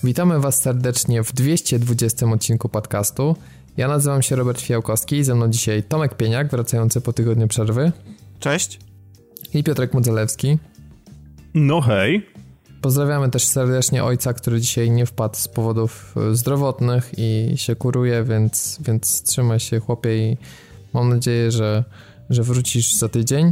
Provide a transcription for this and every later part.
Witamy Was serdecznie w 220 odcinku podcastu. Ja nazywam się Robert Fiałkowski i ze mną dzisiaj Tomek Pieniak, wracający po tygodniu przerwy. Cześć. I Piotrek Modzelewski. No hej. Pozdrawiamy też serdecznie ojca, który dzisiaj nie wpadł z powodów zdrowotnych i się kuruje, więc trzymaj się, chłopie, i mam nadzieję, że wrócisz za tydzień.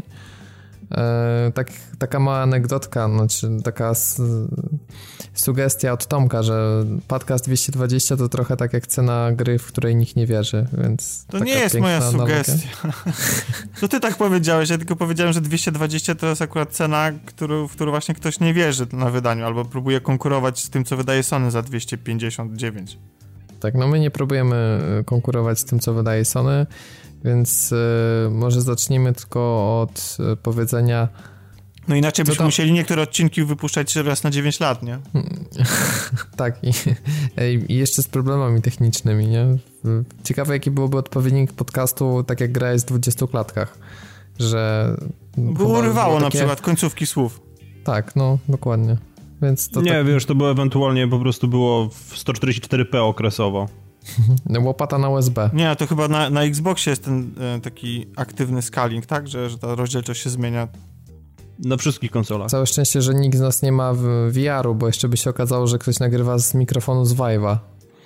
Taka mała anegdotka, znaczy taka sugestia od Tomka, że podcast 220 to trochę tak jak cena gry, w której nikt nie wierzy, więc to nie jest moja sugestia. To ty tak powiedziałeś, ja tylko powiedziałem, że 220 to jest akurat cena, w którą właśnie ktoś nie wierzy na wydaniu, albo próbuje konkurować z tym, co wydaje Sony za 259. Tak, no my nie próbujemy konkurować z tym, co wydaje Sony, więc może zacznijmy tylko od powiedzenia... No inaczej byśmy musieli niektóre odcinki wypuszczać raz na 9 lat, nie? Tak, i jeszcze z problemami technicznymi, nie? Ciekawe, jaki byłby odpowiednik podcastu, tak jak gra jest w 20 klatkach, że... Urywało na przykład końcówki słów. Tak, no, dokładnie. Więc to nie, tak... wiesz, to było ewentualnie po prostu było w 144p okresowo. Łopata na USB. Nie, to chyba na Xboxie jest ten taki aktywny scaling, tak? Że ta rozdzielczość się zmienia. Na wszystkich konsolach. Całe szczęście, że nikt z nas nie ma VR-u, bo jeszcze by się okazało, że ktoś nagrywa z mikrofonu z Vive'a.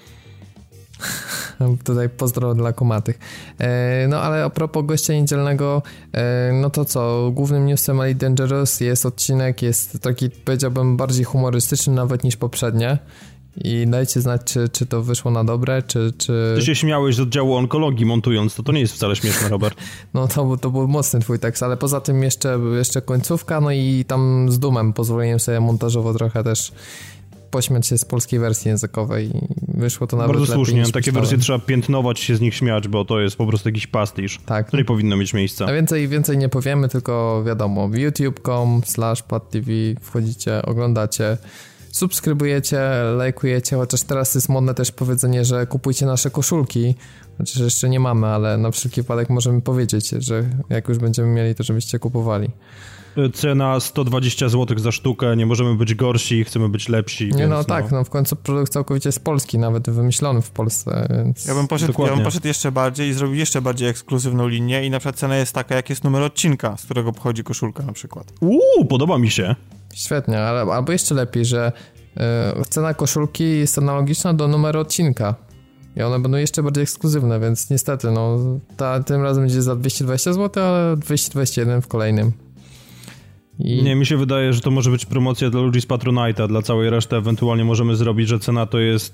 Tutaj pozdro dla kumatych. No ale a propos gościa niedzielnego, no to co, głównym newsem Elite Dangerous jest odcinek, jest taki, powiedziałbym, bardziej humorystyczny nawet niż poprzednie. I dajcie znać, czy to wyszło na dobre, czy... Ty się śmiałeś z oddziału onkologii montując, to nie jest wcale śmieszne, Robert. No to był mocny twój tekst, ale poza tym jeszcze końcówka, no i tam z dumem pozwoliłem sobie montażowo trochę też pośmiać się z polskiej wersji językowej i wyszło to nawet bardzo lepiej. Słusznie, niż takie wersje trzeba piętnować, się z nich śmiać, bo to jest po prostu jakiś pastisz. Tak. To nie powinno mieć miejsca. A więcej nie powiemy, tylko wiadomo, youtube.com/padtv wchodzicie, oglądacie, subskrybujecie, lajkujecie, chociaż teraz jest modne też powiedzenie, że kupujcie nasze koszulki, chociaż jeszcze nie mamy, ale na wszelki wypadek możemy powiedzieć, że jak już będziemy mieli, to żebyście kupowali. Cena 120 zł za sztukę, nie możemy być gorsi, chcemy być lepsi. Nie, więc no tak, no w końcu produkt całkowicie z Polski, nawet wymyślony w Polsce, więc... Ja bym poszedł jeszcze bardziej i zrobił jeszcze bardziej ekskluzywną linię i na przykład cena jest taka, jak jest numer odcinka, z którego pochodzi koszulka na przykład. Podoba mi się. Świetnie, albo jeszcze lepiej, że cena koszulki jest analogiczna do numeru odcinka i one będą jeszcze bardziej ekskluzywne, więc niestety, no tym razem będzie za 220 zł, ale 221 w kolejnym. Nie, mi się wydaje, że to może być promocja dla ludzi z Patronite'a, dla całej reszty ewentualnie możemy zrobić, że cena to jest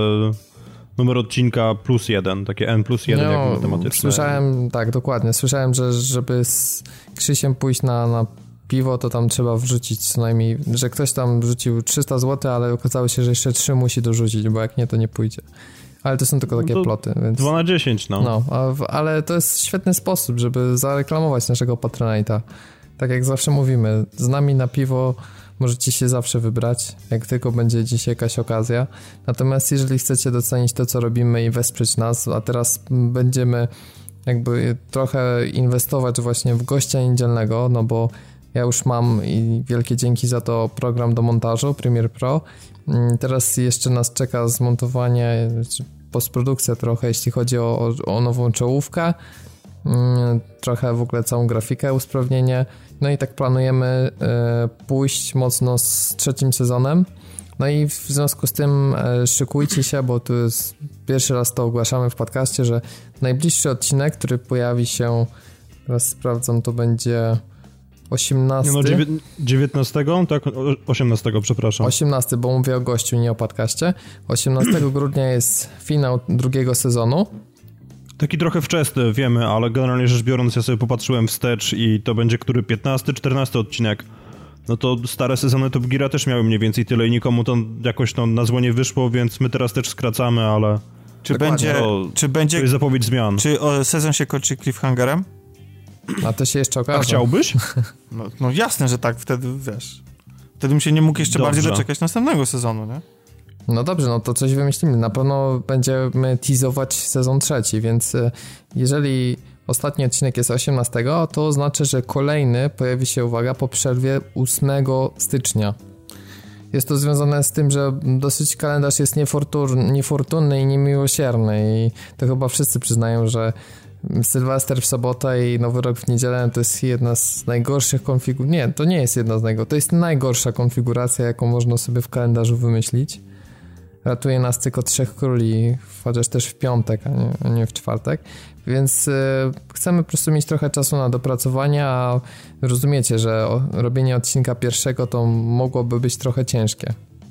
numer odcinka plus 1, takie N+1 jak matematyczne. Słyszałem, tak, dokładnie, słyszałem, że żeby z Krzysiem pójść na piwo, to tam trzeba wrzucić co najmniej, że ktoś tam wrzucił 300 zł, ale okazało się, że jeszcze 3 musi dorzucić, bo jak nie, to nie pójdzie. Ale to są tylko takie ploty, więc... 2 na 10, no. Ale to jest świetny sposób, żeby zareklamować naszego Patronite'a. Tak jak zawsze mówimy, z nami na piwo możecie się zawsze wybrać, jak tylko będzie dzisiaj jakaś okazja. Natomiast jeżeli chcecie docenić to, co robimy i wesprzeć nas, a teraz będziemy jakby trochę inwestować właśnie w gościa niedzielnego, no bo ja już mam i wielkie dzięki za to program do montażu, Premiere Pro. Teraz jeszcze nas czeka zmontowanie, postprodukcja trochę, jeśli chodzi o nową czołówkę, trochę w ogóle całą grafikę, usprawnienie. No i tak planujemy pójść mocno z 3. sezonem. No i w związku z tym szykujcie się, bo tu jest pierwszy raz to ogłaszamy w podcaście, że najbliższy odcinek, który pojawi się, teraz sprawdzam, to będzie 18. No 19? Tak, 18, przepraszam. 18, bo mówię o gościu, nie o podcaście. 18 grudnia jest finał 2. sezonu. Taki trochę wczesny, wiemy, ale generalnie rzecz biorąc ja sobie popatrzyłem wstecz i to będzie który 15, 14 odcinek. No to stare sezony Top Geara też miały mniej więcej tyle i nikomu to jakoś na zło nie wyszło, więc my teraz też skracamy, ale... Czy będzie... To jest zapowiedź zmian. Czy sezon się kończy cliffhangerem? A to się jeszcze okaże. A chciałbyś? No jasne, że tak, wtedy wiesz. Wtedy bym się nie mógł jeszcze bardziej doczekać następnego sezonu, nie? No dobrze, no to coś wymyślimy. Na pewno będziemy teasować sezon 3, więc jeżeli ostatni odcinek jest 18, to znaczy, że kolejny pojawi się, uwaga, po przerwie 8 stycznia. jest to związane z tym, że dosyć kalendarz jest niefortunny i niemiłosierny i to chyba wszyscy przyznają, że Sylwester w sobotę i Nowy Rok w niedzielę to jest jedna z najgorszych konfiguracji. Nie, to nie jest jedna z najgorszych. To jest najgorsza konfiguracja, jaką można sobie w kalendarzu wymyślić. Ratuje nas tylko Trzech Króli, chociaż też w piątek, a nie w czwartek. Więc chcemy po prostu mieć trochę czasu na dopracowanie, a rozumiecie, że robienie odcinka pierwszego to mogłoby być trochę ciężkie.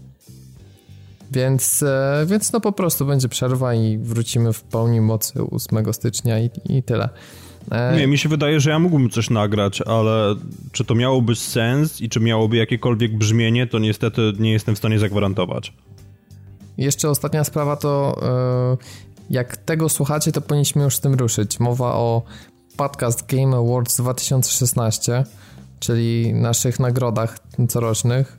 Więc no po prostu będzie przerwa i wrócimy w pełni mocy 8 stycznia i tyle. Nie, mi się wydaje, że ja mógłbym coś nagrać, ale czy to miałoby sens i czy miałoby jakiekolwiek brzmienie, to niestety nie jestem w stanie zagwarantować. Jeszcze ostatnia sprawa to jak tego słuchacie, to powinniśmy już z tym ruszyć. Mowa o Podcast Game Awards 2016, czyli naszych nagrodach corocznych,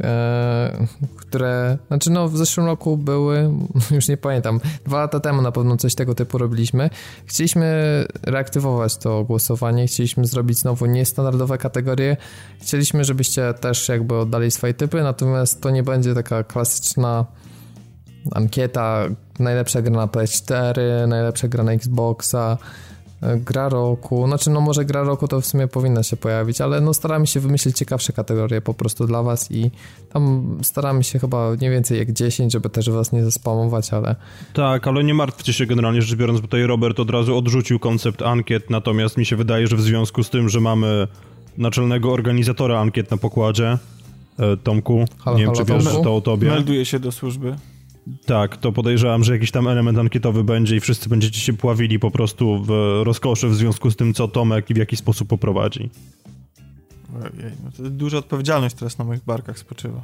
które, znaczy no w zeszłym roku były, już nie pamiętam, 2 lata temu na pewno coś tego typu robiliśmy. Chcieliśmy reaktywować to głosowanie, chcieliśmy zrobić znowu niestandardowe kategorie, chcieliśmy, żebyście też jakby oddali swoje typy, natomiast to nie będzie taka klasyczna ankieta, najlepsza gra na PS4, najlepsza gra na Xboxa, gra roku, znaczy no może gra roku to w sumie powinna się pojawić, ale no staramy się wymyślić ciekawsze kategorie po prostu dla was i tam staramy się chyba nie więcej jak 10, żeby też was nie zaspamować, ale... Tak, ale nie martwcie się generalnie rzecz biorąc, bo tutaj Robert od razu odrzucił koncept ankiet, natomiast mi się wydaje, że w związku z tym, że mamy naczelnego organizatora ankiet na pokładzie, Tomku, nie wiem czy wiesz, że to o tobie. Melduje się do służby. Tak, to podejrzewam, że jakiś tam element ankietowy będzie i wszyscy będziecie się pławili po prostu w rozkoszy w związku z tym, co Tomek i w jaki sposób poprowadzi. Ojej, no to duża odpowiedzialność teraz na moich barkach spoczywa.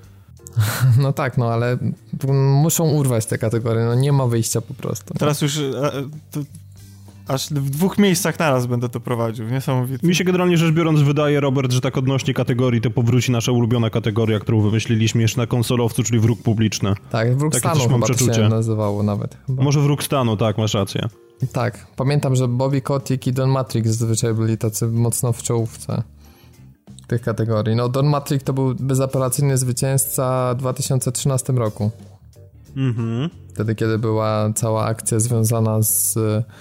No tak, no ale muszą urwać te kategorie, no nie ma wyjścia po prostu. Teraz już aż w 2 miejscach naraz będę to prowadził, niesamowite. Mi się generalnie rzecz biorąc wydaje, Robert, że tak odnośnie kategorii to powróci nasza ulubiona kategoria, którą wymyśliliśmy jeszcze na konsolowcu, czyli wróg publiczny. Tak, wróg stanu chyba to się nazywało nawet. Chyba. Może wróg stanu, tak, masz rację. Tak, pamiętam, że Bobby Kotick i Don Matrix zazwyczaj byli tacy mocno w czołówce tych kategorii. No Don Matrix to był bezapelacyjny zwycięzca w 2013 roku. Wtedy, kiedy była cała akcja związana z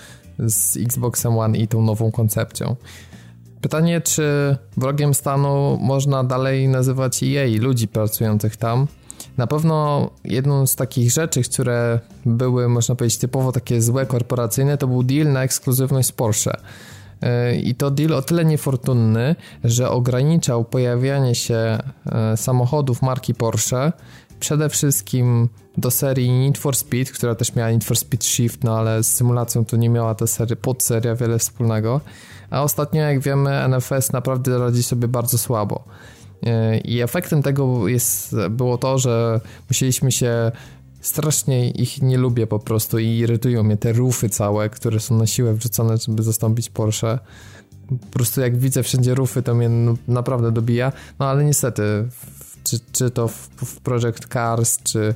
Xboxem One i tą nową koncepcją. Pytanie, czy wrogiem stanu można dalej nazywać EA, ludzi pracujących tam? Na pewno jedną z takich rzeczy, które były, można powiedzieć, typowo takie złe korporacyjne, to był deal na ekskluzywność z Porsche. I to deal o tyle niefortunny, że ograniczał pojawianie się samochodów marki Porsche przede wszystkim do serii Need for Speed, która też miała Need for Speed Shift, no ale z symulacją to nie miała ta podseria wiele wspólnego. A ostatnio, jak wiemy, NFS naprawdę radzi sobie bardzo słabo. I efektem tego było to, że musieliśmy się strasznie ich nie lubię po prostu i irytują mnie te rufy całe, które są na siłę wrzucone, żeby zastąpić Porsche. Po prostu jak widzę wszędzie rufy, to mnie naprawdę dobija. No ale niestety, czy to w Project Cars, czy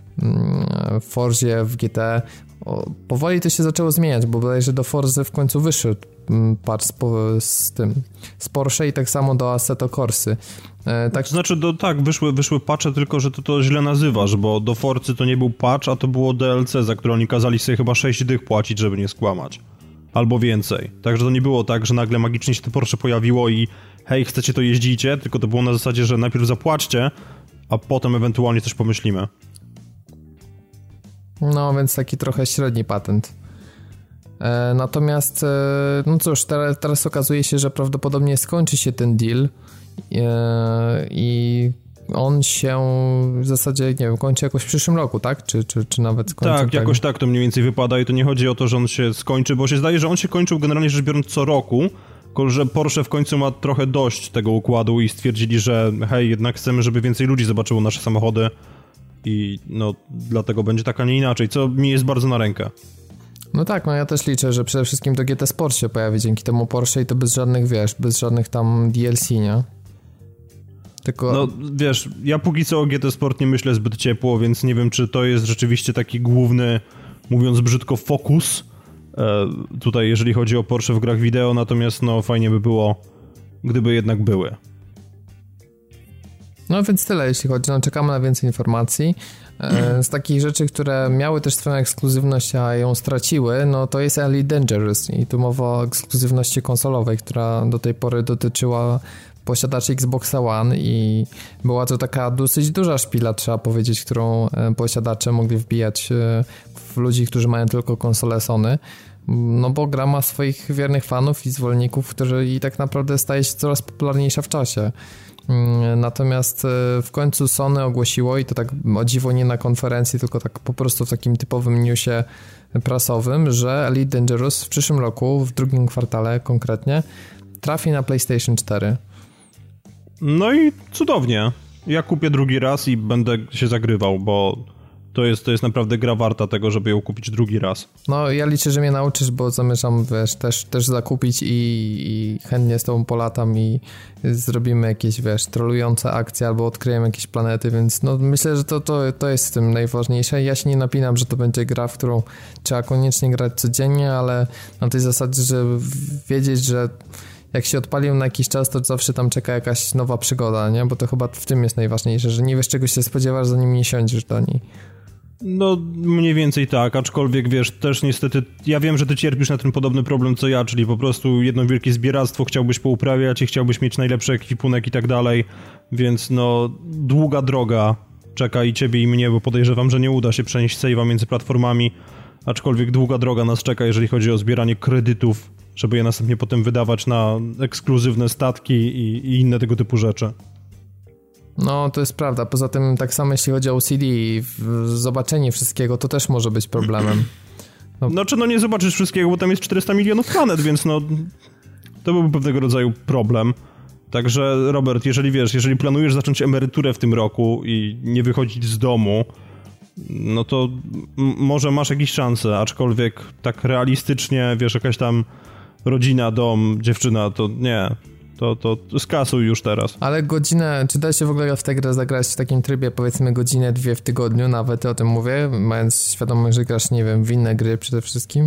w Forzie, w GT, powoli to się zaczęło zmieniać, bo bodajże do Forzy w końcu wyszedł patch z Porsche i tak samo do Assetto Corsy. Tak. To znaczy, wyszły patche, tylko że to źle nazywasz, bo do Forcy to nie był patch, a to było DLC, za które oni kazali sobie chyba 6 dych płacić, żeby nie skłamać. Albo więcej. Także to nie było tak, że nagle magicznie się to Porsche pojawiło i hej, chcecie to jeździcie, tylko to było na zasadzie, że najpierw zapłaćcie, a potem ewentualnie coś pomyślimy. No, więc taki trochę średni patent. Natomiast, no cóż, teraz okazuje się, że prawdopodobnie skończy się ten deal i on się w zasadzie, nie wiem, kończy jakoś w przyszłym roku, tak? Czy nawet skończy? Tak, jakoś tak to mniej więcej wypada i to nie chodzi o to, że on się skończy, bo się zdaje, że on się kończył generalnie rzecz biorąc co roku, tylko że Porsche w końcu ma trochę dość tego układu i stwierdzili, że hej, jednak chcemy, żeby więcej ludzi zobaczyło nasze samochody i no dlatego będzie tak, a nie inaczej, co mi jest bardzo na rękę. No tak, no ja też liczę, że przede wszystkim to GT Sport się pojawi dzięki temu Porsche i to bez żadnych, bez żadnych tam DLC, nie? Tylko... No wiesz, ja póki co o GT Sport nie myślę zbyt ciepło, więc nie wiem, czy to jest rzeczywiście taki główny, mówiąc brzydko, fokus tutaj, jeżeli chodzi o Porsche w grach wideo, natomiast no fajnie by było, gdyby jednak były. No więc tyle, jeśli chodzi, no czekamy na więcej informacji. Z takich rzeczy, które miały też swoją ekskluzywność, a ją straciły, no to jest Elite Dangerous i tu mowa o ekskluzywności konsolowej, która do tej pory dotyczyła posiadaczy Xboxa One i była to taka dosyć duża szpila, trzeba powiedzieć, którą posiadacze mogli wbijać w ludzi, którzy mają tylko konsolę Sony. No bo gra ma swoich wiernych fanów i zwolenników, którzy i tak naprawdę staje się coraz popularniejsza w czasie. Natomiast w końcu Sony ogłosiło, i to tak o dziwo nie na konferencji, tylko tak po prostu w takim typowym newsie prasowym, że Elite Dangerous w przyszłym roku, w drugim kwartale konkretnie, trafi na PlayStation 4. No i cudownie. Ja kupię drugi raz i będę się zagrywał, bo to jest naprawdę gra warta tego, żeby ją kupić drugi raz. No ja liczę, że mnie nauczysz, bo zamierzam, wiesz, też zakupić i chętnie z tobą polatam i zrobimy jakieś, wiesz, trolujące akcje albo odkryjemy jakieś planety, więc no myślę, że to jest w tym najważniejsze. Ja się nie napinam, że to będzie gra, w którą trzeba koniecznie grać codziennie, ale na tej zasadzie, że wiedzieć, że jak się odpalił na jakiś czas, to zawsze tam czeka jakaś nowa przygoda, nie? Bo to chyba w tym jest najważniejsze, że nie wiesz, czego się spodziewasz, zanim nie siądziesz do niej. No, mniej więcej tak, aczkolwiek wiesz, też niestety, ja wiem, że ty cierpisz na ten podobny problem co ja, czyli po prostu jedno wielkie zbieractwo chciałbyś pouprawiać i chciałbyś mieć najlepszy ekwipunek i tak dalej, więc no, długa droga czeka i ciebie i mnie, bo podejrzewam, że nie uda się przenieść save'a między platformami, aczkolwiek długa droga nas czeka, jeżeli chodzi o zbieranie kredytów, żeby je następnie potem wydawać na ekskluzywne statki i inne tego typu rzeczy. No, to jest prawda. Poza tym tak samo jeśli chodzi o OCD, zobaczenie wszystkiego to też może być problemem. Znaczy, no nie zobaczysz wszystkiego, bo tam jest 400 milionów planet, więc no to byłby pewnego rodzaju problem. Także Robert, jeżeli planujesz zacząć emeryturę w tym roku i nie wychodzić z domu, no to może masz jakieś szanse, aczkolwiek tak realistycznie, wiesz, jakaś tam rodzina, dom, dziewczyna, to nie... To skasuj już teraz. Ale godzinę, czy da się w ogóle w tę grę zagrać w takim trybie, powiedzmy godzinę, 2 w tygodniu, nawet o tym mówię, mając świadomość, że grasz, nie wiem, w inne gry przede wszystkim?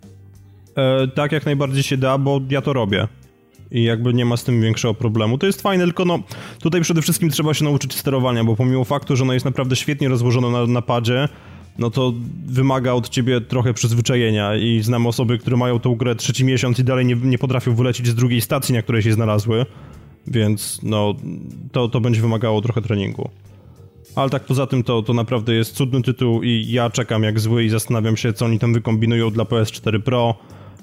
Tak, jak najbardziej się da, bo ja to robię. I jakby nie ma z tym większego problemu. To jest fajne, tylko no tutaj przede wszystkim trzeba się nauczyć sterowania, bo pomimo faktu, że ono jest naprawdę świetnie rozłożone na padzie, no to wymaga od ciebie trochę przyzwyczajenia i znam osoby, które mają tą grę 3. miesiąc i dalej nie potrafią wylecieć z drugiej stacji, na której się znalazły, więc no to będzie wymagało trochę treningu. Ale tak poza tym to naprawdę jest cudny tytuł i ja czekam jak zły i zastanawiam się, co oni tam wykombinują dla PS4 Pro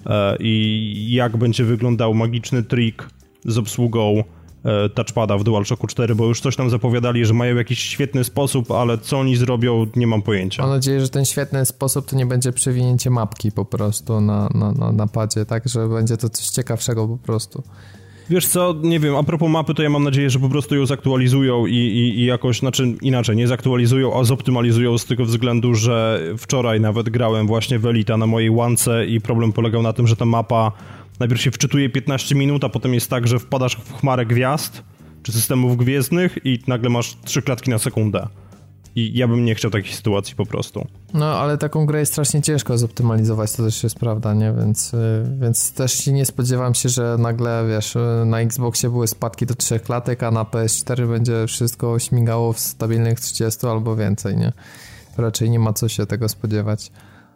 i jak będzie wyglądał magiczny trik z obsługą touchpada w DualShocku 4, bo już coś tam zapowiadali, że mają jakiś świetny sposób, ale co oni zrobią, nie mam pojęcia. Mam nadzieję, że ten świetny sposób to nie będzie przewinięcie mapki po prostu na padzie, tak, że będzie to coś ciekawszego po prostu. Wiesz co, nie wiem, a propos mapy, to ja mam nadzieję, że po prostu ją zaktualizują i jakoś, znaczy inaczej, nie zaktualizują, a zoptymalizują z tego względu, że wczoraj nawet grałem właśnie w Elita na mojej łance i problem polegał na tym, że ta mapa najpierw się wczytuje 15 minut, a potem jest tak, że wpadasz w chmarę gwiazd czy systemów gwiezdnych i nagle masz 3 klatki na sekundę. I ja bym nie chciał takiej sytuacji po prostu. No, ale taką grę jest strasznie ciężko zoptymalizować, to też jest prawda, nie? Więc też nie spodziewam się, że nagle, wiesz, na Xboxie były spadki do 3 klatek, a na PS4 będzie wszystko śmigało w stabilnych 30 albo więcej, nie? Raczej nie ma co się tego spodziewać.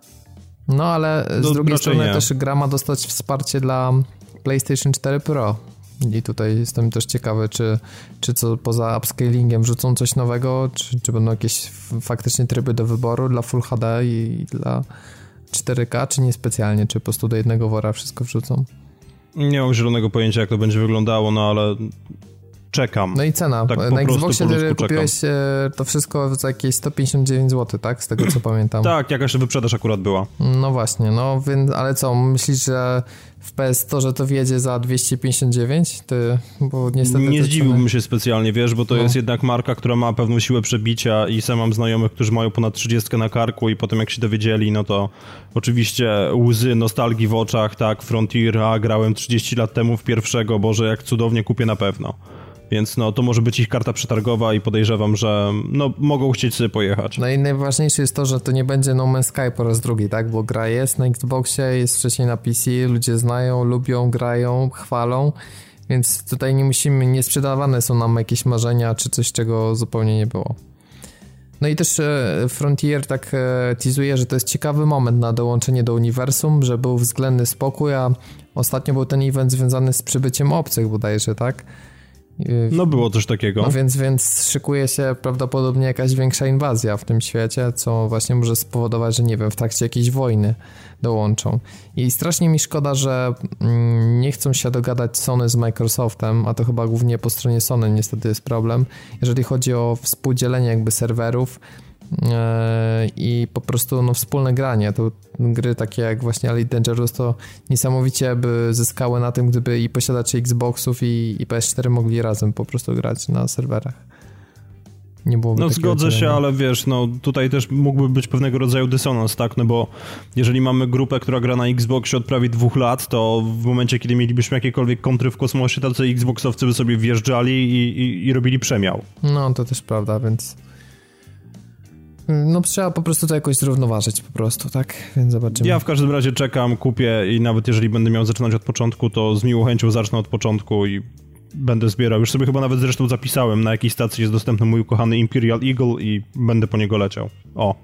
No, ale z drugiej strony też gra ma dostać wsparcie dla PlayStation 4 Pro. I tutaj jestem też ciekawy, czy co poza upscalingiem wrzucą coś nowego, czy będą jakieś faktycznie tryby do wyboru dla Full HD i dla 4K, czy niespecjalnie, czy po prostu do jednego wora wszystko wrzucą? Nie mam zielonego pojęcia, jak to będzie wyglądało, no ale czekam. No i cena. Tak na Xboxie kupiłeś to wszystko za jakieś 159 zł, tak? Z tego co pamiętam. Tak, jakaś wyprzedaż akurat była. No właśnie, no więc, ale co, myślisz, że w PS Store to wjedzie za 259? Bo niestety nie zdziwiłbym się specjalnie, wiesz, bo to jest jednak marka, która ma pewną siłę przebicia i sam mam znajomych, którzy mają ponad 30 na karku i potem jak się dowiedzieli, no to oczywiście łzy nostalgii w oczach, tak, Frontier, grałem 30 lat temu w pierwszego, Boże, jak cudownie, kupię na pewno. Więc no, to może być ich karta przetargowa i podejrzewam, że no, mogą chcieć sobie pojechać. No i najważniejsze jest to, że to nie będzie No Man's Sky po raz drugi, tak? Bo gra jest na Xboxie, jest wcześniej na PC, ludzie znają, lubią, grają, chwalą, Więc tutaj nie sprzedawane są nam jakieś marzenia, czy coś, czego zupełnie nie było. No i też Frontier tak teasuje, że to jest ciekawy moment na dołączenie do uniwersum, że był względny spokój, a ostatnio był ten event związany z przybyciem obcych bodajże, tak? No było coś takiego. No więc szykuje się prawdopodobnie jakaś większa inwazja w tym świecie, co właśnie może spowodować, że nie wiem, w trakcie jakiejś wojny dołączą. I strasznie mi szkoda, że nie chcą się dogadać Sony z Microsoftem, a to chyba głównie po stronie Sony niestety jest problem, jeżeli chodzi o współdzielenie jakby serwerów i po prostu wspólne granie. To gry takie jak właśnie Elite Dangerous to niesamowicie by zyskały na tym, gdyby i posiadacze Xboxów i PS4 mogli razem po prostu grać na serwerach. Nie byłoby zgodzę się, ale wiesz, tutaj też mógłby być pewnego rodzaju dysonans, tak, bo jeżeli mamy grupę, która gra na Xboxie od prawie 2 lat, to w momencie, kiedy mielibyśmy jakiekolwiek kontry w kosmosie, tacy Xboxowcy by sobie wjeżdżali i robili przemiał. No, to też prawda, więc trzeba po prostu to jakoś zrównoważyć po prostu, tak? Więc zobaczymy. Ja w każdym razie czekam, kupię i nawet jeżeli będę miał zaczynać od początku, to z miłą chęcią zacznę od początku i będę zbierał. Już sobie chyba nawet zresztą zapisałem, na jakiej stacji jest dostępny mój ukochany Imperial Eagle i będę po niego leciał. O.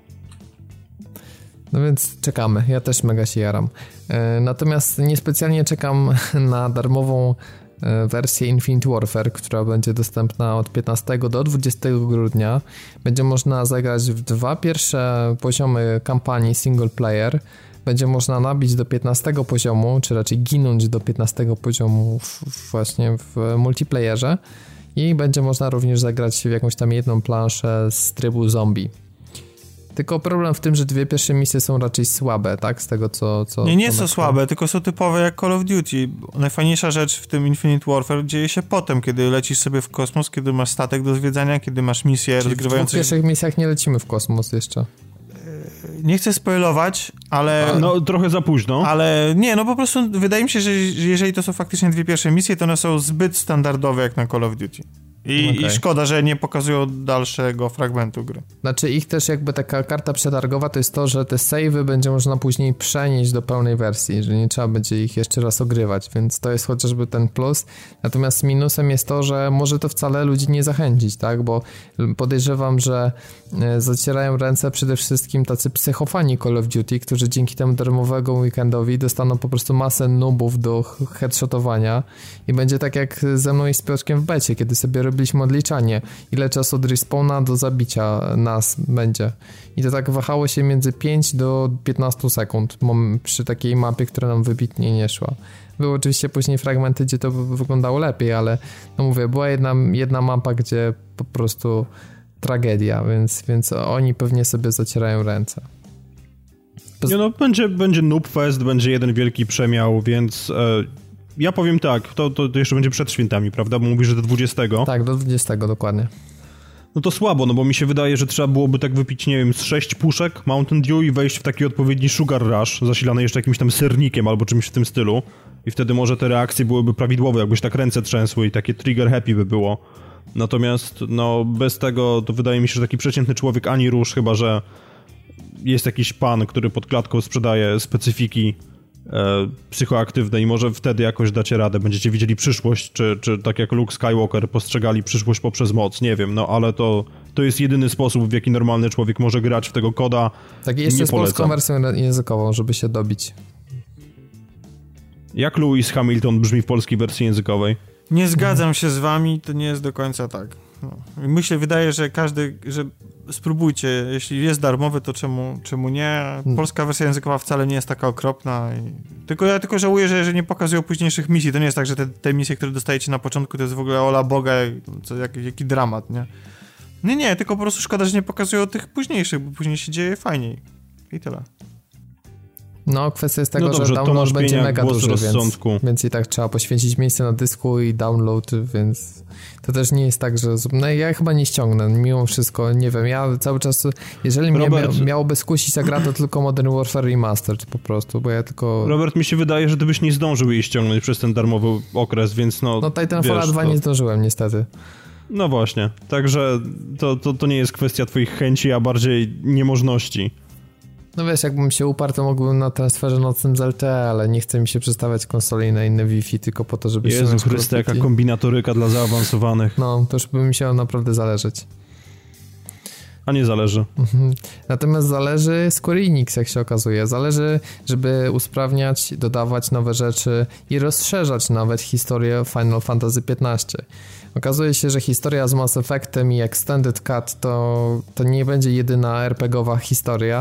No więc czekamy. Ja też mega się jaram. Natomiast niespecjalnie czekam na darmową wersję Infinite Warfare, która będzie dostępna od 15 do 20 grudnia. Będzie można zagrać w 2 pierwsze poziomy kampanii single player. Będzie można nabić do 15 poziomu, czy raczej ginąć do 15 poziomu właśnie w multiplayerze i będzie można również zagrać w jakąś tam jedną planszę z trybu zombie. Tylko problem w tym, że 2 pierwsze misje są raczej słabe, tak? Z tego co Nie są słabe, tylko są typowe jak Call of Duty. Najfajniejsza rzecz w tym Infinite Warfare dzieje się potem, kiedy lecisz sobie w kosmos, kiedy masz statek do zwiedzania, kiedy masz misje rozgrywające. W pierwszych misjach nie lecimy w kosmos jeszcze. Nie chcę spoilować, ale... trochę za późno. Ale nie, po prostu wydaje mi się, że jeżeli to są faktycznie 2 pierwsze misje, to one są zbyt standardowe jak na Call of Duty. I szkoda, że nie pokazują dalszego fragmentu gry. Znaczy ich też jakby taka karta przetargowa to jest to, że te save'y będzie można później przenieść do pełnej wersji, że nie trzeba będzie ich jeszcze raz ogrywać, więc to jest chociażby ten plus. Natomiast minusem jest to, że może to wcale ludzi nie zachęcić, tak, bo podejrzewam, że zacierają ręce przede wszystkim tacy psychofani Call of Duty, którzy dzięki temu darmowego weekendowi dostaną po prostu masę noobów do headshotowania i będzie tak jak ze mną i z Piotrkiem w becie, kiedy sobie robiliśmy odliczanie, ile czasu od respawna do zabicia nas będzie. I to tak wahało się między 5 do 15 sekund przy takiej mapie, która nam wybitnie nie szła. Były oczywiście później fragmenty, gdzie to wyglądało lepiej, ale mówię, była jedna mapa, gdzie po prostu tragedia, więc oni pewnie sobie zacierają ręce. Będzie Noob Fest, będzie jeden wielki przemiał, więc ja powiem tak, to jeszcze będzie przed świętami, prawda? Bo mówisz, że do 20. Tak, do 20 dokładnie. No to słabo, bo mi się wydaje, że trzeba byłoby tak wypić, nie wiem, z 6 puszek Mountain Dew i wejść w taki odpowiedni Sugar Rush, zasilany jeszcze jakimś tam sernikiem albo czymś w tym stylu. I wtedy może te reakcje byłyby prawidłowe, jakbyś tak ręce trzęsły i takie trigger happy by było. Natomiast, bez tego to wydaje mi się, że taki przeciętny człowiek ani rusz, chyba że jest jakiś pan, który pod klatką sprzedaje specyfiki psychoaktywne i może wtedy jakoś dacie radę, będziecie widzieli przyszłość, czy tak jak Luke Skywalker postrzegali przyszłość poprzez moc, nie wiem, ale to jest jedyny sposób, w jaki normalny człowiek może grać w tego koda. Tak, jeszcze z polską wersją językową, żeby się dobić. Jak Lewis Hamilton brzmi w polskiej wersji językowej? Nie zgadzam się z wami, to nie jest do końca tak. Wydaje, że że spróbujcie, jeśli jest darmowy, to czemu nie? Polska wersja językowa wcale nie jest taka okropna. Ja tylko żałuję, że nie pokazują późniejszych misji. To nie jest tak, że te misje, które dostajecie na początku, to jest w ogóle ola Boga, jaki dramat, nie? Nie, tylko po prostu szkoda, że nie pokazują tych późniejszych, bo później się dzieje fajniej. I tyle. Kwestia jest tego, że download będzie mega duży, więc i tak trzeba poświęcić miejsce na dysku i download, więc to też nie jest tak, że... ja chyba nie ściągnę, mimo wszystko, nie wiem, ja cały czas, jeżeli mnie miałoby skusić ta gra, to tylko Modern Warfare Remastered po prostu, bo ja tylko... Robert, mi się wydaje, że ty byś nie zdążył jej ściągnąć przez ten darmowy okres, więc Titanfalla 2 nie zdążyłem niestety. No właśnie, także to nie jest kwestia twoich chęci, a bardziej niemożności. No wiesz, jakbym się uparł, to mógłbym na transferze nocnym z LTE, ale nie chce mi się przestawiać konsoli na inne Wi-Fi, tylko po to, żeby... Jezu Chryste, jaka kombinatoryka dla zaawansowanych. No, to już by mi się naprawdę zależeć. A nie zależy. Natomiast zależy Square Enix, jak się okazuje. Zależy, żeby usprawniać, dodawać nowe rzeczy i rozszerzać nawet historię Final Fantasy XV. Okazuje się, że historia z Mass Effectem i Extended Cut to nie będzie jedyna RPG-owa historia.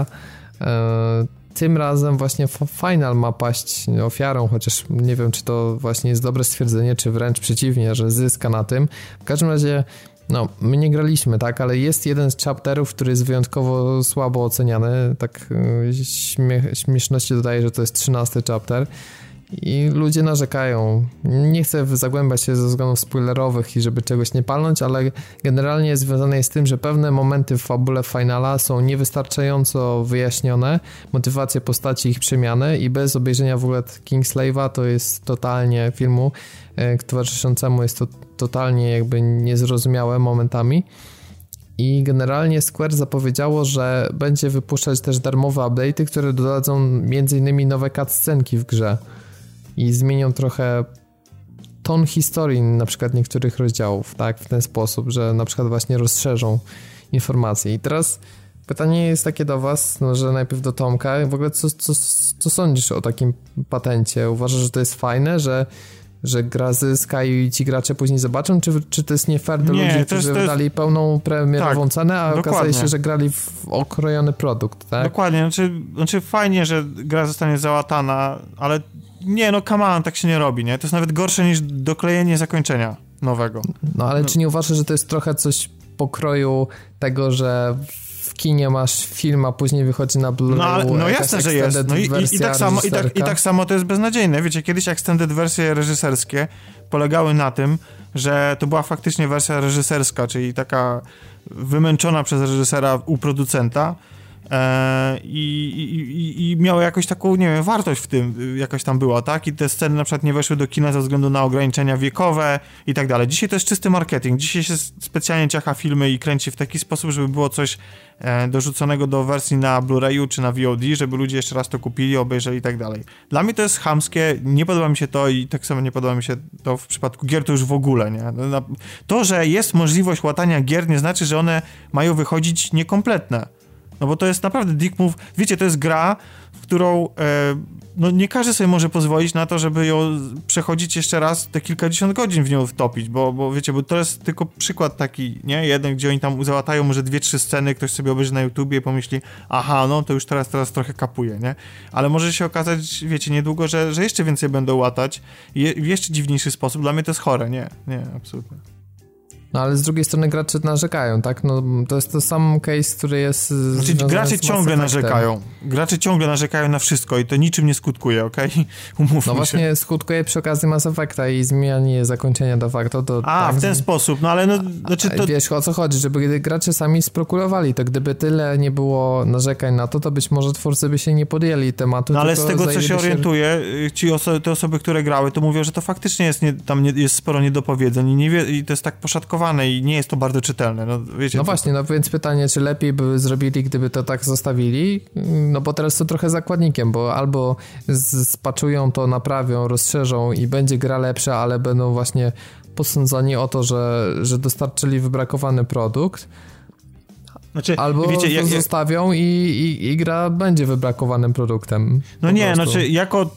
Tym razem właśnie Final ma paść ofiarą, chociaż nie wiem, czy to właśnie jest dobre stwierdzenie, czy wręcz przeciwnie, że zyska na tym. W każdym razie, no, my nie graliśmy, tak, ale jest jeden z chapterów, który jest wyjątkowo słabo oceniany, tak śmieszności dodaję, że to jest 13 chapter i ludzie narzekają. Nie chcę zagłębiać się ze względów spoilerowych i żeby czegoś nie palnąć, ale generalnie związane jest z tym, że pewne momenty w fabule Finala są niewystarczająco wyjaśnione, motywacje postaci, ich przemiany i bez obejrzenia w ogóle Kingslave'a to jest totalnie filmu towarzyszącemu jest to totalnie jakby niezrozumiałe momentami. I generalnie Square zapowiedziało, że będzie wypuszczać też darmowe update'y, które dodadzą m.in. nowe cutscenki w grze i zmienią trochę ton historii na przykład niektórych rozdziałów, tak, w ten sposób, że na przykład właśnie rozszerzą informacje. I teraz pytanie jest takie do was, no, że najpierw do Tomka, w ogóle co sądzisz o takim patencie? Uważasz, że to jest fajne, że gra zyska i ci gracze później zobaczą, czy to jest nie fair do ludzi, którzy dali pełną premierową cenę, a okazuje się, że grali w okrojony produkt, tak? Dokładnie, znaczy fajnie, że gra zostanie załatana, ale nie, no come on, tak się nie robi, nie? To jest nawet gorsze niż doklejenie zakończenia nowego. No ale czy nie uważasz, że to jest trochę coś pokroju tego, że w kinie masz film, a później wychodzi na Blu-rayu. No jasne, że jest. No i tak samo to jest beznadziejne. Wiecie, kiedyś extended wersje reżyserskie polegały na tym, że to była faktycznie wersja reżyserska, czyli taka wymęczona przez reżysera u producenta i miała jakąś taką, nie wiem, wartość w tym jakaś tam była, tak? I te sceny na przykład nie weszły do kina ze względu na ograniczenia wiekowe i tak dalej. Dzisiaj to jest czysty marketing. Dzisiaj się specjalnie ciacha filmy i kręci w taki sposób, żeby było coś dorzuconego do wersji na Blu-rayu czy na VOD, żeby ludzie jeszcze raz to kupili, obejrzeli i tak dalej. Dla mnie to jest chamskie, nie podoba mi się to i tak samo nie podoba mi się to w przypadku gier to już w ogóle, nie? To, że jest możliwość łatania gier, nie znaczy, że one mają wychodzić niekompletne. No bo to jest naprawdę dick move. Wiecie, to jest gra, w którą no nie każdy sobie może pozwolić na to, żeby ją przechodzić jeszcze raz te kilkadziesiąt godzin w nią wtopić, bo wiecie, bo to jest tylko przykład taki, nie? Jeden, gdzie oni tam załatają może 2-3 sceny, ktoś sobie obejrzy na YouTubie i pomyśli, aha, no to już teraz trochę kapuje, nie? Ale może się okazać, wiecie, niedługo, że jeszcze więcej będą łatać w jeszcze dziwniejszy sposób. Dla mnie to jest chore, nie, absolutnie. No ale z drugiej strony gracze narzekają, tak? No to jest to sam case, który jest... Znaczy, gracze ciągle narzekają. Gracze ciągle narzekają na wszystko i to niczym nie skutkuje, okej? Umówmy się. No właśnie skutkuje przy okazji Mass Effecta i zmianie zakończenia de facto. Tak, w ten sposób, no ale no... Znaczy to... Wiesz, o co chodzi, żeby gracze sami sprokurowali, to gdyby tyle nie było narzekań na to być może twórcy by się nie podjęli tematu. No ale z tego, co się orientuję, te osoby, które grały, to mówią, że to faktycznie jest jest sporo niedopowiedzeń i to jest tak poszatkowane i nie jest to bardzo czytelne. No, wiecie, no właśnie, no więc pytanie, czy lepiej by zrobili, gdyby to tak zostawili? No bo teraz to trochę zakładnikiem, bo albo spaczują to, naprawią, rozszerzą i będzie gra lepsza, ale będą właśnie posądzani o to, że dostarczyli wybrakowany produkt. Znaczy, albo wiecie, zostawią i gra będzie wybrakowanym produktem. No nie, znaczy jako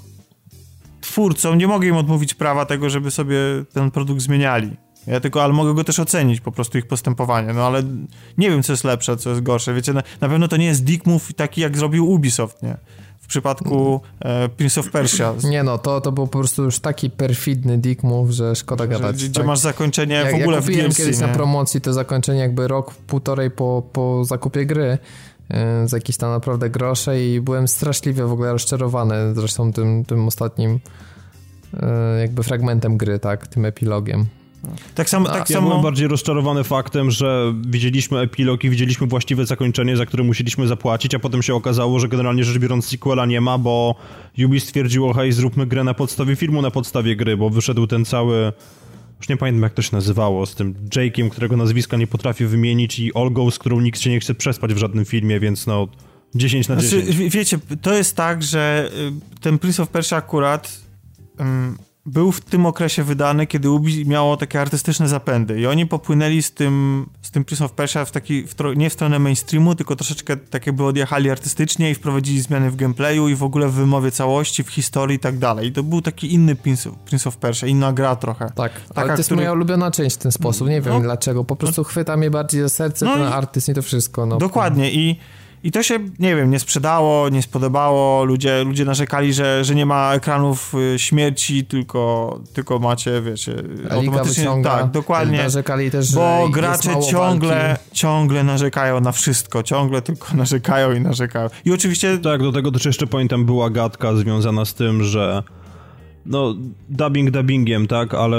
twórcom nie mogę im odmówić prawa tego, żeby sobie ten produkt zmieniali. Ale mogę go też ocenić, po prostu ich postępowanie, no ale nie wiem, co jest lepsze, co jest gorsze, wiecie, na pewno to nie jest dick move taki, jak zrobił Ubisoft, nie? W przypadku Prince of Persia. Nie no, to był po prostu już taki perfidny dick move, że szkoda gadać. Gdzie masz zakończenie w ogóle w DLC, ja kiedyś na promocji to zakończenie jakby rok, półtorej po zakupie gry, za jakieś tam naprawdę grosze i byłem straszliwie w ogóle rozczarowany zresztą tym ostatnim jakby fragmentem gry, tak, tym epilogiem. Tak samo. Ja byłem bardziej rozczarowany faktem, że widzieliśmy epilog i widzieliśmy właściwe zakończenie, za które musieliśmy zapłacić, a potem się okazało, że generalnie rzecz biorąc sequela nie ma, bo Ubi stwierdziło, hej, zróbmy grę na podstawie filmu, na podstawie gry, bo wyszedł ten cały, już nie pamiętam jak to się nazywało, z tym Jake'iem, którego nazwiska nie potrafię wymienić i Olgą, z którą nikt się nie chce przespać w żadnym filmie, więc no 10 na 10. Znaczy, wiecie, to jest tak, że ten Prince of Persia akurat był w tym okresie wydany, kiedy Ubi miało takie artystyczne zapędy i oni popłynęli z tym Prince of Persia nie w stronę mainstreamu, tylko troszeczkę tak jakby odjechali artystycznie i wprowadzili zmiany w gameplayu i w ogóle w wymowie całości, w historii i tak dalej. I to był taki inny Prince of Persia, inna gra trochę. Tak, ale to jest moja ulubiona część w ten sposób, nie wiem dlaczego, po prostu chwyta mnie bardziej za serce ten artyzm i to wszystko. No. Dokładnie i to się, nie wiem, nie sprzedało, nie spodobało, ludzie narzekali, że nie ma ekranów śmierci, tylko macie, wiecie, automatycznie, tak, dokładnie, narzekali też, bo gracze ciągle narzekają na wszystko, ciągle tylko narzekają i narzekają. I oczywiście... Tak, do tego też jeszcze pamiętam była gadka związana z tym, że no, dubbingiem, tak, ale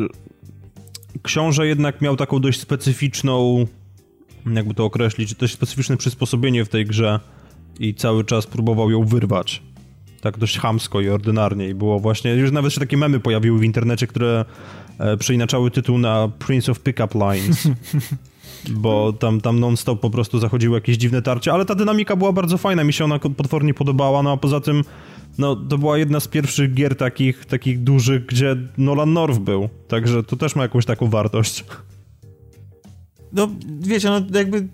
książę jednak miał taką dość specyficzną, jakby to określić, dość specyficzne przysposobienie w tej grze i cały czas próbował ją wyrwać. Tak dość chamsko i ordynarnie i było właśnie, już nawet się takie memy pojawiły w internecie, które przeinaczały tytuł na Prince of Pickup Lines. Bo tam non-stop po prostu zachodziły jakieś dziwne tarcie, ale ta dynamika była bardzo fajna, mi się ona potwornie podobała, no a poza tym no to była jedna z pierwszych gier takich dużych, gdzie Nolan North był, także to też ma jakąś taką wartość. No, wiecie, no jakby...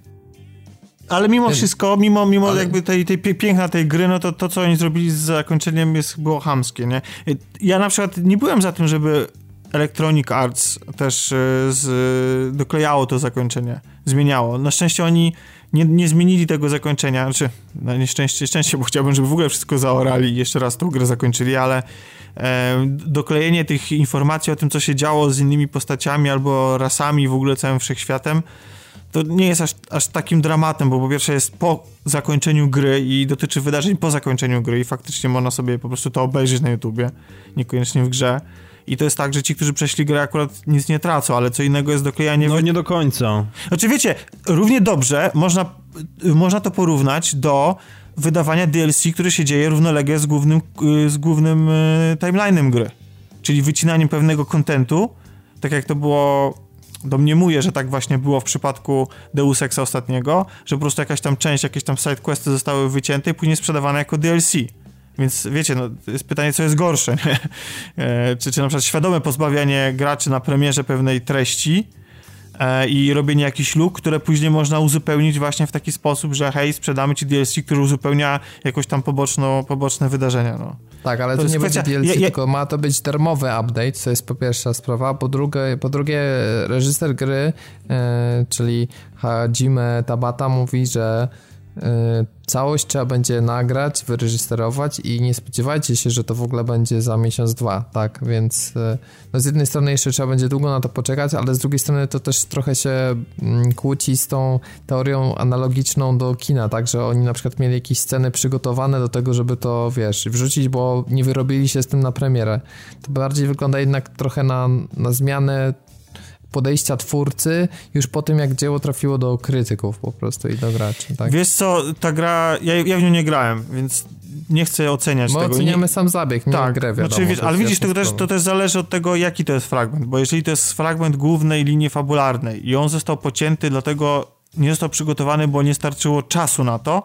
Ale mimo wszystko, mimo jakby tej piękna tej gry, no to co oni zrobili z zakończeniem było chamskie, nie? Ja na przykład nie byłem za tym, żeby Electronic Arts też doklejało to zakończenie, zmieniało. Na szczęście oni nie zmienili tego zakończenia, znaczy na nieszczęście, bo chciałbym, żeby w ogóle wszystko zaorali i jeszcze raz tą grę zakończyli, ale doklejenie tych informacji o tym, co się działo z innymi postaciami albo rasami, w ogóle całym wszechświatem, to nie jest aż takim dramatem, bo po pierwsze jest po zakończeniu gry i dotyczy wydarzeń po zakończeniu gry i faktycznie można sobie po prostu to obejrzeć na YouTubie, niekoniecznie w grze. I to jest tak, że ci, którzy przeszli grę, akurat nic nie tracą, ale co innego jest doklejanie... No nie do końca. Znaczy wiecie, równie dobrze można to porównać do wydawania DLC, które się dzieje równolegle z głównym timeline'em gry. Czyli wycinaniem pewnego kontentu, tak jak to było... Domniemuję, że tak właśnie było w przypadku Deus Exa ostatniego, że po prostu jakaś tam część, jakieś tam sidequesty zostały wycięte i później sprzedawane jako DLC. Więc wiecie, no jest pytanie, co jest gorsze, nie? Czy na przykład świadome pozbawianie graczy na premierze pewnej treści i robienie jakichś luk, które później można uzupełnić właśnie w taki sposób, że hej, sprzedamy ci DLC, który uzupełnia jakoś tam poboczne wydarzenia, no. Tak, ale to nie będzie DLC, tylko ma to być darmowy update, co jest po pierwsza sprawa, po drugie reżyser gry, czyli Hajime Tabata mówi, że całość trzeba będzie nagrać, wyreżyserować i nie spodziewajcie się, że to w ogóle będzie za miesiąc, dwa, tak, więc no z jednej strony jeszcze trzeba będzie długo na to poczekać, ale z drugiej strony to też trochę się kłóci z tą teorią analogiczną do kina, tak, że oni na przykład mieli jakieś sceny przygotowane do tego, żeby to, wiesz, wrzucić, bo nie wyrobili się z tym na premierę. To bardziej wygląda jednak trochę na zmianę podejścia twórcy już po tym, jak dzieło trafiło do krytyków po prostu i do graczy, tak? Wiesz co, ta gra, ja w nią nie grałem, więc nie chcę oceniać tego. My oceniamy sam zabieg, nie tak, grę, wiadomo. Znaczy, wiesz, ale widzisz, to też zależy od tego, jaki to jest fragment, bo jeżeli to jest fragment głównej linii fabularnej i on został pocięty, dlatego nie został przygotowany, bo nie starczyło czasu na to,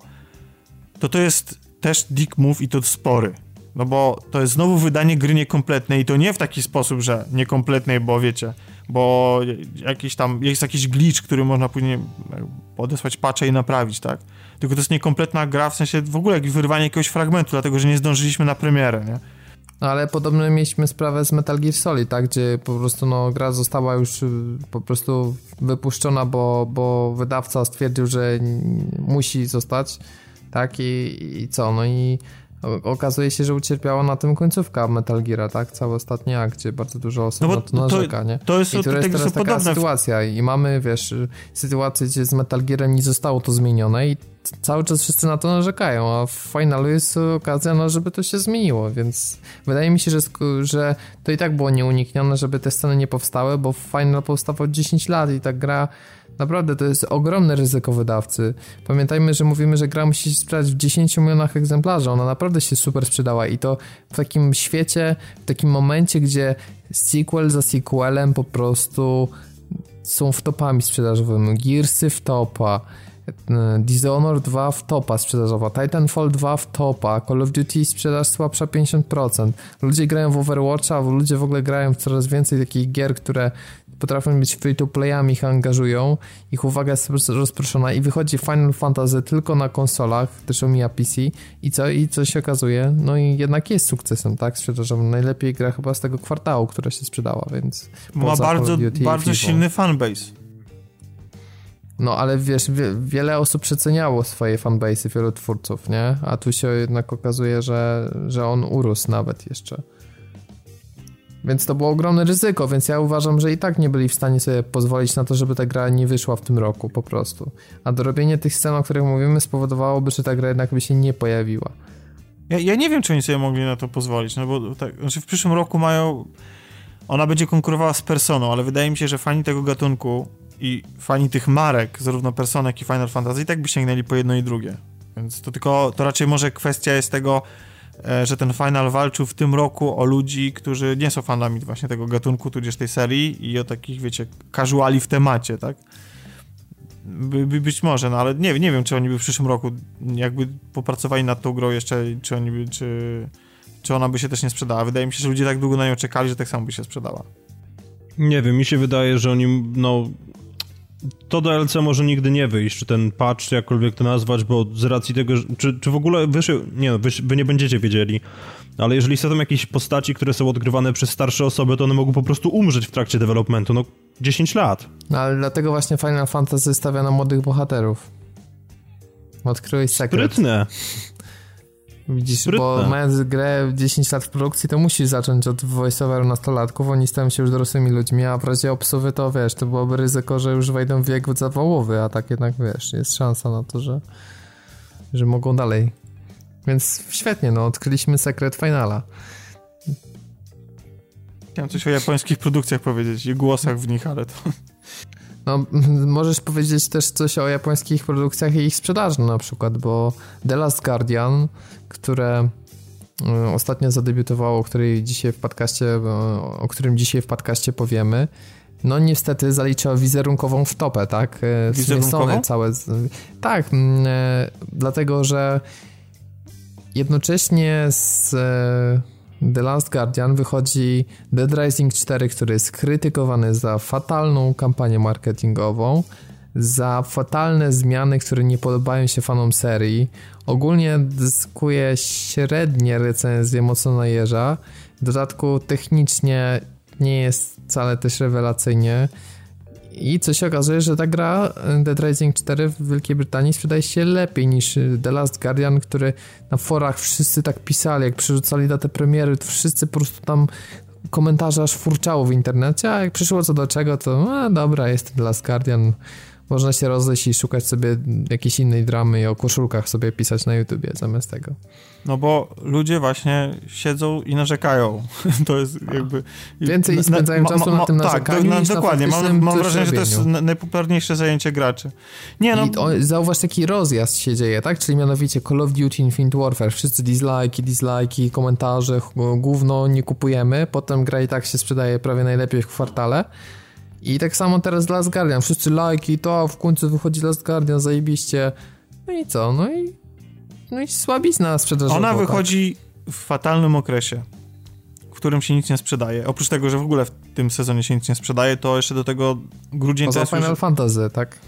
to jest też dick move i to spory. No bo to jest znowu wydanie gry niekompletnej i to nie w taki sposób, że niekompletnej, bo wiecie, bo jest jakiś glitch, który można później odesłać patcha i naprawić, tak? Tylko to jest niekompletna gra, w sensie w ogóle jak wyrwanie jakiegoś fragmentu, dlatego, że nie zdążyliśmy na premierę, nie? Ale podobnie mieliśmy sprawę z Metal Gear Solid, tak? Gdzie po prostu gra została już po prostu wypuszczona, bo wydawca stwierdził, że musi zostać, tak? I co? No i okazuje się, że ucierpiała na tym końcówka Metal Geara, tak? Cały ostatni akt, gdzie bardzo dużo osób na to narzeka, nie? To jest teraz taka sytuacja i mamy, wiesz, sytuację, gdzie z Metal Gearem nie zostało to zmienione i cały czas wszyscy na to narzekają, a w finalu jest okazja, no, żeby to się zmieniło, więc wydaje mi się, że to i tak było nieuniknione, żeby te sceny nie powstały, bo final powstawał 10 lat i ta gra naprawdę to jest ogromne ryzyko wydawcy. Pamiętajmy, że mówimy, że gra musi się sprzedać w 10 milionach egzemplarzy. Ona naprawdę się super sprzedała i to w takim świecie, w takim momencie, gdzie sequel za sequelem po prostu są w topami sprzedażowymi. Gearsy w topa, Dishonored 2 w topa sprzedażowa, Titanfall 2 w topa, Call of Duty sprzedaż słabsza 50%. Ludzie grają w Overwatcha, ludzie w ogóle grają w coraz więcej takich gier, które potrafią być free-to-playami, ich angażują, ich uwaga jest rozproszona i wychodzi Final Fantasy tylko na konsolach, też omija PC i co się okazuje? No i jednak jest sukcesem, tak, sprzedażowym. Najlepiej gra chyba z tego kwartału, która się sprzedała, więc ma bardzo silny fanbase. No ale wiesz, wiele osób przeceniało swoje fanbase'y, wielu twórców, nie? A tu się jednak okazuje, że on urósł nawet jeszcze. Więc to było ogromne ryzyko, więc ja uważam, że i tak nie byli w stanie sobie pozwolić na to, żeby ta gra nie wyszła w tym roku po prostu. A dorobienie tych scen, o których mówimy, spowodowałoby, że ta gra jednak by się nie pojawiła. Ja nie wiem, czy oni sobie mogli na to pozwolić, no bo tak, znaczy w przyszłym roku ona będzie konkurowała z Personą, ale wydaje mi się, że fani tego gatunku i fani tych marek, zarówno Persona, jak i Final Fantasy, i tak by sięgnęli po jedno i drugie. Więc to raczej może kwestia jest tego, że ten Final walczył w tym roku o ludzi, którzy nie są fanami właśnie tego gatunku, tudzież tej serii i o takich, wiecie, casuali w temacie, tak? Być może, no ale nie wiem, czy oni by w przyszłym roku jakby popracowali nad tą grą jeszcze, czy ona by się też nie sprzedała. Wydaje mi się, że ludzie tak długo na nią czekali, że tak samo by się sprzedała. Nie wiem, mi się wydaje, że oni, to DLC może nigdy nie wyjść, czy ten patch, czy jakkolwiek to nazwać, bo z racji tego, czy w ogóle wy nie będziecie wiedzieli, ale jeżeli są tam jakieś postaci, które są odgrywane przez starsze osoby, to one mogą po prostu umrzeć w trakcie developmentu, 10 lat. No ale dlatego właśnie Final Fantasy stawia na młodych bohaterów. Odkryłeś sekret. Sprytne. Widzisz, bo mając grę 10 lat w produkcji, to musisz zacząć od voiceoveru nastolatków, oni stają się już dorosłymi ludźmi, a w razie obsuwy to wiesz, to byłoby ryzyko, że już wejdą w wiek zawałowy, a tak jednak wiesz, jest szansa na to, że mogą dalej. Więc świetnie, odkryliśmy sekret Finala. Chciałem coś o japońskich produkcjach powiedzieć i głosach w nich, ale to... Możesz powiedzieć też coś o japońskich produkcjach i ich sprzedaży na przykład, bo The Last Guardian, które ostatnio zadebiutowało, o którym dzisiaj w podcaście powiemy, niestety zaliczało wizerunkową wtopę, tak? Wizerunkową? Tak, dlatego, że jednocześnie z The Last Guardian wychodzi Dead Rising 4, który jest krytykowany za fatalną kampanię marketingową, za fatalne zmiany, które nie podobają się fanom serii. Ogólnie zyskuje średnie recenzje, mocno najeżdża. W dodatku technicznie nie jest wcale też rewelacyjnie. I co się okazuje, że ta gra Dead Rising 4 w Wielkiej Brytanii sprzedaje się lepiej niż The Last Guardian, który na forach wszyscy tak pisali, jak przerzucali datę premiery, to wszyscy po prostu tam komentarze aż furczało w internecie, a jak przyszło co do czego, to dobra, jest The Last Guardian, można się rozejść i szukać sobie jakiejś innej dramy i o koszulkach sobie pisać na YouTubie zamiast tego. Bo ludzie właśnie siedzą i narzekają. To jest jakby... Więcej spędzają czasu na tym narzekaniu niż dokładnie. Na mam wrażenie, że to jest najpopularniejsze zajęcie graczy. I zauważ, taki rozjazd się dzieje, tak? Czyli mianowicie Call of Duty Infinite Warfare. Wszyscy dislike'i, komentarze, gówno, nie kupujemy. Potem gra i tak się sprzedaje prawie najlepiej w kwartale. I tak samo teraz Last Guardian. Wszyscy lajki, to w końcu wychodzi Last Guardian, zajebiście. No i co? No i słabizna sprzedażowa. Ona wychodzi w fatalnym okresie, w którym się nic nie sprzedaje. Oprócz tego, że w ogóle w tym sezonie się nic nie sprzedaje, to jeszcze do tego grudzień... Poza Final Fantasy, tak?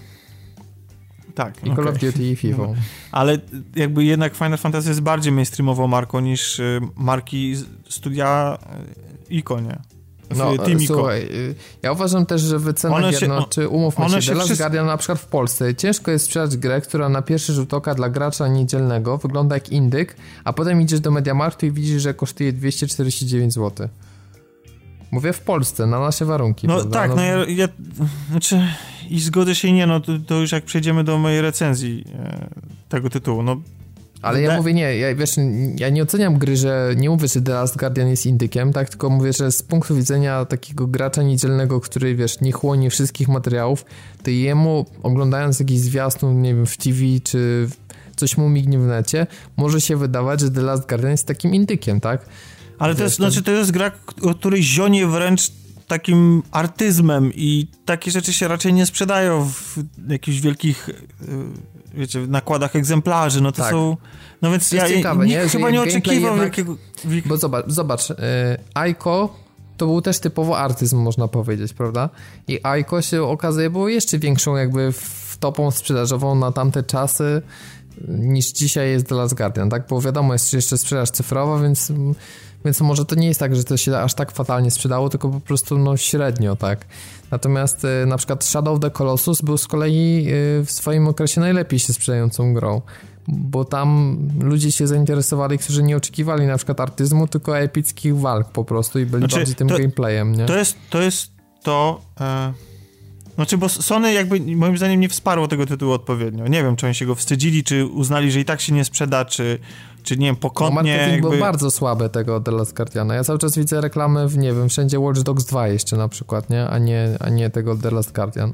Tak. I Call of Duty i FIFA. Ale jakby jednak Final Fantasy jest bardziej mainstreamową marką niż marki studia ICO, nie? Słuchaj, ja uważam też, że wycena gier, czy umówmy się, The Last Guardian na przykład w Polsce, ciężko jest sprzedać grę, która na pierwszy rzut oka dla gracza niedzielnego wygląda jak indyk, a potem idziesz do Mediamarktu i widzisz, że kosztuje 249 zł. Mówię w Polsce, na nasze warunki. Prawda? Tak, ja znaczy i zgodzę się i nie, to już jak przejdziemy do mojej recenzji tego tytułu, ale ja mówię, ja nie oceniam gry, że nie mówię, że The Last Guardian jest indykiem, tak, tylko mówię, że z punktu widzenia takiego gracza niedzielnego, który, nie chłonie wszystkich materiałów, to jemu, oglądając jakiś zwiastun, nie wiem, w TV, czy coś mu mignie w necie, może się wydawać, że The Last Guardian jest takim indykiem, tak? Ale to jest gra, o której zionie wręcz takim artyzmem i takie rzeczy się raczej nie sprzedają w jakichś wielkich, wiecie, nakładach egzemplarzy, no to tak. są... No więc ja ciekawe, nie? chyba nie oczekiwał jednak, jakiego... Bo zobacz, Aiko to był też typowo artyzm, można powiedzieć, prawda? I Aiko się okazuje było jeszcze większą jakby wtopą sprzedażową na tamte czasy niż dzisiaj jest The Last Guardian, tak? Bo wiadomo, jest jeszcze sprzedaż cyfrowa, więc może to nie jest tak, że to się aż tak fatalnie sprzedało, tylko po prostu no średnio, tak? Natomiast na przykład Shadow of the Colossus był z kolei w swoim okresie najlepiej się sprzedającą grą, bo tam ludzie się zainteresowali, którzy nie oczekiwali na przykład artyzmu, tylko epickich walk po prostu i byli bardziej tym gameplayem, nie? To jest to... Znaczy, bo Sony jakby moim zdaniem nie wsparło tego tytułu odpowiednio. Nie wiem, czy oni się go wstydzili, czy uznali, że i tak się nie sprzeda, czy nie wiem, pokątnie... Marketing był bardzo słaby tego The Last Guardiana. Ja cały czas widzę reklamy w, nie wiem, wszędzie Watch Dogs 2 jeszcze na przykład, nie? A nie tego The Last Guardian.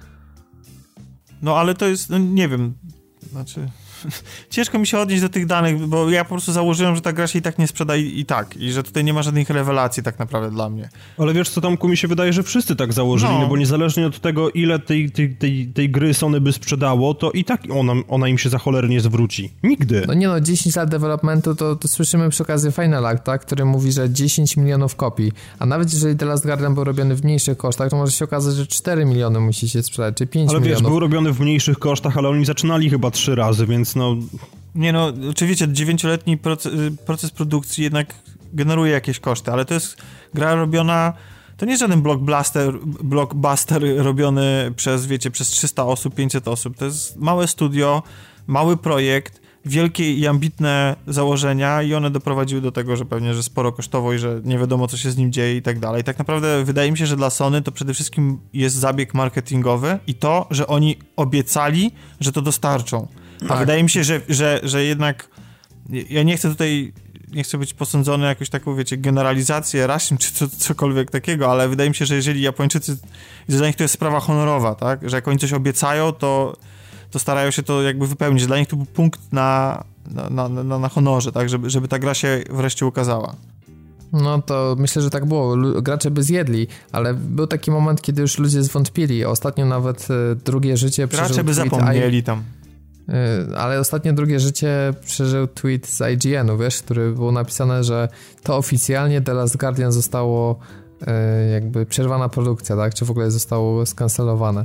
No, ale to jest, no nie wiem, znaczy... Ciężko mi się odnieść do tych danych, bo ja po prostu założyłem, że ta gra się i tak nie sprzeda i tak. I że tutaj nie ma żadnych rewelacji tak naprawdę dla mnie. Ale wiesz co, Tomku, mi się wydaje, że wszyscy tak założyli, no bo niezależnie od tego, ile tej gry Sony by sprzedało, to i tak ona im się za cholerę nie zwróci. Nigdy. No nie no, 10 lat developmentu to słyszymy przy okazji Final Act, tak, który mówi, że 10 milionów kopii. A nawet jeżeli The Last Guardian był robiony w mniejszych kosztach, to może się okazać, że 4 miliony musi się sprzedać, czy 5 milionów. Ale wiesz, był robiony w mniejszych kosztach, ale oni zaczynali chyba 3 razy, więc no... Nie no, oczywiście 9-letni proces produkcji jednak generuje jakieś koszty, ale to jest gra robiona, to nie jest żaden blockbuster robiony przez, wiecie, przez 300 osób, 500 osób, to jest małe studio, mały projekt, wielkie i ambitne założenia i one doprowadziły do tego, że pewnie, że sporo kosztowo i że nie wiadomo, co się z nim dzieje i tak dalej. Tak naprawdę wydaje mi się, że dla Sony to przede wszystkim jest zabieg marketingowy i to, że oni obiecali, że to dostarczą. A wydaje mi się, że jednak ja nie chcę być posądzony jakąś taką, wiecie, generalizację, rasizm czy cokolwiek takiego, ale wydaje mi się, że jeżeli Japończycy, dla nich to jest sprawa honorowa, tak, że jak oni coś obiecają, to starają się to jakby wypełnić. Dla nich to był punkt na honorze, tak, żeby ta gra się wreszcie ukazała. No to myślę, że tak było. Gracze by zjedli, ale był taki moment, kiedy już ludzie zwątpili. Ostatnio nawet drugie życie przeżył gracze by zapomnieli tam. Ale ostatnio drugie życie przeżył tweet z IGN-u, wiesz, który było napisane, że to oficjalnie The Last Guardian zostało jakby przerwana produkcja, tak? Czy w ogóle zostało skancelowane.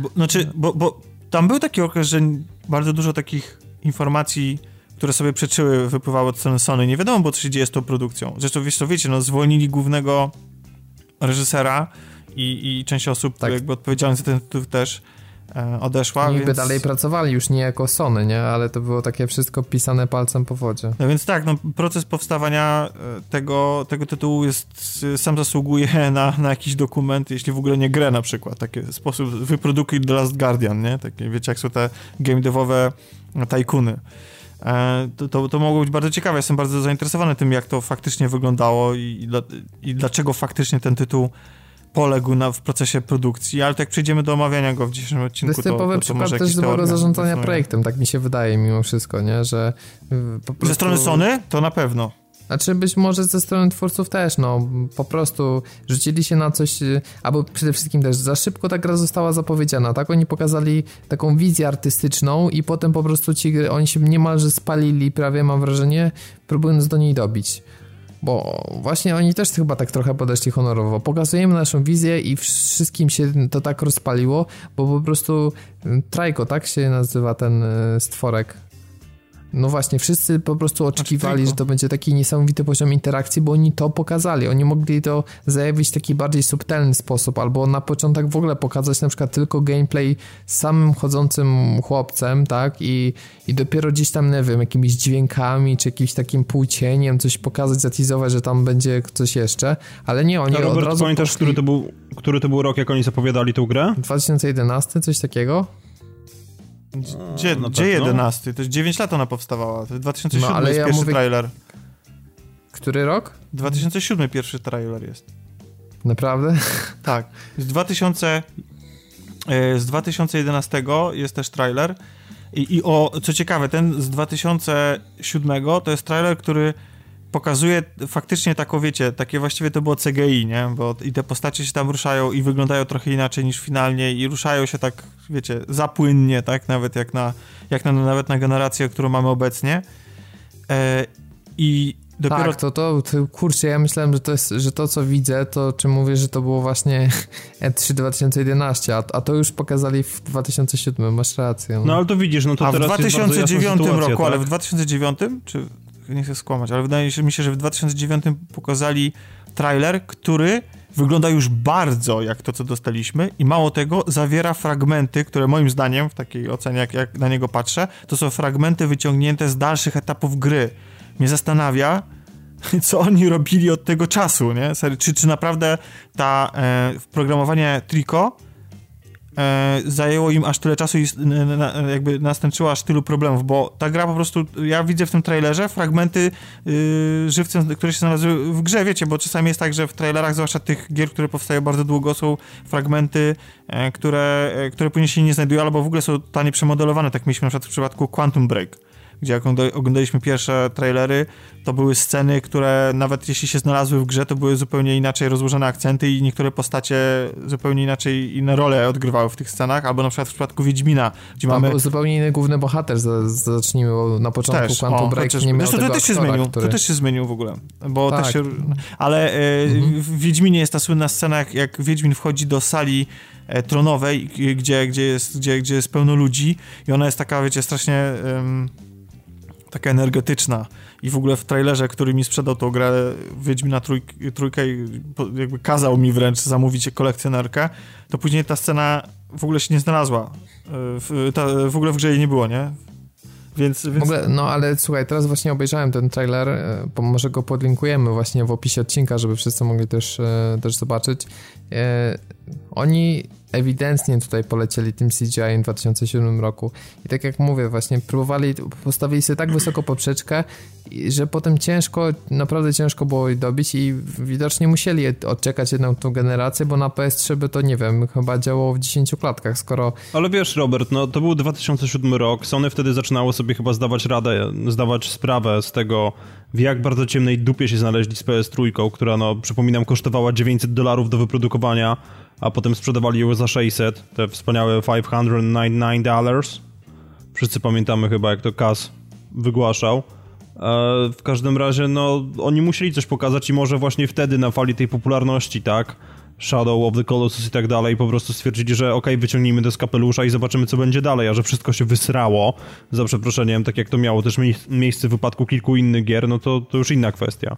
Bo tam był taki okres, że bardzo dużo takich informacji, które sobie przeczyły, wypływały od strony Sony. Nie wiadomo było, co się dzieje z tą produkcją. Zresztą, wiecie, no zwolnili głównego reżysera i część osób tak, jakby odpowiedzialnych za ten tytuł też odeszła. Niby dalej pracowali już nie jako Sony, nie? Ale to było takie wszystko pisane palcem po wodzie. No więc tak, no proces powstawania tego tytułu sam zasługuje na jakiś dokument, jeśli w ogóle nie grę na przykład. Taki sposób wyprodukuj The Last Guardian, nie? Takie, wiecie, jak są te game devowe tajkuny. To mogło być bardzo ciekawe. Jestem bardzo zainteresowany tym, jak to faktycznie wyglądało i dlaczego faktycznie ten tytuł poległ w procesie produkcji, ale tak przejdziemy do omawiania go w dzisiejszym odcinku. To jest typowy przykład też dobrego zarządzania projektem, tak mi się wydaje mimo wszystko, nie? Że po prostu... Ze strony Sony? To na pewno. Znaczy być może ze strony twórców też, no po prostu rzucili się na coś, albo przede wszystkim też za szybko ta gra została zapowiedziana, tak? Oni pokazali taką wizję artystyczną i potem po prostu oni się niemalże spalili prawie, mam wrażenie, próbując do niej dobić. Bo właśnie oni też chyba tak trochę podeszli honorowo. Pokazujemy naszą wizję i wszystkim się to tak rozpaliło, bo po prostu Trajko, tak się nazywa ten stworek. No właśnie, wszyscy po prostu oczekiwali, że to będzie taki niesamowity poziom interakcji, bo oni to pokazali. Oni mogli to zajawić w taki bardziej subtelny sposób, albo na początek w ogóle pokazać na przykład tylko gameplay z samym chodzącym chłopcem, tak? I dopiero gdzieś tam, nie wiem, jakimiś dźwiękami, czy jakimś takim półcieniem coś pokazać, zatizować, że tam będzie coś jeszcze, ale nie, oni Robert, od razu pamiętasz, który to był rok, jak oni zapowiedzieli tę grę? 2011, coś takiego? Gdzie 11? To jest 9 lat ona powstawała. To jest 2007 ale jest pierwszy trailer. Który rok? 2007 pierwszy trailer jest. Naprawdę? Tak. Z 2011 jest też trailer. I co ciekawe, ten z 2007 to jest trailer, który pokazuje faktycznie taką, wiecie, takie właściwie to było CGI, nie? Bo i te postacie się tam ruszają i wyglądają trochę inaczej niż finalnie i ruszają się tak, wiecie, zapłynnie, tak? Nawet nawet na generację, którą mamy obecnie. I dopiero... Tak, to kurczę, ja myślałem, że to co widzę, to czy mówię, że to było właśnie E3 2011, a to już pokazali w 2007, masz rację. No ale to widzisz, no to a teraz w 2009 roku, tak? ale w 2009, czy nie chcę skłamać, ale wydaje mi się, że w 2009 pokazali trailer, który wygląda już bardzo jak to, co dostaliśmy i mało tego, zawiera fragmenty, które moim zdaniem, w takiej ocenie, jak na niego patrzę, to są fragmenty wyciągnięte z dalszych etapów gry. Mnie zastanawia, co oni robili od tego czasu, nie? Czy naprawdę programowanie Trico zajęło im aż tyle czasu i jakby następczyło aż tylu problemów, bo ta gra po prostu, ja widzę w tym trailerze fragmenty żywcem, które się znalazły w grze, wiecie, bo czasami jest tak, że w trailerach, zwłaszcza tych gier, które powstają bardzo długo, są fragmenty, które później się nie znajdują, albo w ogóle są totalnie przemodelowane, tak mieliśmy na przykład w przypadku Quantum Break, gdzie jak oglądaliśmy pierwsze trailery, to były sceny, które nawet jeśli się znalazły w grze, to były zupełnie inaczej rozłożone akcenty i niektóre postacie zupełnie inaczej inne role odgrywały w tych scenach, albo na przykład w przypadku Wiedźmina, gdzie tam mamy... był zupełnie inny główny bohater, zacznijmy, bo na początku Quantum Break nie miał tego aktora, to też się zmienił w ogóle, bo tak. też się... Ale w Wiedźminie jest ta słynna scena, jak Wiedźmin wchodzi do sali tronowej, gdzie jest pełno ludzi i ona jest taka, wiecie, strasznie... taka energetyczna i w ogóle w trailerze, który mi sprzedał tą grę Wiedźmina trójkę i jakby kazał mi wręcz zamówić kolekcjonerkę, to później ta scena w ogóle się nie znalazła. W ogóle w grze jej nie było, nie? Więc... W ogóle, no ale słuchaj, teraz właśnie obejrzałem ten trailer, może go podlinkujemy właśnie w opisie odcinka, żeby wszyscy mogli też zobaczyć. Oni ewidentnie tutaj polecieli tym CGI w 2007 roku i tak jak mówię, właśnie postawili sobie tak wysoko poprzeczkę, że potem naprawdę ciężko było jej dobić i widocznie musieli odczekać jedną tą generację, bo na PS3 by to, nie wiem, chyba działało w 10 klatkach, skoro... Ale wiesz, Robert, no to był 2007 rok, Sony wtedy zaczynało sobie chyba zdawać sprawę z tego, w jak bardzo ciemnej dupie się znaleźli z PS3, która, no, przypominam, kosztowała $900 do wyprodukowania, a potem sprzedawali ją za 600, te wspaniałe $599. Wszyscy pamiętamy chyba, jak to Kaz wygłaszał. W każdym razie, no, oni musieli coś pokazać i może właśnie wtedy na fali tej popularności, tak, Shadow of the Colossus i tak dalej, po prostu stwierdzili, że okej, wyciągnijmy to z kapelusza i zobaczymy, co będzie dalej, a że wszystko się wysrało, za przeproszeniem, tak jak to miało też miejsce w wypadku kilku innych gier, no to już inna kwestia.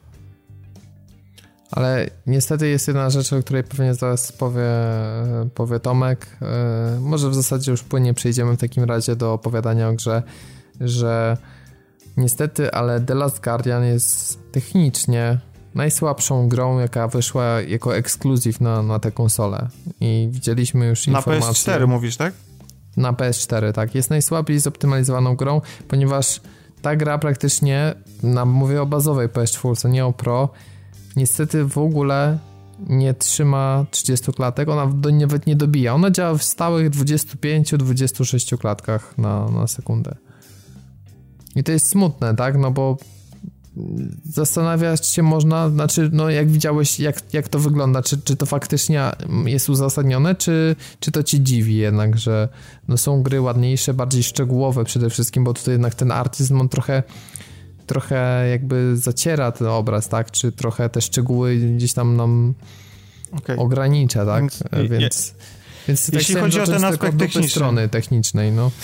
Ale niestety jest jedna rzecz, o której pewnie zaraz powie Tomek. Może w zasadzie już płynnie przejdziemy w takim razie do opowiadania o grze, że niestety, ale The Last Guardian jest technicznie najsłabszą grą, jaka wyszła jako ekskluzyw na tę konsolę. I widzieliśmy już informacje... Na PS4 mówisz, tak? Na PS4, tak. Jest najsłabiej zoptymalizowaną grą, ponieważ ta gra praktycznie, mówię o bazowej PS4, nie o Pro, niestety w ogóle nie trzyma 30 klatek, ona nawet nie dobija. Ona działa w stałych 25-26 klatkach na sekundę. I to jest smutne, tak? No bo zastanawiać się można, znaczy, no jak widziałeś, jak to wygląda, czy to faktycznie jest uzasadnione, czy to ci dziwi jednak, że no są gry ładniejsze, bardziej szczegółowe przede wszystkim, bo tutaj jednak ten artyzm, on trochę jakby zaciera ten obraz, tak? Czy trochę te szczegóły gdzieś tam nam ogranicza, tak? Więc jeśli chodzi o ten aspekt techniczny, strony technicznej, no.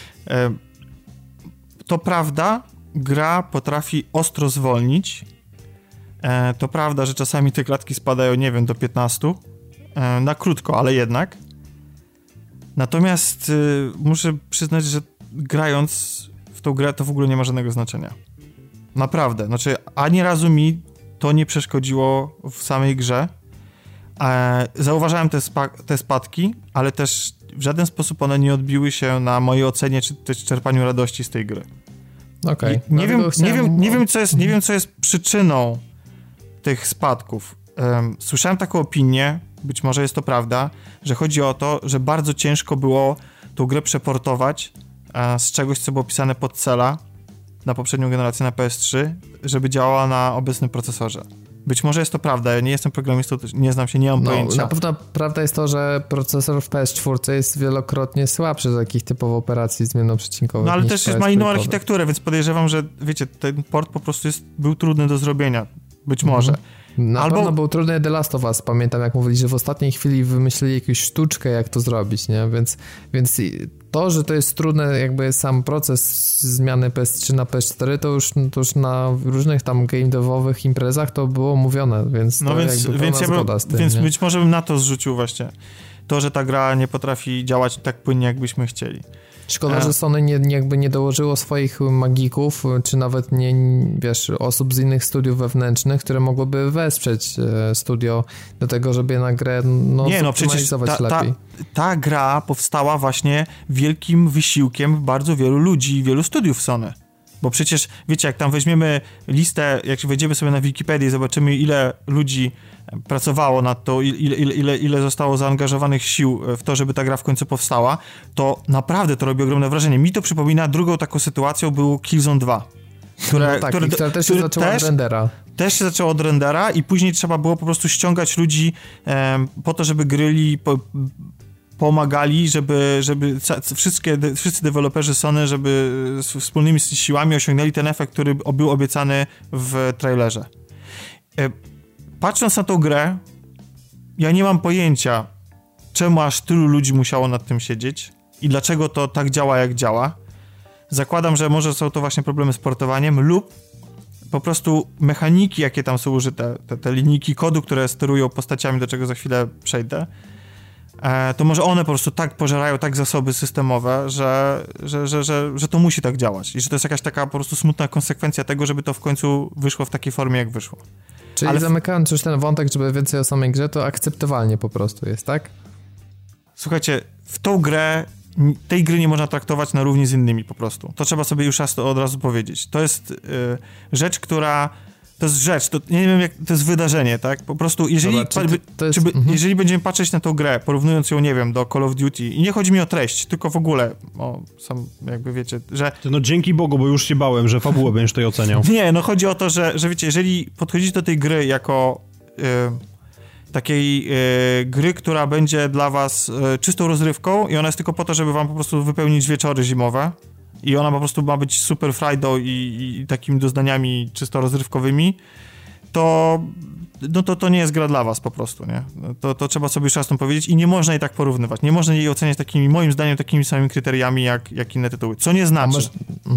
To prawda, gra potrafi ostro zwolnić. To prawda, że czasami te klatki spadają, nie wiem, do 15. Na krótko, ale jednak. Natomiast muszę przyznać, że grając w tą grę to w ogóle nie ma żadnego znaczenia. Naprawdę. Znaczy, ani razu mi to nie przeszkodziło w samej grze. Zauważałem te spadki, ale też w żaden sposób one nie odbiły się na mojej ocenie czy też czerpaniu radości z tej gry. Okay. Nie wiem, co jest przyczyną tych spadków. Słyszałem taką opinię, być może jest to prawda, że chodzi o to, że bardzo ciężko było tą grę przeportować z czegoś, co było pisane pod cela na poprzednią generację, na PS3, żeby działała na obecnym procesorze. Być może jest to prawda, ja nie jestem programistą, nie znam się, nie mam pojęcia. Na pewno prawda jest to, że procesor w PS4 jest wielokrotnie słabszy z takich typowo operacji zmiennoprzecinkowych. No ale niż też ma inną architekturę, więc podejrzewam, że wiecie, ten port po prostu był trudny do zrobienia. Być może. Na pewno był trudny The Last of Us. Pamiętam, jak mówili, że w ostatniej chwili wymyślili jakąś sztuczkę, jak to zrobić, nie? Więc to, że to jest trudne, jakby sam proces zmiany PS3 na PS4, to już na różnych tam game devowych imprezach to było mówione, więc to jakby zgoda z tym. Więc być może bym na to zrzucił właśnie. To, że ta gra nie potrafi działać tak płynnie, jakbyśmy chcieli. Szkoda, że Sony jakby nie dołożyło swoich magików, czy nawet osób z innych studiów wewnętrznych, które mogłyby wesprzeć studio do tego, żeby na grę zoptymalizować lepiej. Ta gra powstała właśnie wielkim wysiłkiem bardzo wielu ludzi i wielu studiów Sony. Bo przecież, wiecie, jak tam weźmiemy listę, jak wejdziemy sobie na Wikipedię i zobaczymy, ile ludzi pracowało nad to, ile zostało zaangażowanych sił w to, żeby ta gra w końcu powstała, to naprawdę to robi ogromne wrażenie. Mi to przypomina, drugą taką sytuacją było Killzone 2. Które też się zaczęło od rendera. Też się zaczęło od rendera i później trzeba było po prostu ściągać ludzi po to, żeby gryli, pomagali, żeby wszyscy deweloperzy Sony, żeby wspólnymi siłami osiągnęli ten efekt, który był obiecany w trailerze. Patrząc na tą grę, ja nie mam pojęcia, czemu aż tylu ludzi musiało nad tym siedzieć i dlaczego to tak działa, jak działa. Zakładam, że może są to właśnie problemy z portowaniem lub po prostu mechaniki, jakie tam są użyte, te linijki kodu, które sterują postaciami, do czego za chwilę przejdę, to może one po prostu tak pożerają tak zasoby systemowe, że to musi tak działać i że to jest jakaś taka po prostu smutna konsekwencja tego, żeby to w końcu wyszło w takiej formie, jak wyszło. Czyli zamykając już ten wątek, żeby więcej o samej grze, to akceptowalnie po prostu jest, tak? Słuchajcie, w tą grę, tej gry nie można traktować na równi z innymi po prostu. To trzeba sobie już od razu powiedzieć. To jest rzecz, która... To jest rzecz, nie wiem jak, to jest wydarzenie, tak? Po prostu jeżeli będziemy patrzeć na tą grę, porównując ją, nie wiem, do Call of Duty i nie chodzi mi o treść, tylko w ogóle sam jakby wiecie, że... No dzięki Bogu, bo już się bałem, że fabułę będziesz tutaj oceniał. Nie, no chodzi o to, że wiecie, jeżeli podchodzicie do tej gry jako takiej gry, która będzie dla was czystą rozrywką i ona jest tylko po to, żeby wam po prostu wypełnić wieczory zimowe, i ona po prostu ma być super frajdą i takimi doznaniami czysto rozrywkowymi, to nie jest gra dla was po prostu, nie? To trzeba sobie już jasno powiedzieć i nie można jej tak porównywać. Nie można jej oceniać takimi, moim zdaniem, takimi samymi kryteriami jak inne tytuły. Co nie znaczy,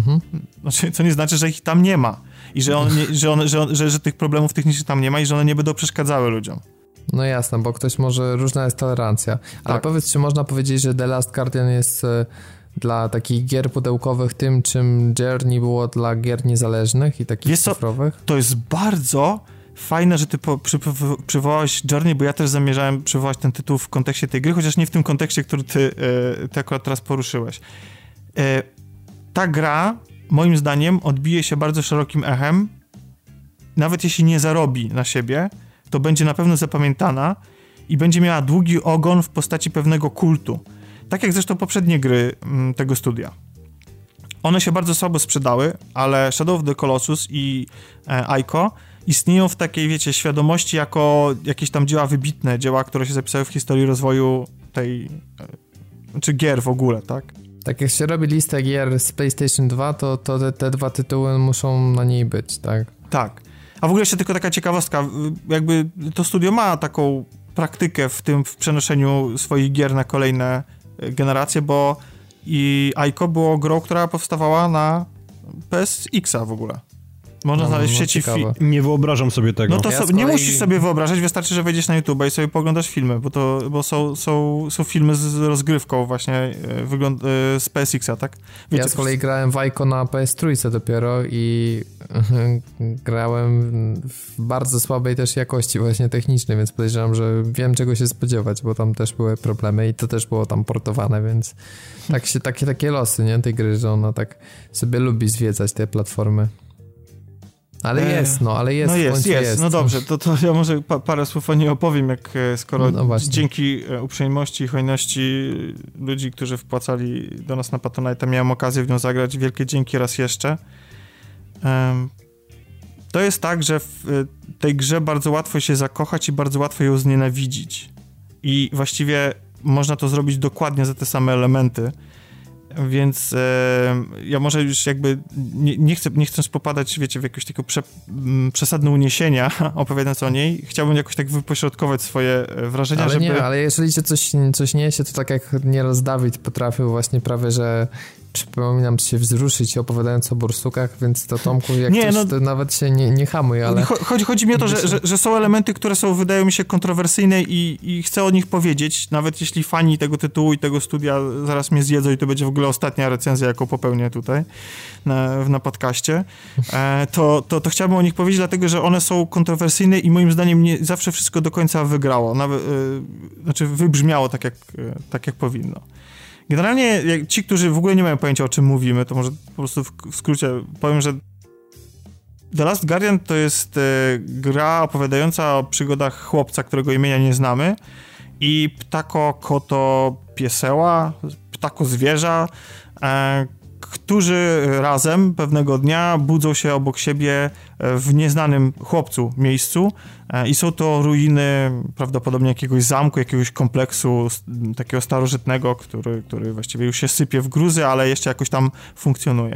co nie znaczy, że ich tam nie ma i że tych problemów technicznych tam nie ma i że one nie będą przeszkadzały ludziom. No jasne, bo ktoś może, różna jest tolerancja. Ale powiedz, czy można powiedzieć, że The Last Guardian jest... dla takich gier pudełkowych tym, czym Journey było dla gier niezależnych i takich cyfrowych? To jest bardzo fajne, że ty przywołałeś Journey, bo ja też zamierzałem przywołać ten tytuł w kontekście tej gry, chociaż nie w tym kontekście, który ty akurat teraz poruszyłeś. Ta gra, moim zdaniem, odbije się bardzo szerokim echem. Nawet jeśli nie zarobi na siebie, to będzie na pewno zapamiętana i będzie miała długi ogon w postaci pewnego kultu. Tak jak zresztą poprzednie gry tego studia. One się bardzo słabo sprzedały, ale Shadow of the Colossus i Ico istnieją w takiej, wiecie, świadomości jako jakieś tam dzieła wybitne, dzieła, które się zapisały w historii rozwoju tej, czy gier w ogóle, tak? Tak jak się robi listę gier z PlayStation 2, to te dwa tytuły muszą na niej być, tak? Tak. A w ogóle jeszcze tylko taka ciekawostka, jakby to studio ma taką praktykę w przenoszeniu swoich gier na kolejne generacje, bo i Ico było grą, która powstawała na PSX-a w ogóle. Można znaleźć w sieci... Nie wyobrażam sobie tego. No to nie musisz sobie wyobrażać, wystarczy, że wejdziesz na YouTube i sobie poglądasz filmy, bo są filmy z rozgrywką właśnie z PSX-a, tak? Wiecie, ja z kolei grałem w Ico na PS3 dopiero i grałem w bardzo słabej też jakości właśnie technicznej, więc podejrzewam, że wiem czego się spodziewać, bo tam też były problemy i to też było tam portowane, więc takie losy, nie? Tej gry, że ona tak sobie lubi zwiedzać te platformy. Ale jest. No jest. No dobrze, to ja może parę słów o niej opowiem, skoro dzięki uprzejmości i hojności ludzi, którzy wpłacali do nas na Patronite, miałem okazję w nią zagrać. Wielkie dzięki raz jeszcze. to jest tak, że w tej grze bardzo łatwo się zakochać i bardzo łatwo ją znienawidzić. I właściwie można to zrobić dokładnie za te same elementy. Więc ja może już jakby nie chcąc popadać, wiecie, w jakieś takie przesadne uniesienia, opowiadając o niej, chciałbym jakoś tak wypośrodkować swoje wrażenia, ale jeżeli cię coś niesie, to tak jak nieraz Dawid potrafił właśnie prawie, że przypominam się wzruszyć opowiadając o borsukach, więc to Tomku, jak to nawet się nie hamuj, ale... Chodzi mi o to, że są elementy, które wydają mi się kontrowersyjne i chcę o nich powiedzieć, nawet jeśli fani tego tytułu i tego studia zaraz mnie zjedzą i to będzie w ogóle ostatnia recenzja, jaką popełnię tutaj na podcaście, to chciałbym o nich powiedzieć, dlatego, że one są kontrowersyjne i moim zdaniem nie zawsze wszystko do końca wygrało, wybrzmiało tak jak powinno. Generalnie ci, którzy w ogóle nie mają pojęcia, o czym mówimy, to może po prostu w skrócie powiem, że The Last Guardian to jest gra opowiadająca o przygodach chłopca, którego imienia nie znamy, i ptako-koto-pieseła, ptako-zwierza, którzy razem pewnego dnia budzą się obok siebie w nieznanym chłopcu miejscu i są to ruiny prawdopodobnie jakiegoś zamku, jakiegoś kompleksu takiego starożytnego, który właściwie już się sypie w gruzy, ale jeszcze jakoś tam funkcjonuje.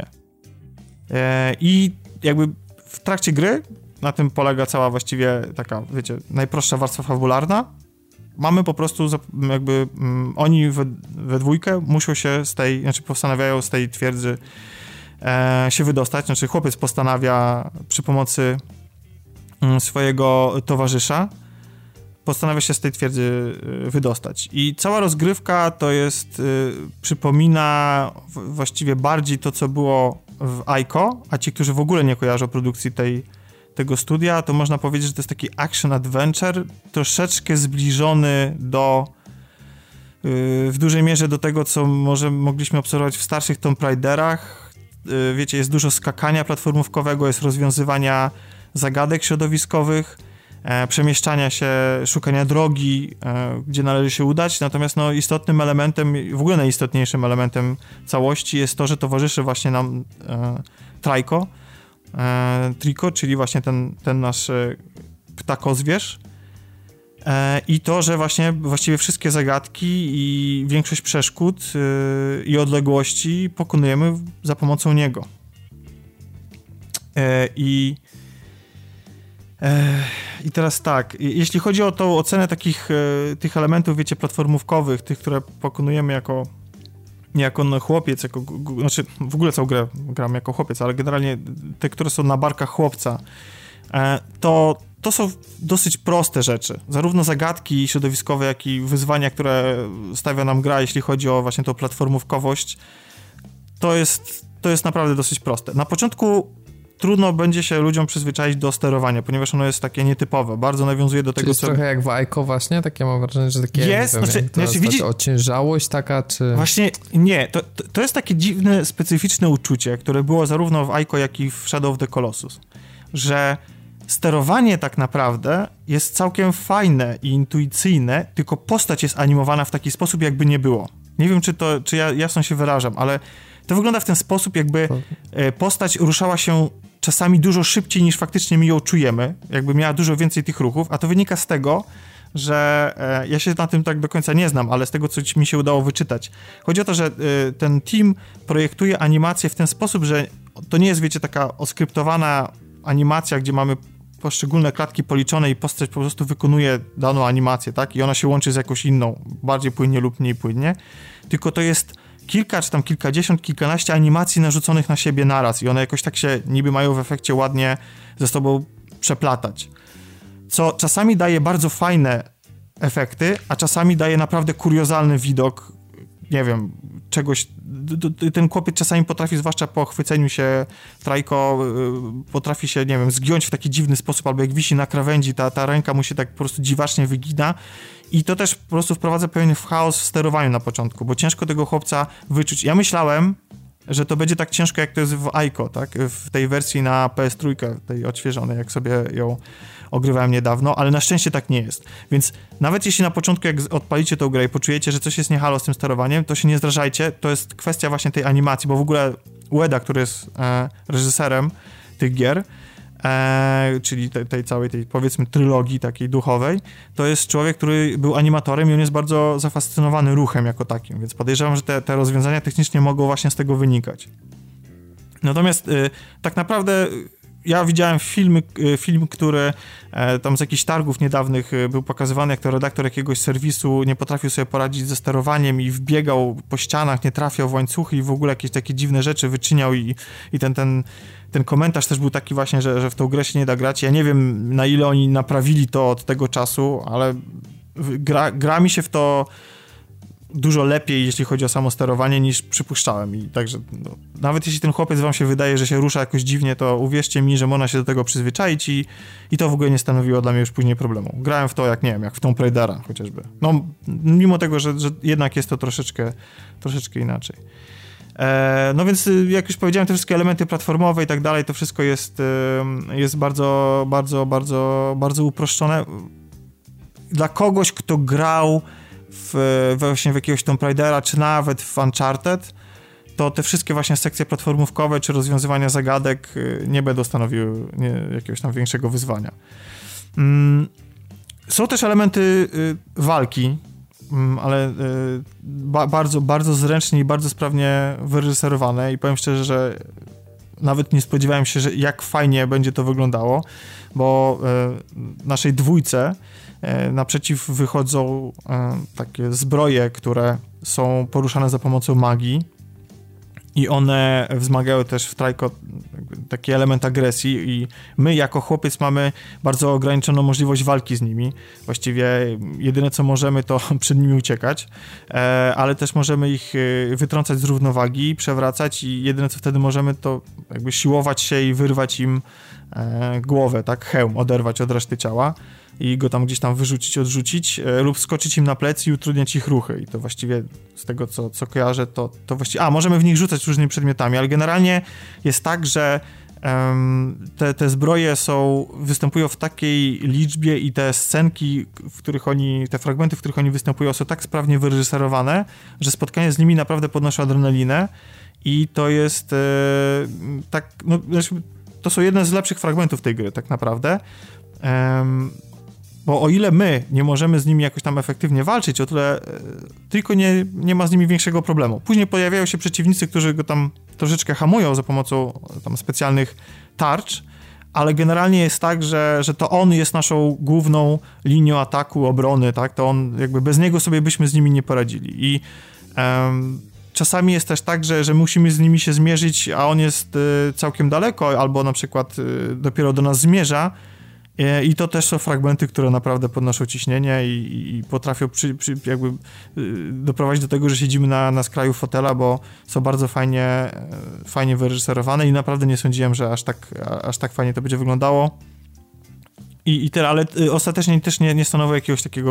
I jakby w trakcie gry, na tym polega cała właściwie taka, wiecie, najprostsza warstwa fabularna. Mamy po prostu jakby oni we dwójkę muszą się postanawiają z tej twierdzy się wydostać, chłopiec postanawia przy pomocy swojego towarzysza postanawia się z tej twierdzy wydostać. I cała rozgrywka to jest, przypomina właściwie bardziej to, co było w Ico, a ci, którzy w ogóle nie kojarzą produkcji tego studia, to można powiedzieć, że to jest taki action-adventure, troszeczkę zbliżony w dużej mierze do tego, co może mogliśmy obserwować w starszych Tomb Raiderach. Wiecie, jest dużo skakania platformówkowego, jest rozwiązywania zagadek środowiskowych, przemieszczania się, szukania drogi, gdzie należy się udać, natomiast istotnym elementem, w ogóle najistotniejszym elementem całości jest to, że towarzyszy właśnie nam Trico, czyli właśnie ten nasz ptakozwierz, i to, że właściwie wszystkie zagadki i większość przeszkód i odległości pokonujemy za pomocą niego. I teraz tak, jeśli chodzi o tą ocenę tych elementów, wiecie, platformówkowych, tych, które pokonujemy jako chłopiec, w ogóle całą grę gram jako chłopiec, ale generalnie te, które są na barkach chłopca, to są dosyć proste rzeczy. Zarówno zagadki środowiskowe, jak i wyzwania, które stawia nam gra, jeśli chodzi o właśnie tą platformówkowość, to jest naprawdę dosyć proste. Na początku trudno będzie się ludziom przyzwyczaić do sterowania, ponieważ ono jest takie nietypowe. Bardzo nawiązuje do tego, co... jest trochę jak w Ico właśnie? Takie mam wrażenie, że takie... Jest, widzisz... ociężałość taka, czy... Właśnie nie. To jest takie dziwne, specyficzne uczucie, które było zarówno w Ico, jak i w Shadow of the Colossus, że sterowanie tak naprawdę jest całkiem fajne i intuicyjne, tylko postać jest animowana w taki sposób, jakby nie było. Nie wiem, czy ja jasno się wyrażam, ale to wygląda w ten sposób, jakby postać ruszała się czasami dużo szybciej, niż faktycznie my ją czujemy, jakby miała dużo więcej tych ruchów, a to wynika z tego, że ja się na tym tak do końca nie znam, ale z tego, co mi się udało wyczytać. Chodzi o to, że ten team projektuje animację w ten sposób, że to nie jest, wiecie, taka oskryptowana animacja, gdzie mamy poszczególne klatki policzone i postać po prostu wykonuje daną animację, tak? I ona się łączy z jakąś inną, bardziej płynnie lub mniej płynnie, tylko to jest kilka, czy tam kilkadziesiąt, kilkanaście animacji narzuconych na siebie naraz i one jakoś tak się niby mają w efekcie ładnie ze sobą przeplatać. Co czasami daje bardzo fajne efekty, a czasami daje naprawdę kuriozalny widok, nie wiem, czegoś. Ten chłopiec czasami potrafi, zwłaszcza po chwyceniu się Trico, potrafi się, nie wiem, zgiąć w taki dziwny sposób, albo jak wisi na krawędzi, ta ręka mu się tak po prostu dziwacznie wygina i to też po prostu wprowadza pewien chaos w sterowaniu na początku, bo ciężko tego chłopca wyczuć. Ja myślałem, że to będzie tak ciężko, jak to jest w Ico, tak? W tej wersji na PS3, tej odświeżonej, jak sobie ją ogrywałem niedawno, ale na szczęście tak nie jest. Więc nawet jeśli na początku, jak odpalicie tą grę i poczujecie, że coś jest nie halo z tym sterowaniem, to się nie zrażajcie, to jest kwestia właśnie tej animacji, bo w ogóle Ueda, który jest reżyserem tych gier, czyli tej całej tej, powiedzmy, trylogii takiej duchowej, to jest człowiek, który był animatorem i on jest bardzo zafascynowany ruchem jako takim, więc podejrzewam, że te rozwiązania technicznie mogą właśnie z tego wynikać. Natomiast tak naprawdę ja widziałem film, który tam z jakichś targów niedawnych był pokazywany, jak to redaktor jakiegoś serwisu nie potrafił sobie poradzić ze sterowaniem i wbiegał po ścianach, nie trafiał w łańcuchy i w ogóle jakieś takie dziwne rzeczy wyczyniał i ten komentarz też był taki właśnie, że w tą grę się nie da grać. Ja nie wiem, na ile oni naprawili to od tego czasu, ale gra mi się w to dużo lepiej, jeśli chodzi o samo sterowanie, niż przypuszczałem. I także nawet jeśli ten chłopiec wam się wydaje, że się rusza jakoś dziwnie, to uwierzcie mi, że można się do tego przyzwyczaić i to w ogóle nie stanowiło dla mnie już później problemu. Grałem w to jak, nie wiem, jak w Tomb Raidera chociażby. No, mimo tego, że jednak jest to troszeczkę inaczej. No więc, jak już powiedziałem, te wszystkie elementy platformowe i tak dalej, to wszystko jest bardzo, bardzo, bardzo, bardzo uproszczone. Dla kogoś, kto grał właśnie w jakiegoś Tomb Raidera, czy nawet w Uncharted, to te wszystkie właśnie sekcje platformówkowe, czy rozwiązywania zagadek nie będą stanowiły jakiegoś tam większego wyzwania. Są też elementy walki, ale bardzo, bardzo zręcznie i bardzo sprawnie wyreżyserowane i powiem szczerze, że nawet nie spodziewałem się, że jak fajnie będzie to wyglądało, bo naszej dwójce naprzeciw wychodzą takie zbroje, które są poruszane za pomocą magii i one wzmagają też w trajko taki element agresji i my jako chłopiec mamy bardzo ograniczoną możliwość walki z nimi. Właściwie jedyne co możemy to przed nimi uciekać, ale też możemy ich wytrącać z równowagi, przewracać i jedyne co wtedy możemy to jakby siłować się i wyrwać im głowę, tak, hełm, oderwać od reszty ciała i go tam gdzieś tam wyrzucić, odrzucić lub skoczyć im na plecy i utrudniać ich ruchy i to właściwie z tego co kojarzę to właściwie, możemy w nich rzucać różnymi przedmiotami, ale generalnie jest tak, że te zbroje występują w takiej liczbie i te scenki, te fragmenty, w których oni występują, są tak sprawnie wyreżyserowane, że spotkanie z nimi naprawdę podnosi adrenalinę i to jest tak, no to są jedne z lepszych fragmentów tej gry tak naprawdę, bo o ile my nie możemy z nimi jakoś tam efektywnie walczyć, o tyle tylko nie ma z nimi większego problemu. Później pojawiają się przeciwnicy, którzy go tam troszeczkę hamują za pomocą tam specjalnych tarcz, ale generalnie jest tak, że to on jest naszą główną linią ataku, obrony, tak? To on, jakby bez niego sobie byśmy z nimi nie poradzili. I czasami jest też tak, że musimy z nimi się zmierzyć, a on jest całkiem daleko, albo na przykład dopiero do nas zmierza. I to też są fragmenty, które naprawdę podnoszą ciśnienie i potrafią jakby doprowadzić do tego, że siedzimy na skraju fotela, bo są bardzo fajnie wyreżyserowane i naprawdę nie sądziłem, że aż tak fajnie to będzie wyglądało. I tyle, ale ostatecznie też nie stanowi jakiegoś takiego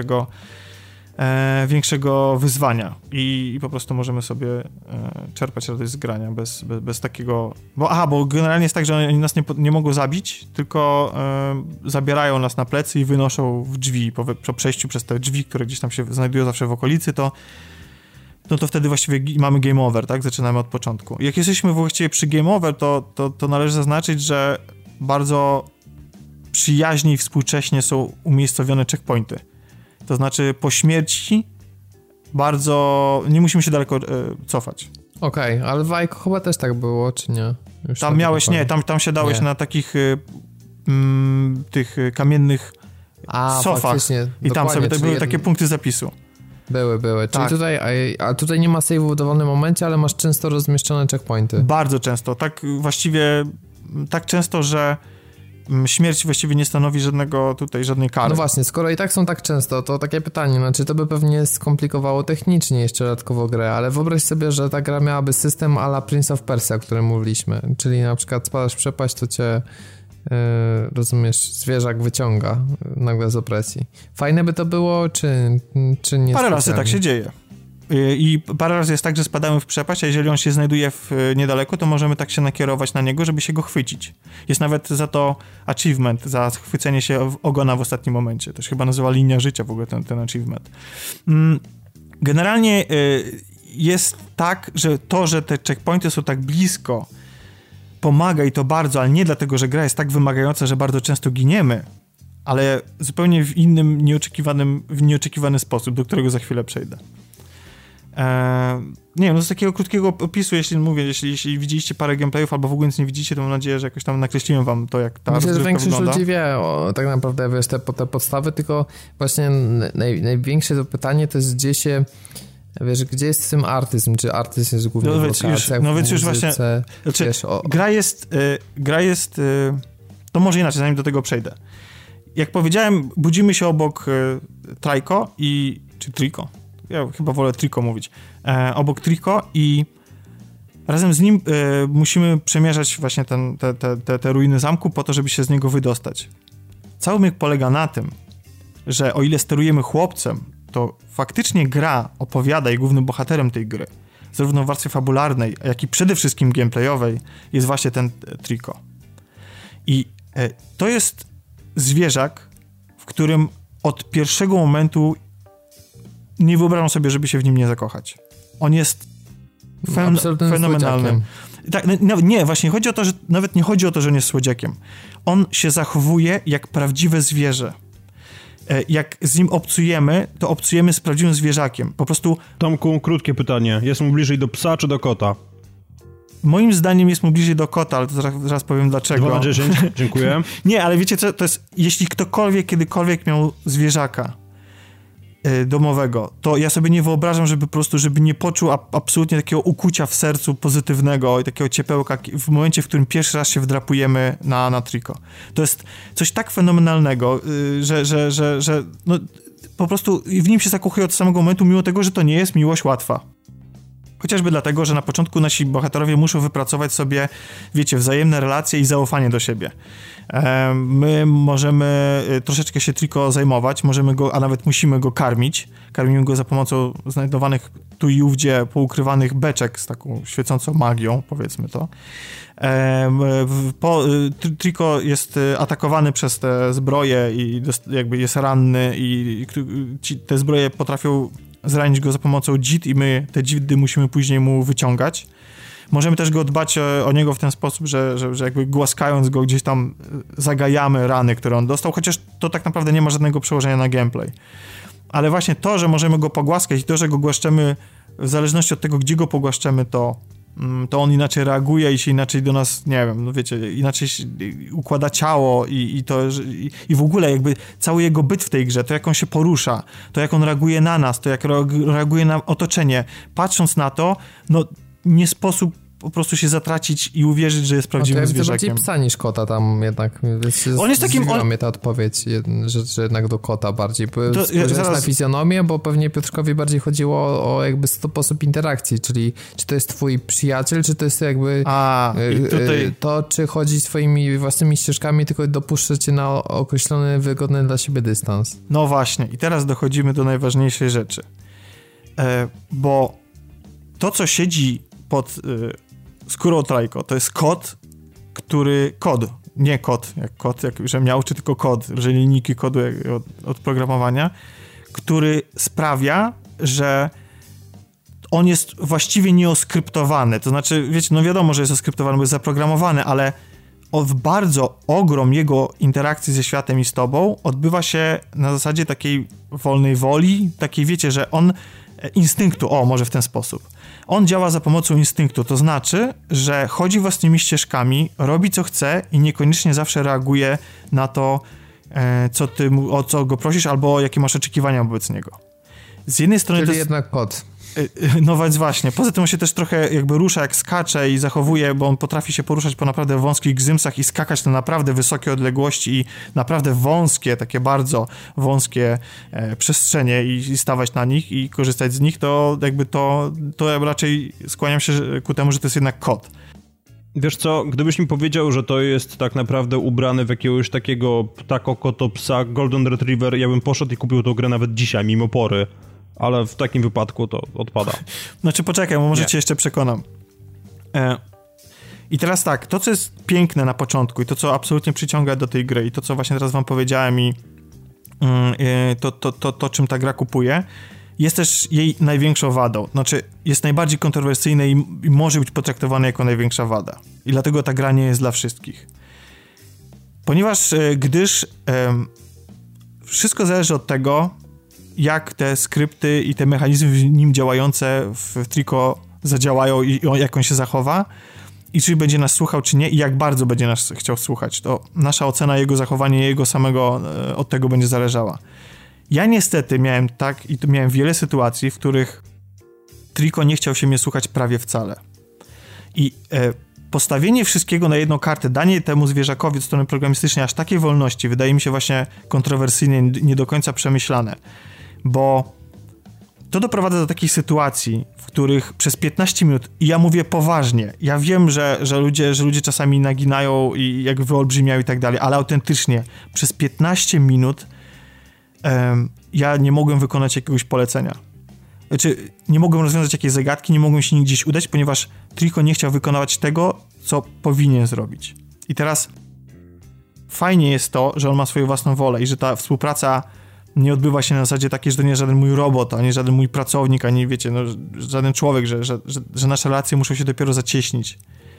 większego wyzwania i po prostu możemy sobie czerpać radość z grania bez takiego... Bo generalnie jest tak, że oni nas nie mogą zabić, tylko zabierają nas na plecy i wynoszą w drzwi, po przejściu przez te drzwi, które gdzieś tam się znajdują zawsze w okolicy, to wtedy właściwie mamy game over, tak? Zaczynamy od początku. Jak jesteśmy właściwie przy game over, to należy zaznaczyć, że bardzo przyjaźnie i współcześnie są umiejscowione checkpointy. To znaczy po śmierci bardzo... nie musimy się daleko cofać. Okej, ale w Aiko chyba też tak było, czy nie? Już tam miałeś, nie, tam się dałeś na takich tych kamiennych sofach i tam sobie były takie punkty zapisu. Były. Czyli tutaj, tutaj nie ma save'u w dowolnym momencie, ale masz często rozmieszczone checkpointy. Bardzo często, tak właściwie tak często, że śmierć właściwie nie stanowi żadnej kary. No właśnie, skoro i tak są tak często, to takie pytanie, znaczy to by pewnie skomplikowało technicznie jeszcze dodatkowo grę, ale wyobraź sobie, że ta gra miałaby system a la Prince of Persia, o którym mówiliśmy, czyli na przykład spadasz w przepaść, to cię rozumiesz, zwierzak wyciąga nagle z opresji. Fajne by to było, czy nie? Parę razy tak się dzieje. I parę razy jest tak, że spadamy w przepaść, a jeżeli on się znajduje niedaleko, to możemy tak się nakierować na niego, żeby się go chwycić. Jest nawet za to achievement, za chwycenie się ogona w ostatnim momencie. To się chyba nazywa linia życia w ogóle ten achievement. Generalnie jest tak, że te checkpointy są tak blisko pomaga i to bardzo, ale nie dlatego, że gra jest tak wymagająca, że bardzo często giniemy, ale zupełnie w innym, nieoczekiwany sposób, do którego za chwilę przejdę. Nie wiem, no z takiego krótkiego opisu, jeśli widzieliście parę gameplayów albo w ogóle nic nie widzicie, to mam nadzieję, że jakoś tam nakreśliłem wam to, jak ta rozgrywka wygląda. Myślę, że większość ludzi wie tak naprawdę, wiesz, te podstawy, tylko właśnie największe to pytanie to jest, wiesz, gdzie jest tym artyzm? Czy artyzm jest głównie w lokacjach, więc już właśnie, znaczy, wiesz, gra jest to może inaczej, zanim do tego przejdę. Jak powiedziałem, budzimy się obok Trico czy Trico? Ja chyba wolę Trico mówić. Obok Trico i razem z nim musimy przemierzać właśnie te ruiny zamku po to, żeby się z niego wydostać. Cały myk polega na tym, że o ile sterujemy chłopcem, to faktycznie gra opowiada i głównym bohaterem tej gry, zarówno w warstwie fabularnej, jak i przede wszystkim gameplayowej, jest właśnie ten Trico. I to jest zwierzak, w którym od pierwszego momentu nie wyobrażam sobie, żeby się w nim nie zakochać. On jest fenomenalny. Tak, nie, właśnie chodzi o to, że nawet nie chodzi o to, że on jest słodziakiem. On się zachowuje jak prawdziwe zwierzę. Jak z nim obcujemy, to obcujemy z prawdziwym zwierzakiem. Po prostu... Tomku, krótkie pytanie. Jest mu bliżej do psa czy do kota? Moim zdaniem jest mu bliżej do kota, ale to zaraz powiem dlaczego. 2 na 10, dziękuję. Nie, ale wiecie co, to jest, jeśli ktokolwiek kiedykolwiek miał zwierzaka domowego, to ja sobie nie wyobrażam, żeby nie poczuł absolutnie takiego ukucia w sercu pozytywnego i takiego ciepełka w momencie, w którym pierwszy raz się wdrapujemy na Trico. To jest coś tak fenomenalnego, że no, po prostu w nim się zakochuje od samego momentu, mimo tego, że to nie jest miłość łatwa. Chociażby dlatego, że na początku nasi bohaterowie muszą wypracować sobie, wiecie, wzajemne relacje i zaufanie do siebie. My możemy troszeczkę się Trico zajmować, możemy go, a nawet musimy go karmić. Karmimy go za pomocą znajdowanych tu i ówdzie poukrywanych beczek z taką świecącą magią, powiedzmy to. Trico jest atakowany przez te zbroje i jakby jest ranny i te zbroje potrafią zranić go za pomocą dzid i my te dzidy musimy później mu wyciągać. Możemy też go dbać o niego w ten sposób, że jakby głaskając go gdzieś tam zagajamy rany, które on dostał, chociaż to tak naprawdę nie ma żadnego przełożenia na gameplay. Ale właśnie to, że możemy go pogłaskać i to, że go głaszczemy, w zależności od tego, gdzie go pogłaszczemy, to on inaczej reaguje i się inaczej do nas, nie wiem, no wiecie, inaczej układa ciało i w ogóle jakby cały jego byt w tej grze, to jak on się porusza, to jak on reaguje na nas, to jak reaguje na otoczenie. Patrząc na to, no nie sposób po prostu się zatracić i uwierzyć, że jest prawdziwym zwierzakiem. To bardziej psa niż kota tam jednak. On jest takim... mnie ta odpowiedź, że jednak do kota bardziej. Zaraz na fizjonomię, bo pewnie Piotrkowi bardziej chodziło o jakby sposób interakcji, czyli czy to jest twój przyjaciel, czy to jest jakby to, czy chodzi swoimi własnymi ścieżkami, tylko dopuszcza cię na określony, wygodny dla siebie dystans. No właśnie. I teraz dochodzimy do najważniejszej rzeczy. Bo to, co siedzi pod skórą Trico, to jest kod, że miałczy, tylko kod, że linijki kodu od programowania, który sprawia, że on jest właściwie nieoskryptowany. To znaczy, wiecie, no wiadomo, że jest oskryptowany, bo jest zaprogramowany, ale ogrom jego interakcji ze światem i z tobą odbywa się na zasadzie takiej wolnej woli, takiej, wiecie, że on instynktu, może w ten sposób. On działa za pomocą instynktu, to znaczy, że chodzi własnymi ścieżkami, robi co chce i niekoniecznie zawsze reaguje na to, o co go prosisz, albo jakie masz oczekiwania wobec niego. Z jednej strony czyli jednak kot. No więc właśnie. Poza tym on się też trochę jakby rusza, jak skacze i zachowuje, bo on potrafi się poruszać po naprawdę wąskich gzymsach i skakać na naprawdę wysokie odległości i naprawdę wąskie, takie bardzo wąskie przestrzenie i stawać na nich i korzystać z nich, to jakby to ja raczej skłaniam się ku temu, że to jest jednak kot. Wiesz co, gdybyś mi powiedział, że to jest tak naprawdę ubrany w jakiegoś takiego psa Golden Retriever, ja bym poszedł i kupił tą grę nawet dzisiaj, mimo pory. Ale w takim wypadku to odpada. Znaczy poczekaj, bo może cię jeszcze przekonam. I teraz tak, to co jest piękne na początku i to co absolutnie przyciąga do tej gry i to co właśnie teraz wam powiedziałem i to czym ta gra kupuje, jest też jej największą wadą. Znaczy, jest najbardziej kontrowersyjne i może być potraktowane jako największa wada. I dlatego ta gra nie jest dla wszystkich. Gdyż wszystko zależy od tego, jak te skrypty i te mechanizmy w nim działające w Trico zadziałają i jak on się zachowa i czy będzie nas słuchał, czy nie i jak bardzo będzie nas chciał słuchać. To nasza ocena jego zachowania, jego samego od tego będzie zależała. Ja niestety miałem wiele sytuacji, w których Trico nie chciał się mnie słuchać prawie wcale. I postawienie wszystkiego na jedną kartę, danie temu zwierzakowi od strony programistycznej aż takiej wolności wydaje mi się właśnie kontrowersyjnie, nie do końca przemyślane, bo to doprowadza do takiej sytuacji, w których przez 15 minut, i ja mówię poważnie, ja wiem, że ludzie czasami naginają i jak wyolbrzymiają i tak dalej, ale autentycznie przez 15 minut ja nie mogłem wykonać jakiegoś polecenia. Znaczy, nie mogłem rozwiązać jakiejś zagadki, nie mogłem się nigdzieś udać, ponieważ Trico nie chciał wykonywać tego, co powinien zrobić. I teraz fajnie jest to, że on ma swoją własną wolę i że ta współpraca nie odbywa się na zasadzie takiej, że to nie żaden mój robot, ani żaden mój pracownik, ani wiecie, żaden człowiek, że nasze relacje muszą się dopiero zacieśnić.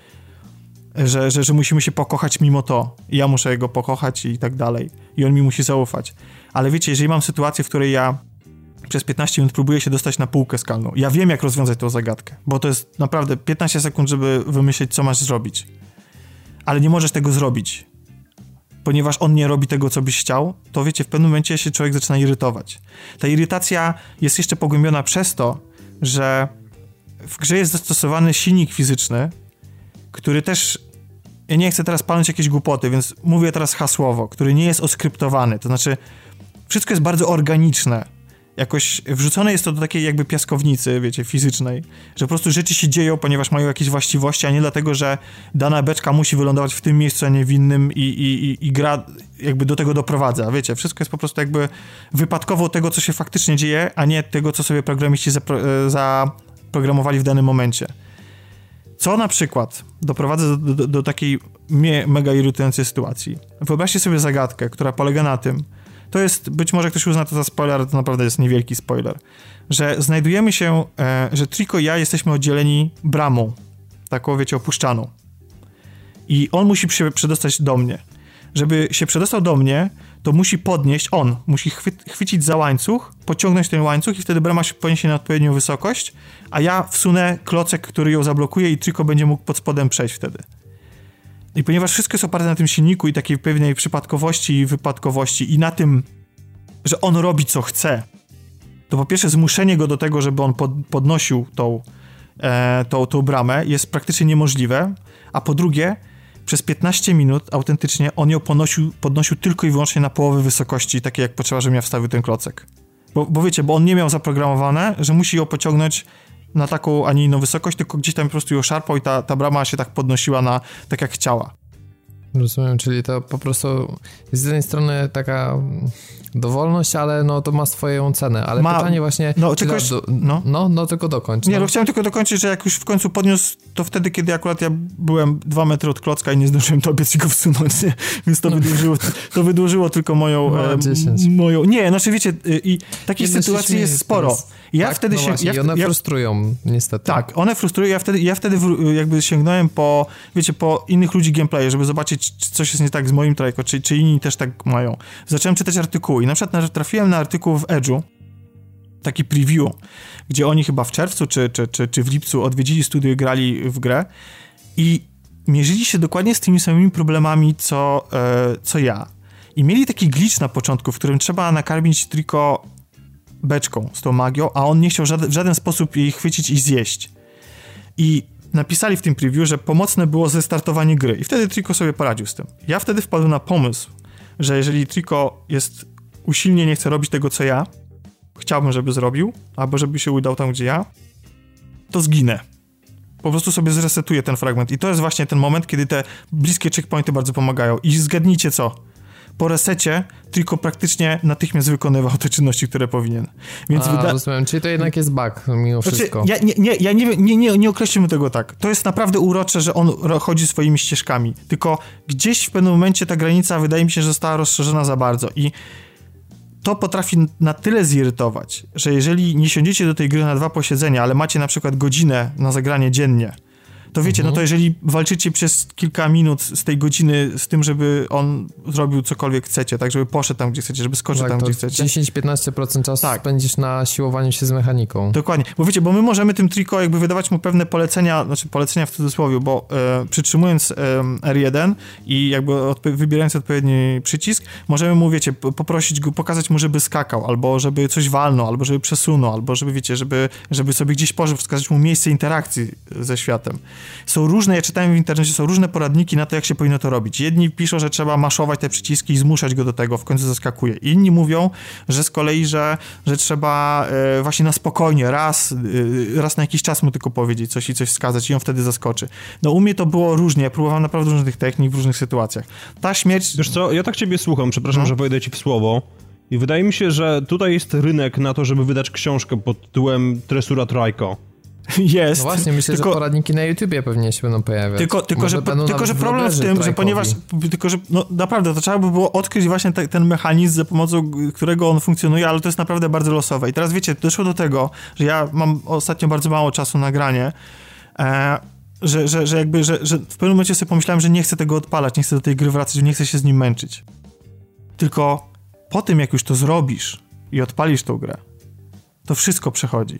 Że musimy się pokochać mimo to. I ja muszę go pokochać i tak dalej. I on mi musi zaufać. Ale wiecie, jeżeli mam sytuację, w której ja przez 15 minut próbuję się dostać na półkę skalną, ja wiem, jak rozwiązać tę zagadkę, bo to jest naprawdę 15 sekund, żeby wymyśleć, co masz zrobić. Ale nie możesz tego zrobić, ponieważ on nie robi tego, co byś chciał, to wiecie, w pewnym momencie się człowiek zaczyna irytować. Ta irytacja jest jeszcze pogłębiona przez to, że w grze jest zastosowany silnik fizyczny, który też, ja nie chcę teraz palnąć jakieś głupoty, więc mówię teraz hasłowo, który nie jest oskryptowany, to znaczy wszystko jest bardzo organiczne. Jakoś wrzucone jest to do takiej jakby piaskownicy, wiecie, fizycznej, że po prostu rzeczy się dzieją, ponieważ mają jakieś właściwości, a nie dlatego, że dana beczka musi wylądować w tym miejscu, a nie w innym i gra jakby do tego doprowadza, wiecie, wszystko jest po prostu jakby wypadkowo tego, co się faktycznie dzieje, a nie tego, co sobie programiści zaprogramowali w danym momencie. Co na przykład doprowadza do takiej mega irytującej sytuacji. Wyobraźcie sobie zagadkę, która polega na tym, to jest, być może ktoś uzna to za spoiler, ale to naprawdę jest niewielki spoiler, że znajdujemy się, że Trico i ja jesteśmy oddzieleni bramą, taką, wiecie, opuszczaną. I on musi się przedostać do mnie. Żeby się przedostał do mnie, to musi musi chwycić za łańcuch, pociągnąć ten łańcuch i wtedy brama się poniesie na odpowiednią wysokość, a ja wsunę klocek, który ją zablokuje i Trico będzie mógł pod spodem przejść wtedy. I ponieważ wszystko jest oparte na tym silniku i takiej pewnej przypadkowości i wypadkowości i na tym, że on robi co chce, to po pierwsze zmuszenie go do tego, żeby on podnosił tą bramę jest praktycznie niemożliwe, a po drugie przez 15 minut autentycznie on ją podnosił tylko i wyłącznie na połowę wysokości, takiej jak potrzeba, żebym ja wstawił ten klocek. Bo wiecie, bo on nie miał zaprogramowane, że musi ją pociągnąć na taką, a nie inną wysokość, tylko gdzieś tam po prostu ją szarpał i ta brama się tak podnosiła tak jak chciała. Rozumiem, czyli to po prostu z jednej strony taka dowolność, ale no to ma swoją cenę, ale pytanie właśnie... No, tylko dokończ. Nie, chciałem tylko dokończyć, że jak już w końcu podniósł, to wtedy, kiedy akurat ja byłem 2 metry od klocka i nie zdążyłem dobiec i go wsunąć, nie? Więc to wydłużyło tylko moją... Nie, znaczy wiecie, i takich sytuacji jest sporo. I one frustrują, niestety. Tak, one frustrują. Ja wtedy jakby sięgnąłem po innych ludzi gameplaye, żeby zobaczyć, czy coś jest nie tak z moim trajko, czy inni też tak mają. Zacząłem czytać artykuły i na przykład trafiłem na artykuł w Edge'u, taki preview, gdzie oni chyba w czerwcu czy w lipcu odwiedzili studio i grali w grę i mierzyli się dokładnie z tymi samymi problemami, co ja. I mieli taki glitch na początku, w którym trzeba nakarmić Trico beczką z tą magią, a on nie chciał w żaden sposób jej chwycić i zjeść. I napisali w tym preview, że pomocne było zrestartowanie gry i wtedy Trico sobie poradził z tym. Ja wtedy wpadłem na pomysł, że jeżeli Trico usilnie nie chce robić tego, co ja chciałbym, żeby zrobił, albo żeby się udał tam, gdzie ja, to zginę. Po prostu sobie zresetuję ten fragment. I to jest właśnie ten moment, kiedy te bliskie checkpointy bardzo pomagają. I zgadnijcie co? Po resecie Trico praktycznie natychmiast wykonywał te czynności, które powinien. Więc rozumiem, czyli to jednak jest bug mimo wszystko. Ja nie określimy tego tak. To jest naprawdę urocze, że on chodzi swoimi ścieżkami. Tylko gdzieś w pewnym momencie ta granica, wydaje mi się, że została rozszerzona za bardzo. I to potrafi na tyle zirytować, że jeżeli nie siądziecie do tej gry na 2 posiedzenia, ale macie na przykład godzinę na zagranie dziennie, to wiecie, no to jeżeli walczycie przez kilka minut z tej godziny z tym, żeby on zrobił cokolwiek chcecie, tak, żeby poszedł tam, gdzie chcecie, żeby skoczył tam, gdzie chcecie. 10-15% czasu spędzisz na siłowaniu się z mechaniką. Dokładnie, bo wiecie, bo my możemy tym Trico jakby wydawać mu pewne polecenia, znaczy polecenia w cudzysłowie, bo przytrzymując R1 i jakby wybierając odpowiedni przycisk, możemy mu, wiecie, poprosić go, pokazać mu, żeby skakał, albo żeby coś walnął, albo żeby przesunął, albo żeby, wiecie, żeby sobie gdzieś poszedł, wskazać mu miejsce interakcji ze światem. Są różne, ja czytałem w internecie, są różne poradniki na to, jak się powinno to robić. Jedni piszą, że trzeba maszować te przyciski i zmuszać go do tego, w końcu zaskakuje. Inni mówią, że z kolei, że trzeba właśnie na spokojnie, raz na jakiś czas mu tylko powiedzieć coś i coś wskazać i on wtedy zaskoczy. No u mnie to było różnie, ja próbowałem naprawdę różnych technik w różnych sytuacjach. Ta śmierć... Wiesz co, ja tak ciebie słucham, przepraszam, że wejdę ci w słowo i wydaje mi się, że tutaj jest rynek na to, żeby wydać książkę pod tytułem Tresura Trico. Jest. No właśnie, myślę, że poradniki na YouTubie pewnie się będą pojawiać. Tylko że problem w tym, że ponieważ no naprawdę, to trzeba by było odkryć właśnie ten mechanizm, za pomocą którego on funkcjonuje, ale to jest naprawdę bardzo losowe. I teraz wiecie, doszło do tego, że ja mam ostatnio bardzo mało czasu na granie, że w pewnym momencie sobie pomyślałem, że nie chcę tego odpalać, nie chcę do tej gry wracać, że nie chcę się z nim męczyć. Tylko po tym, jak już to zrobisz i odpalisz tą grę, to wszystko przechodzi.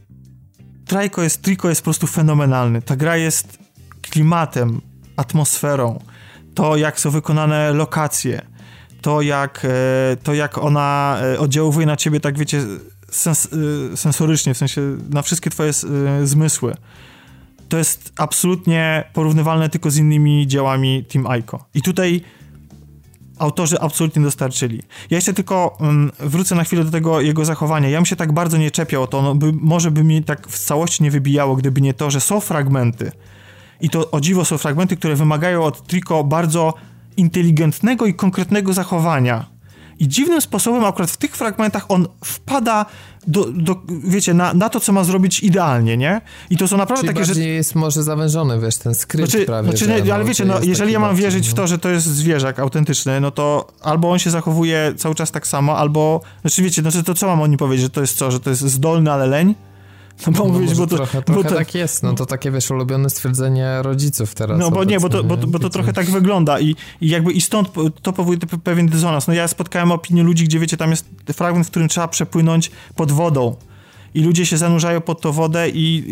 Trico jest po prostu fenomenalny. Ta gra jest klimatem, atmosferą, to jak są wykonane lokacje, to jak ona oddziałuje na ciebie, tak wiecie, sensorycznie, w sensie na wszystkie twoje zmysły. To jest absolutnie porównywalne tylko z innymi dziełami Team Ico. I tutaj autorzy absolutnie dostarczyli. Ja jeszcze tylko wrócę na chwilę do tego jego zachowania. Ja bym się tak bardzo nie czepiał o to, może by mi tak w całości nie wybijało, gdyby nie to, że są fragmenty. I to o dziwo są fragmenty, które wymagają od Trico bardzo inteligentnego i konkretnego zachowania. I dziwnym sposobem akurat w tych fragmentach on wpada wiecie, na to, co ma zrobić idealnie, nie? I to są naprawdę czyli takie rzeczy... jest może zawężony, wiesz, ten skrypt prawie. Ale wiecie, jeżeli ja mam wierzyć w to, że to jest zwierzak autentyczny, no to albo on się zachowuje cały czas tak samo, albo... Znaczy wiecie, to co mam o nim powiedzieć, że to jest co? Że to jest zdolny, ale leń? No, mówić, bo to, trochę tak jest, no to takie, wiesz, ulubione stwierdzenie rodziców teraz. No bo nie, bo to trochę tak wygląda i jakby i stąd to powoduje pewien dysonans. No ja spotkałem opinię ludzi, gdzie wiecie, tam jest fragment, w którym trzeba przepłynąć pod wodą i ludzie się zanurzają pod tą wodę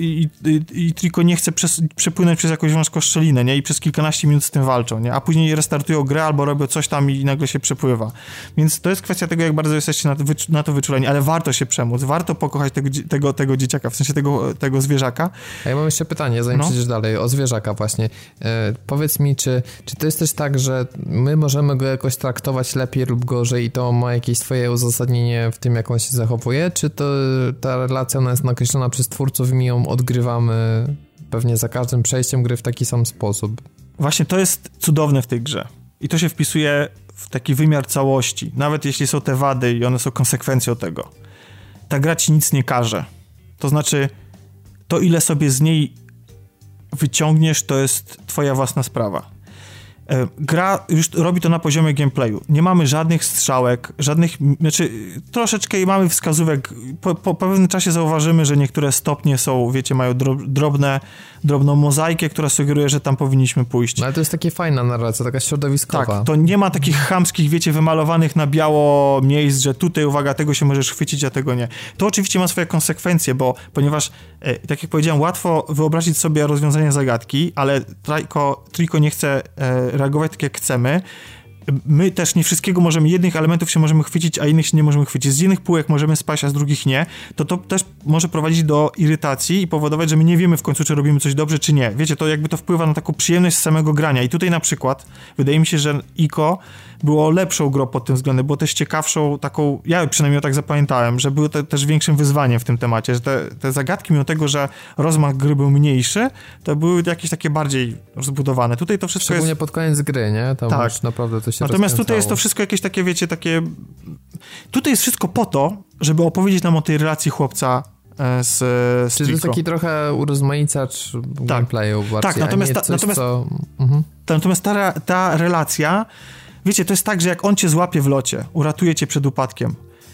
i Trico nie chce przepłynąć przez jakąś wąską szczelinę, nie? I przez kilkanaście minut z tym walczą, nie? A później restartują grę albo robią coś tam i nagle się przepływa. Więc to jest kwestia tego, jak bardzo jesteście na to wyczuleni, ale warto się przemóc, warto pokochać tego dzieciaka, w sensie tego zwierzaka. A ja mam jeszcze pytanie, zanim przejdziesz dalej, o zwierzaka właśnie. Powiedz mi, czy to jest też tak, że my możemy go jakoś traktować lepiej lub gorzej i to ma jakieś swoje uzasadnienie w tym, jak on się zachowuje, czy to ta relacja ona jest nakreślona przez twórców i my ją odgrywamy pewnie za każdym przejściem gry w taki sam sposób. Właśnie to jest cudowne w tej grze. I to się wpisuje w taki wymiar całości. Nawet jeśli są te wady i one są konsekwencją tego. Ta gra ci nic nie każe. To znaczy, to ile sobie z niej wyciągniesz, to jest twoja własna sprawa. Gra już robi to na poziomie gameplayu. Nie mamy żadnych strzałek, znaczy troszeczkę mamy wskazówek. Po pewnym czasie zauważymy, że niektóre stopnie są, wiecie, mają drobną mozaikę, która sugeruje, że tam powinniśmy pójść. No ale to jest taka fajna narracja, taka środowiskowa. Tak, to nie ma takich chamskich, wiecie, wymalowanych na biało miejsc, że tutaj, uwaga, tego się możesz chwycić, a tego nie. To oczywiście ma swoje konsekwencje, ponieważ, tak jak powiedziałem, łatwo wyobrazić sobie rozwiązanie zagadki, ale Trico nie chce reagować tak, jak chcemy. My też nie wszystkiego jednych elementów się możemy chwycić, a innych się nie możemy chwycić. Z jednych półek możemy spaść, a z drugich nie. To też może prowadzić do irytacji i powodować, że my nie wiemy w końcu, czy robimy coś dobrze, czy nie. Wiecie, to jakby to wpływa na taką przyjemność z samego grania. I tutaj na przykład wydaje mi się, że Ico było lepszą grą pod tym względem, było też ciekawszą taką, ja przynajmniej tak zapamiętałem, że było też większym wyzwaniem w tym temacie, że te zagadki, mimo tego, że rozmach gry był mniejszy, to były jakieś takie bardziej rozbudowane. Tutaj to wszystko szczególnie jest... pod koniec gry, nie? Tam tak. Już naprawdę to się Natomiast tutaj jest to wszystko jakieś takie, wiecie, takie... Tutaj jest wszystko po to, żeby opowiedzieć nam o tej relacji chłopca z Trico. Czyli to jest taki trochę urozmaicacz gameplayu bardziej, tak, natomiast ta relacja, wiecie, to jest tak, że jak on cię złapie w locie, uratuje cię przed upadkiem,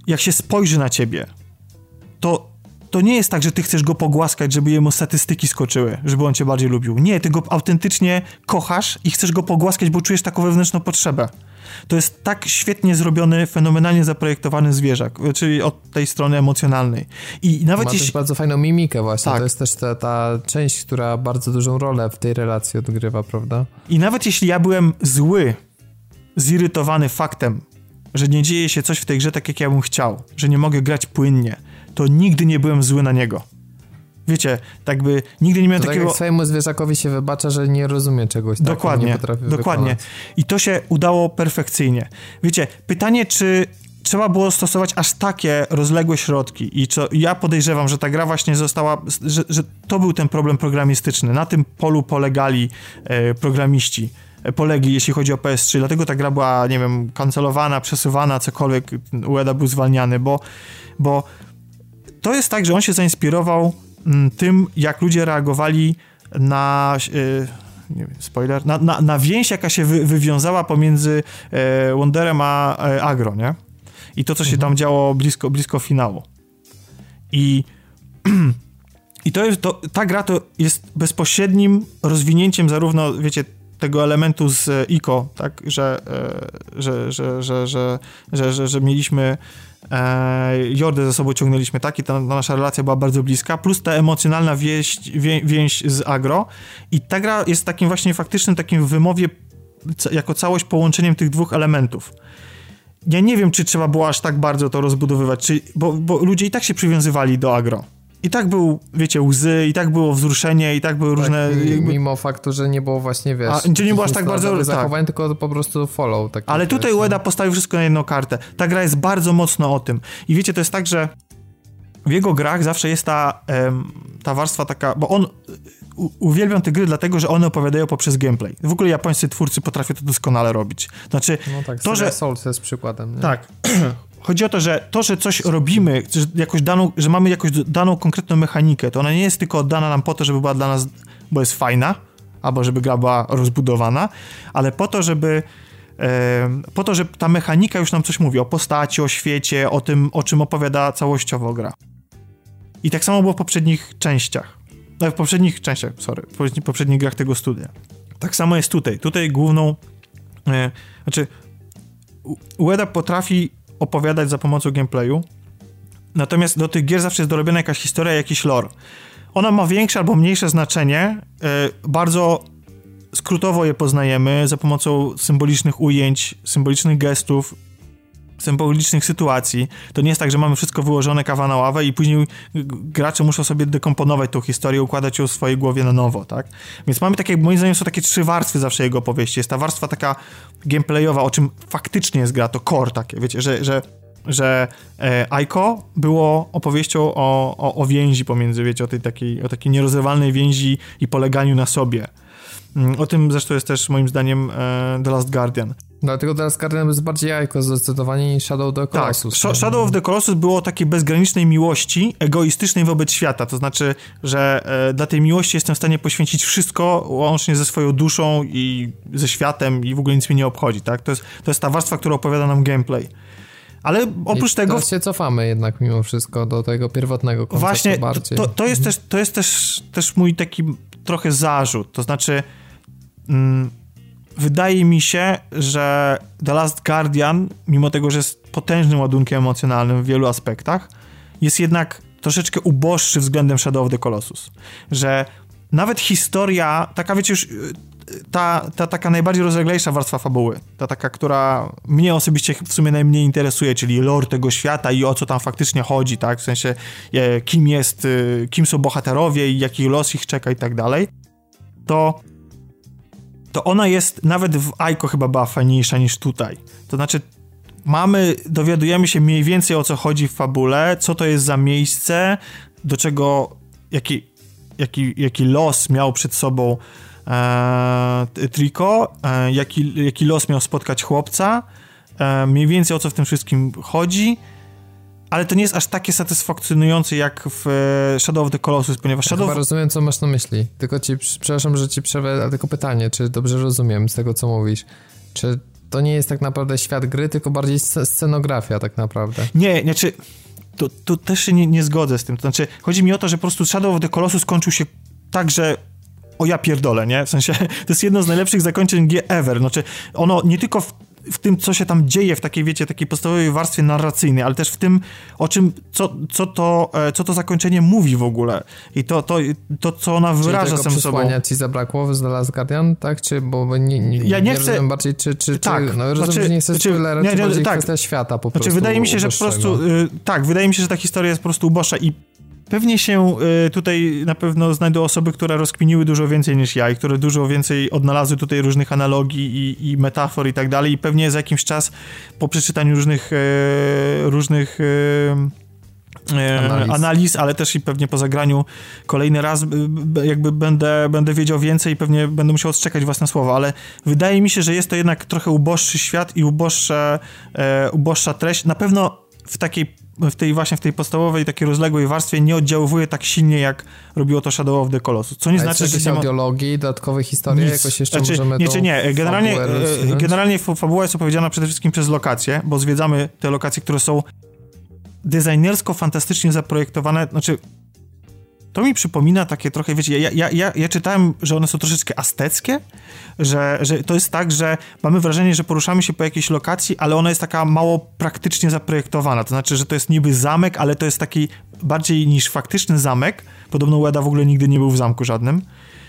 jak się spojrzy na ciebie, to nie jest tak, że ty chcesz go pogłaskać, żeby jemu statystyki skoczyły, żeby on cię bardziej lubił. Nie, ty go autentycznie kochasz i chcesz go pogłaskać, bo czujesz taką wewnętrzną potrzebę. To jest tak świetnie zrobiony, fenomenalnie zaprojektowany zwierzak, czyli od tej strony emocjonalnej. I nawet ma też bardzo fajną mimikę właśnie, tak. To jest też ta część, która bardzo dużą rolę w tej relacji odgrywa, prawda? I nawet jeśli ja byłem zły, zirytowany faktem, że nie dzieje się coś w tej grze tak, jak ja bym chciał, że nie mogę grać płynnie, to nigdy nie byłem zły na niego. Wiecie, tak by nigdy nie miałem takiego... Tak jak swojemu zwierzakowi się wybacza, że nie rozumie czegoś. Dokładnie, nie potrafi dokładnie. Wykonać. I to się udało perfekcyjnie. Wiecie, pytanie, czy trzeba było stosować aż takie rozległe środki i ja podejrzewam, że ta gra właśnie została, że to był ten problem programistyczny. Na tym polu polegli programiści. Polegli, jeśli chodzi o PS3, dlatego ta gra była, nie wiem, kancelowana, przesuwana, cokolwiek, Ueda był zwalniany, bo to jest tak, że on się zainspirował tym, jak ludzie reagowali na nie wiem, spoiler, na więź, jaka się wywiązała pomiędzy Wonderem a Agro, nie? I to, co się tam działo blisko finału. I ta gra to jest bezpośrednim rozwinięciem zarówno, wiecie, tego elementu z ICO, tak, że mieliśmy Jordę ze sobą ciągnęliśmy, tak, i ta nasza relacja była bardzo bliska, plus ta emocjonalna więź z Agro i ta gra jest takim właśnie faktycznym takim w wymowie jako całość połączeniem tych dwóch elementów. Ja nie wiem, czy trzeba było aż tak bardzo to rozbudowywać, bo ludzie i tak się przywiązywali do Agro. I tak był, wiecie, łzy, i tak było wzruszenie, i tak były różne... Mimo faktu, że nie było właśnie, wiesz... Czy nie było aż tak bardzo... zachowań, tylko po prostu follow. Ale tutaj Ueda postawił wszystko na jedną kartę. Ta gra jest bardzo mocno o tym. I wiecie, to jest tak, że w jego grach zawsze jest ta warstwa taka... Bo on... Uwielbiam te gry dlatego, że one opowiadają poprzez gameplay. W ogóle japońscy twórcy potrafią to doskonale robić. Znaczy... No tak, to, że Souls jest przykładem. Nie? Tak. Chodzi o to, że coś robimy, że mamy jakąś daną konkretną mechanikę, to ona nie jest tylko dana nam po to, żeby była dla nas, bo jest fajna, albo żeby gra była rozbudowana, ale po to, że ta mechanika już nam coś mówi o postaci, o świecie, o tym, o czym opowiada całościowo gra. I tak samo było w poprzednich częściach. W poprzednich grach tego studia. Tak samo jest tutaj. Tutaj główną... Ueda potrafi opowiadać za pomocą gameplayu, natomiast do tych gier zawsze jest dorobiona jakaś historia, jakiś lore. Ona ma większe albo mniejsze znaczenie, bardzo skrótowo je poznajemy za pomocą symbolicznych ujęć, symbolicznych gestów, symbolicznych sytuacji. To nie jest tak, że mamy wszystko wyłożone kawa na ławę i później gracze muszą sobie dekomponować tą historię, układać ją w swojej głowie na nowo, tak? Więc mamy takie, moim zdaniem są takie 3 warstwy zawsze jego opowieści. Jest ta warstwa taka gameplayowa, o czym faktycznie jest gra, to core takie, wiecie, że Ico było opowieścią o więzi pomiędzy, wiecie, o takiej nierozerwalnej więzi i poleganiu na sobie. O tym zresztą jest też moim zdaniem The Last Guardian. Dlatego The Last Guardian jest bardziej jajko zdecydowanie niż Shadow of the Colossus. Tak, Shadow of the Colossus było takiej bezgranicznej miłości, egoistycznej wobec świata, to znaczy, że dla tej miłości jestem w stanie poświęcić wszystko, łącznie ze swoją duszą i ze światem i w ogóle nic mnie nie obchodzi, tak? To jest ta warstwa, która opowiada nam gameplay. Ale oprócz tego... Teraz się cofamy jednak mimo wszystko do tego pierwotnego konceptu właśnie, bardziej. To jest też mój taki trochę zarzut, to znaczy... Wydaje mi się, że The Last Guardian, mimo tego, że jest potężnym ładunkiem emocjonalnym w wielu aspektach, jest jednak troszeczkę uboższy względem Shadow of the Colossus. Że nawet historia, taka wiecie już, ta taka najbardziej rozleglejsza warstwa fabuły, ta taka, która mnie osobiście w sumie najmniej interesuje, czyli lore tego świata i o co tam faktycznie chodzi, tak? W sensie kim są bohaterowie i jaki los ich czeka i tak dalej, to ona jest, nawet w Ico chyba była fajniejsza niż tutaj. To znaczy, dowiadujemy się mniej więcej o co chodzi w fabule, co to jest za miejsce, do czego, jaki los miał przed sobą Trico, jaki los miał spotkać chłopca, mniej więcej o co w tym wszystkim chodzi, ale to nie jest aż takie satysfakcjonujące jak w Shadow of the Colossus, ponieważ Chyba rozumiem, co masz na myśli. Tylko przepraszam, że ci przerwę, ale tylko pytanie, czy dobrze rozumiem z tego, co mówisz. Czy to nie jest tak naprawdę świat gry, tylko bardziej scenografia tak naprawdę. Nie, znaczy to też się nie zgodzę z tym. To znaczy, chodzi mi o to, że po prostu Shadow of the Colossus skończył się tak, że o ja pierdolę, nie? W sensie, to jest jedno z najlepszych zakończeń G ever. Znaczy, ono nie tylko w tym, co się tam dzieje w takiej, wiecie, takiej podstawowej warstwie narracyjnej, ale też w tym, o czym, co to zakończenie mówi w ogóle. I to co ona wyraża samą sobą. Przesłania ci zabrakło z The Last Guardian, tak? Czy, bo ja nie chcę... rozumiem bardziej, czy tak, no rozumiem, że nie chcesz spoilera, czy bardziej tak. kwestia świata po prostu. Wydaje mi się, że po prostu, tak, wydaje mi się, że ta historia jest po prostu uboższa i pewnie się tutaj na pewno znajdą osoby, które rozkminiły dużo więcej niż ja i które dużo więcej odnalazły tutaj różnych analogii i metafor i tak dalej i pewnie za jakiś czas po przeczytaniu różnych analiz, ale też i pewnie po zagraniu kolejny raz jakby będę wiedział więcej i pewnie będę musiał odczekać własne słowa, ale wydaje mi się, że jest to jednak trochę uboższy świat i uboższa treść. Na pewno w tej podstawowej, takiej rozległej warstwie nie oddziaływuje tak silnie, jak robiło to Shadow of the Colossus. Co nie znaczy, że nie ma... audiologii, dodatkowe historie, jakoś jeszcze możemy nie. Generalnie fabuła jest opowiedziana przede wszystkim przez lokacje, bo zwiedzamy te lokacje, które są designersko fantastycznie zaprojektowane. Znaczy, to mi przypomina takie trochę, wiecie, ja czytałem, że one są troszeczkę azteckie, że to jest tak, że mamy wrażenie, że poruszamy się po jakiejś lokacji, ale ona jest taka mało praktycznie zaprojektowana. To znaczy, że to jest niby zamek, ale to jest taki bardziej niż faktyczny zamek. Podobno Ueda w ogóle nigdy nie był w zamku żadnym.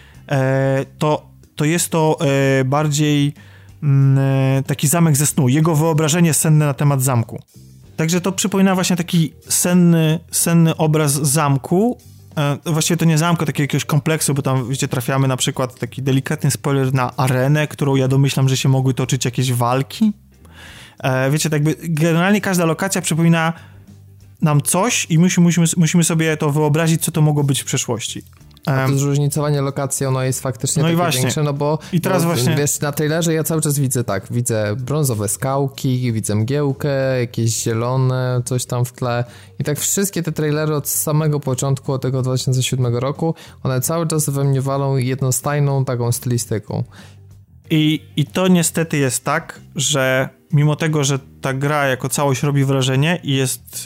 To jest to bardziej taki zamek ze snu. Jego wyobrażenie senne na temat zamku. Także to przypomina właśnie taki senny obraz zamku. Właściwie to nie zamku, takiego jakiegoś kompleksu, bo tam, wiecie, trafiamy na przykład taki delikatny spoiler na arenę, którą ja domyślam, że się mogły toczyć jakieś walki. Wiecie, tak jakby generalnie każda lokacja przypomina nam coś i musimy sobie to wyobrazić, co to mogło być w przeszłości. A to zróżnicowanie lokacji, ono jest faktycznie takie większe, no bo i teraz właśnie... wiesz, na trailerze ja cały czas widzę brązowe skałki, widzę mgiełkę, jakieś zielone, coś tam w tle i tak wszystkie te trailery od samego początku, od tego 2007 roku, one cały czas we mnie walą jednostajną taką stylistyką. I to niestety jest tak, że mimo tego, że ta gra jako całość robi wrażenie i jest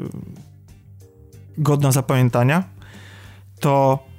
godna zapamiętania, to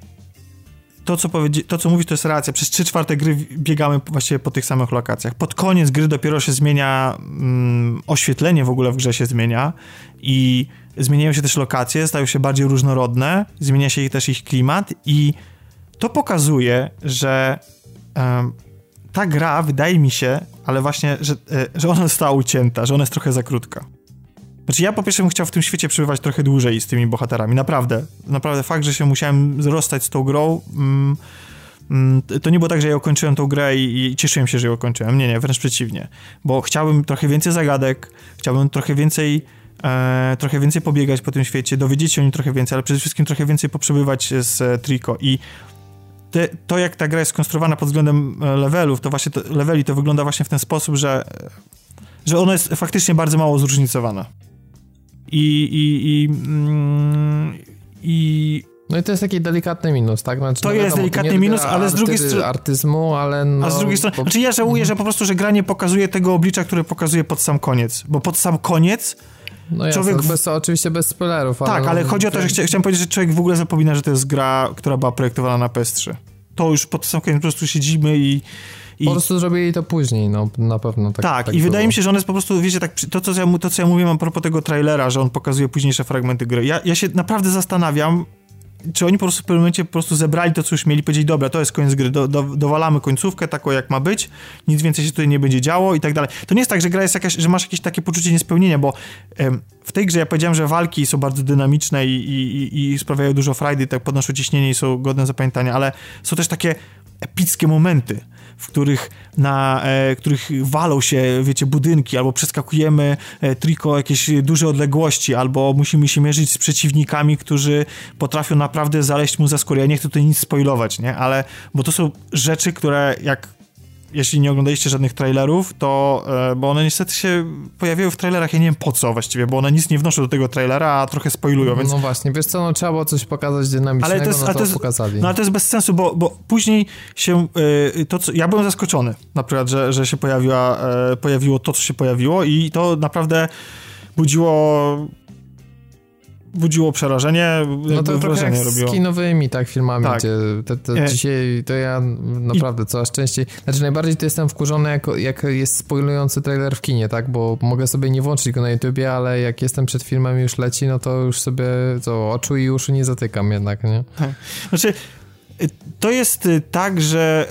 co mówisz, to jest racja. Przez 3/4 gry biegamy właściwie po tych samych lokacjach. Pod koniec gry dopiero się zmienia oświetlenie w ogóle w grze się zmienia i zmieniają się też lokacje, stają się bardziej różnorodne, zmienia się też ich klimat i to pokazuje, że ta gra, wydaje mi się, ale właśnie, że ona została ucięta, że ona jest trochę za krótka. Znaczy ja po pierwsze bym chciał w tym świecie przebywać trochę dłużej z tymi bohaterami, naprawdę fakt, że się musiałem rozstać z tą grą, to nie było tak, że ja ukończyłem tą grę i cieszyłem się, że ją ukończyłem, nie, wręcz przeciwnie, bo chciałbym trochę więcej zagadek, chciałbym trochę więcej pobiegać po tym świecie, dowiedzieć się o nim trochę więcej, ale przede wszystkim trochę więcej poprzebywać z Trico i to jak ta gra jest skonstruowana pod względem levelów, to właśnie leveli to wygląda właśnie w ten sposób, że ona jest faktycznie bardzo mało zróżnicowana. No i to jest taki delikatny minus, tak? Znaczy, to jest delikatny minus, ale z drugiej strony... artyzmu, ale no... A z drugiej strony... Znaczy ja żałuję, że po prostu, że gra nie pokazuje tego oblicza, które pokazuje pod sam koniec. Bo pod sam koniec... No człowiek... oczywiście bez spoilerów, ale... Tak, ale chodzi o to, że chciałem powiedzieć, że człowiek w ogóle zapomina, że to jest gra, która była projektowana na PS3. To już pod sam koniec po prostu siedzimy i po prostu zrobili to później, no na pewno. Tak i wydaje mi się, że on jest po prostu, wiecie, tak, to co ja mówiłem a propos tego trailera, że on pokazuje późniejsze fragmenty gry. Ja się naprawdę zastanawiam, czy oni po prostu w pewnym momencie po prostu zebrali to, co już mieli, powiedzieli, dobra, to jest koniec gry, dowalamy końcówkę taką, jak ma być, nic więcej się tutaj nie będzie działo i tak dalej. To nie jest tak, że gra jest jakaś, że masz jakieś takie poczucie niespełnienia, bo w tej grze ja powiedziałem, że walki są bardzo dynamiczne i sprawiają dużo frajdy, tak podnoszą ciśnienie i są godne zapamiętania, ale są też takie epickie momenty, w których walą się, wiecie, budynki, albo przeskakujemy Trico jakieś duże odległości, albo musimy się mierzyć z przeciwnikami, którzy potrafią naprawdę zaleźć mu za skórę. Ja nie chcę tutaj nic spoilować, nie? Bo to są rzeczy, które jak jeśli nie oglądaliście żadnych trailerów, to, bo one niestety się pojawiają w trailerach, ja nie wiem po co właściwie, bo one nic nie wnoszą do tego trailera, a trochę spoilują, więc... No właśnie, wiesz co, no trzeba było coś pokazać dynamicznego, to pokazali. No ale to jest bez sensu, bo później się, ja byłem zaskoczony, na przykład, że się pojawiło to, co się pojawiło i to naprawdę budziło przerażenie, no to trochę jak robiło. Z kinowymi filmami, tak. Gdzie dzisiaj to ja naprawdę coraz częściej, najbardziej to jestem wkurzony jak jest spoilujący trailer w kinie, tak, bo mogę sobie nie włączyć go na YouTubie, ale jak jestem przed filmem i już leci, no to już sobie oczu i uszu nie zatykam jednak, nie? Znaczy, to jest tak, że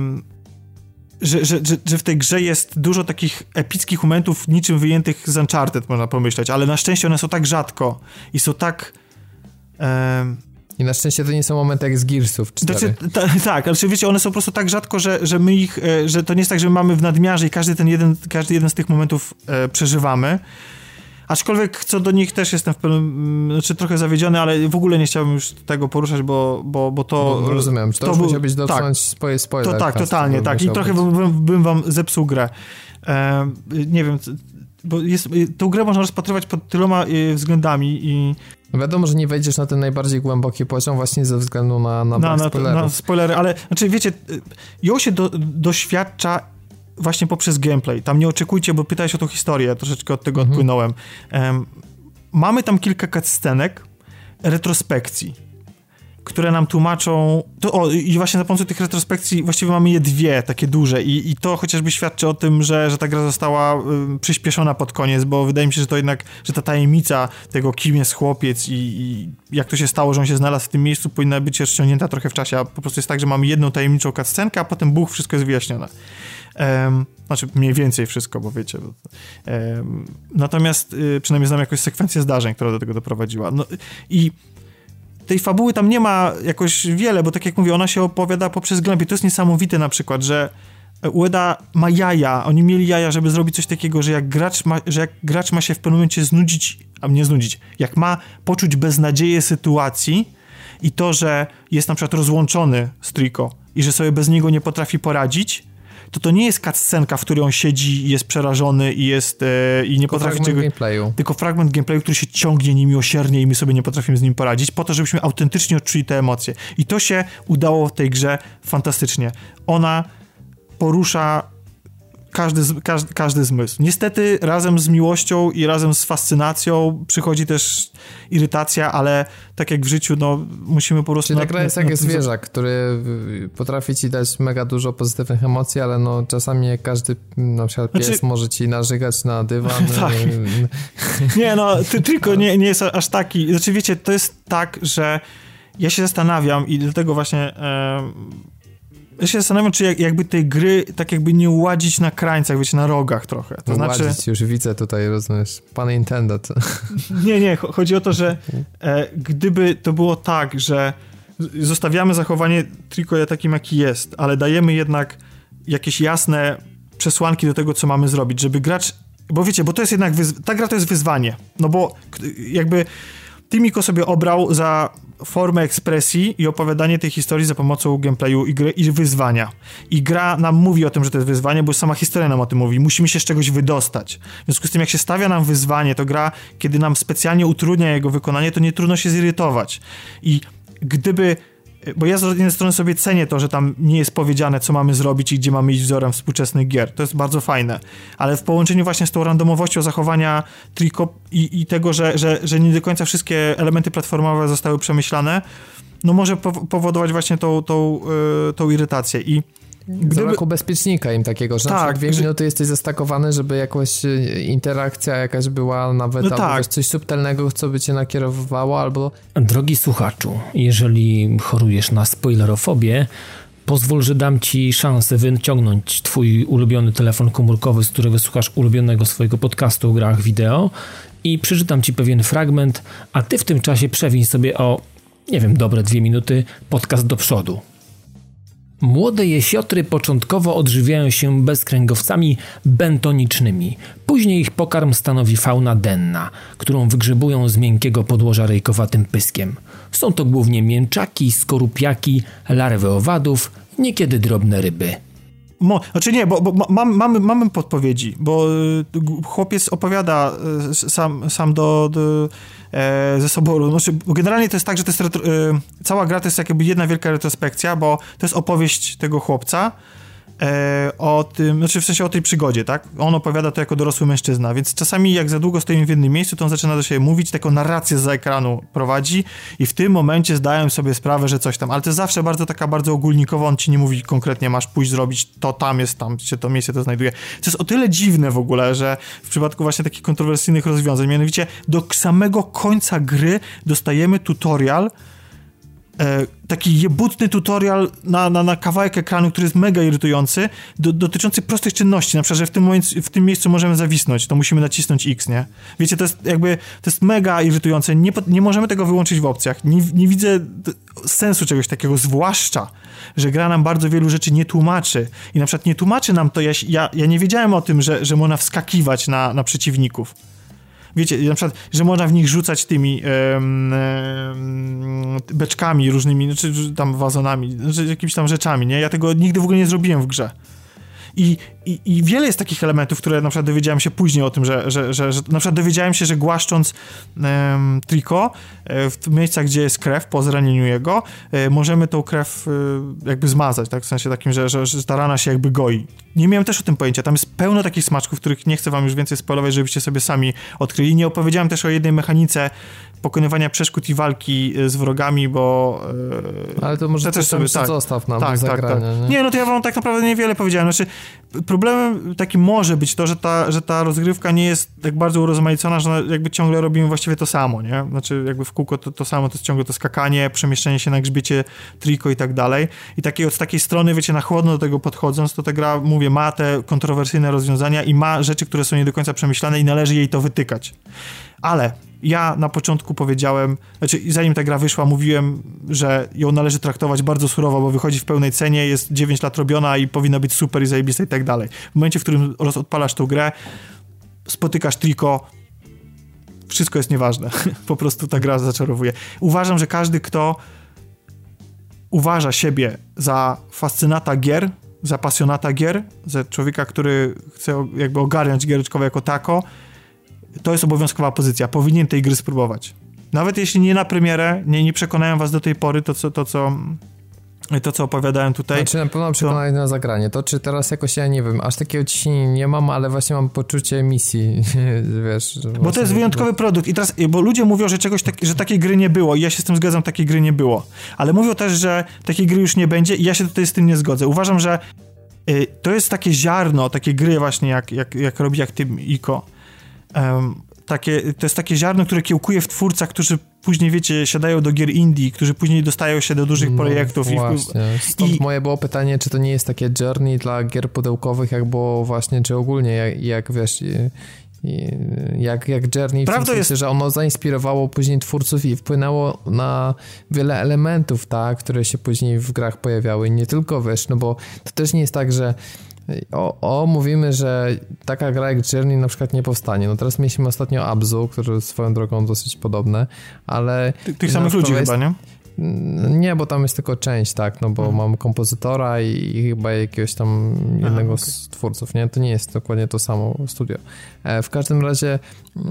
w tej grze jest dużo takich epickich momentów niczym wyjętych z Uncharted, można pomyśleć, ale na szczęście one są tak rzadko i są tak... I na szczęście to nie są momenty jak z Gearsów 4. Tak, ale wiecie, one są po prostu tak rzadko, że my ich, że to nie jest tak, że mamy w nadmiarze i każdy jeden z tych momentów przeżywamy. Aczkolwiek co do nich też jestem trochę zawiedziony, ale w ogóle nie chciałbym już tego poruszać, bo to... Bo rozumiem, to już musiał być dotknąć spoiler. To tak, totalnie, tak. I trochę bym wam zepsuł grę. Nie wiem, bo tą grę można rozpatrywać pod tyloma względami i... Wiadomo, że nie wejdziesz na ten najbardziej głęboki poziom właśnie ze względu na spoilerów. Na spoilery, ale znaczy wiecie, ją się doświadcza właśnie poprzez gameplay. Tam nie oczekujcie, bo pytałeś o tą historię, troszeczkę od tego odpłynąłem. Mamy tam kilka cutscenek, retrospekcji, które nam tłumaczą... I właśnie za pomocą tych retrospekcji właściwie mamy je dwie, takie duże i to chociażby świadczy o tym, że ta gra została przyspieszona pod koniec, bo wydaje mi się, że to jednak, że ta tajemnica tego, kim jest chłopiec i jak to się stało, że on się znalazł w tym miejscu, powinna być rozciągnięta trochę w czasie, a po prostu jest tak, że mamy jedną tajemniczą cutscenkę, a potem wszystko jest wyjaśnione. Znaczy mniej więcej wszystko, bo wiecie. Natomiast przynajmniej znam jakąś sekwencję zdarzeń, która do tego doprowadziła. No, i tej fabuły tam nie ma jakoś wiele, bo tak jak mówię, ona się opowiada poprzez gameplay. To jest niesamowite na przykład, że Ueda ma jaja, oni mieli jaja, żeby zrobić coś takiego, że jak gracz ma się w pewnym momencie znudzić, jak ma poczuć beznadzieję sytuacji i to, że jest na przykład rozłączony z Trico i że sobie bez niego nie potrafi poradzić, to nie jest cutscenka, w której on siedzi i jest przerażony i nie potrafi czegoś... Tylko fragment gameplayu, który się ciągnie niemiłosiernie i my sobie nie potrafimy z nim poradzić, po to, żebyśmy autentycznie odczuli te emocje. I to się udało w tej grze fantastycznie. Ona porusza każdy zmysł. Niestety razem z miłością i razem z fascynacją przychodzi też irytacja, ale tak jak w życiu, musimy po prostu... Czyli ta gra jest jak zwierzak, który potrafi ci dać mega dużo pozytywnych emocji, ale czasami jak każdy na przykład pies może ci narzygać na dywan. Tak. Nie, tylko nie jest aż taki. Znaczy wiecie, to jest tak, że ja się zastanawiam i dlatego właśnie... Ja się zastanawiam, czy jakby tej gry tak jakby nie uładzić na krańcach, wiecie, na rogach trochę. To uładzić, już widzę tutaj, rozumiesz, pun intended. Nie, chodzi o to, że gdyby to było tak, że zostawiamy zachowanie Trico takim, jaki jest, ale dajemy jednak jakieś jasne przesłanki do tego, co mamy zrobić, żeby gracz... Bo wiecie, bo to jest jednak... Ta gra to jest wyzwanie. No bo jakby Timiko sobie obrał za formę ekspresji i opowiadanie tej historii za pomocą gameplayu i wyzwania. I gra nam mówi o tym, że to jest wyzwanie, bo sama historia nam o tym mówi. Musimy się z czegoś wydostać. W związku z tym, jak się stawia nam wyzwanie, to gra, kiedy nam specjalnie utrudnia jego wykonanie, to nie trudno się zirytować. I gdyby... Bo ja z jednej strony sobie cenię to, że tam nie jest powiedziane, co mamy zrobić i gdzie mamy iść wzorem współczesnych gier. To jest bardzo fajne. Ale w połączeniu właśnie z tą randomowością zachowania Trico i tego, że nie do końca wszystkie elementy platformowe zostały przemyślane, może powodować właśnie tą irytację. I Zabrakło bezpiecznika im takiego, że na przykład 2 minuty jesteś zastakowany, żeby jakoś interakcja jakaś była nawet, albo coś subtelnego, co by cię nakierowywało, albo... Drogi słuchaczu, jeżeli chorujesz na spoilerofobię, pozwól, że dam ci szansę wyciągnąć twój ulubiony telefon komórkowy, z którego słuchasz ulubionego swojego podcastu o grach wideo i przeczytam ci pewien fragment, a ty w tym czasie przewiń sobie o, dobre 2 minuty podcast do przodu. Młode jesiotry początkowo odżywiają się bezkręgowcami bentonicznymi. Później ich pokarm stanowi fauna denna, którą wygrzebują z miękkiego podłoża rejkowatym pyskiem. Są to głównie mięczaki, skorupiaki, larwy owadów, niekiedy drobne ryby. Znaczy nie, bo mamy podpowiedzi, bo chłopiec opowiada sam ze soboru. Znaczy, generalnie to jest tak, że to jest cała gra to jest jakby jedna wielka retrospekcja, bo to jest opowieść tego chłopca o tym, znaczy w sensie o tej przygodzie, tak? On opowiada to jako dorosły mężczyzna, więc czasami jak za długo stoimy w jednym miejscu, to on zaczyna do siebie mówić, taką narrację zza ekranu prowadzi i w tym momencie zdałem sobie sprawę, że coś tam, ale to jest zawsze bardzo ogólnikowo, on ci nie mówi konkretnie, masz pójść zrobić to, tam się to miejsce to znajduje. To jest o tyle dziwne w ogóle, że w przypadku właśnie takich kontrowersyjnych rozwiązań, mianowicie do samego końca gry dostajemy tutorial, taki jebutny tutorial na kawałek ekranu, który jest mega irytujący, dotyczący prostych czynności, na przykład, że w tym miejscu możemy zawisnąć, to musimy nacisnąć X, nie? Wiecie, to jest mega irytujące, nie możemy tego wyłączyć w opcjach, nie widzę sensu czegoś takiego, zwłaszcza, że gra nam bardzo wielu rzeczy nie tłumaczy i na przykład nie tłumaczy nam to, ja nie wiedziałem o tym, że można wskakiwać na przeciwników. Wiecie, na przykład, że można w nich rzucać tymi beczkami różnymi, czy tam wazonami, jakimiś tam rzeczami, nie? Ja tego nigdy w ogóle nie zrobiłem w grze. I wiele jest takich elementów, które na przykład dowiedziałem się później o tym, że na przykład dowiedziałem się, że głaszcząc Trico w miejscach, gdzie jest krew po zranieniu jego, możemy tą krew jakby zmazać, tak? W sensie takim, że ta rana się jakby goi. Nie miałem też o tym pojęcia. Tam jest pełno takich smaczków, których nie chcę wam już więcej spoilować, żebyście sobie sami odkryli. Nie opowiedziałem też o jednej mechanice pokonywania przeszkód i walki z wrogami, bo... Ale to może też sobie zostaw nam do zagrania. Tak. Nie, no to ja wam tak naprawdę niewiele powiedziałem. Znaczy, problemem takim może być to, że ta rozgrywka nie jest tak bardzo urozmaicona, że jakby ciągle robimy właściwie to samo, nie? Znaczy, jakby w kółko to samo, to jest ciągle to skakanie, przemieszczenie się na grzbiecie Trico i tak dalej. I od takiej strony, wiecie, na chłodno do tego podchodząc, to ta gra, mówię, ma te kontrowersyjne rozwiązania i ma rzeczy, które są nie do końca przemyślane i należy jej to wytykać. Ale ja na początku powiedziałem, znaczy zanim ta gra wyszła, mówiłem, że ją należy traktować bardzo surowo, bo wychodzi w pełnej cenie, jest 9 lat robiona i powinna być super i zajebista i tak dalej. W momencie, w którym odpalasz tą grę, spotykasz Trico, wszystko jest nieważne. Po prostu ta gra zaczarowuje. Uważam, że każdy, kto uważa siebie za fascynata gier, za pasjonata gier, za człowieka, który chce jakby ogarniać giereczkowe jako tako, to jest obowiązkowa pozycja. Powinien tej gry spróbować. Nawet jeśli nie na premierę, nie przekonają was do tej pory to, co opowiadałem tutaj. Znaczy na pewno przekonać na zagranie. To czy teraz jakoś, ja nie wiem, aż takiego ciśnienia nie mam, ale właśnie mam poczucie misji, wiesz. Bo to jest wyjątkowy produkt i teraz, bo ludzie mówią, że takiej gry nie było i ja się z tym zgadzam, takiej gry nie było. Ale mówią też, że takiej gry już nie będzie i ja się tutaj z tym nie zgodzę. Uważam, że to jest takie ziarno, takie gry właśnie jak robi Active Ico. To jest takie ziarno, które kiełkuje w twórcach, którzy później, wiecie, siadają do gier indie, którzy później dostają się do dużych projektów. Właśnie. Stąd moje było pytanie, czy to nie jest takie journey dla gier pudełkowych, jak było właśnie, czy ogólnie, jak wiesz... Jak Journey, w tym sensie, że ono zainspirowało później twórców i wpłynęło na wiele elementów, tak, które się później w grach pojawiały. Nie tylko, wiesz, no bo to też nie jest tak, że mówimy, że taka gra jak Journey na przykład nie powstanie. No teraz mieliśmy ostatnio Abzu, który swoją drogą dosyć podobne, ale... Tych samych ludzi chyba, nie? Nie, bo tam jest tylko część, tak, no bo mam kompozytora i chyba jakiegoś tam jednego z twórców, nie? To nie jest dokładnie to samo studio. W każdym razie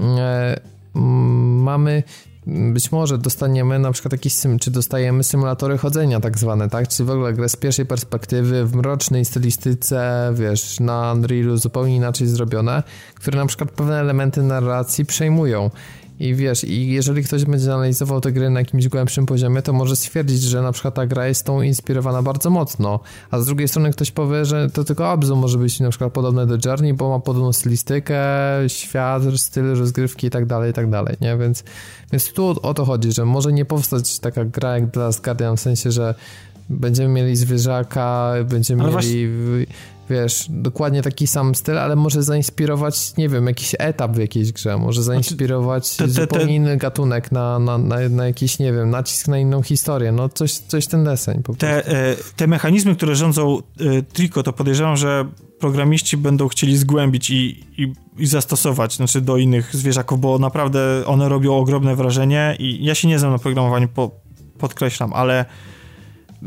mamy... Być może dostaniemy na przykład czy dostajemy symulatory chodzenia tak zwane, tak? Czyli w ogóle grę z pierwszej perspektywy, w mrocznej stylistyce, wiesz, na Unrealu zupełnie inaczej zrobione, które na przykład pewne elementy narracji przejmują. I wiesz, i jeżeli ktoś będzie analizował te gry na jakimś głębszym poziomie, to może stwierdzić, że na przykład ta gra jest tą inspirowana bardzo mocno, a z drugiej strony ktoś powie, że to tylko Abzu może być na przykład podobne do Journey, bo ma podobną stylistykę, świat, styl rozgrywki i tak dalej, nie? Więc tu o to chodzi, że może nie powstać taka gra jak The Last Guardian, w sensie, że będziemy mieli zwierzaka, będziemy mieli... Wiesz, dokładnie taki sam styl, ale może zainspirować, nie wiem, jakiś etap w jakiejś grze, może zainspirować zupełnie inny gatunek na jakiś, nie wiem, nacisk na inną historię, no coś ten deseń po prostu. Te mechanizmy, które rządzą Trico, to podejrzewam, że programiści będą chcieli zgłębić i zastosować, znaczy do innych zwierzaków, bo naprawdę one robią ogromne wrażenie i ja się nie znam na programowaniu, podkreślam, ale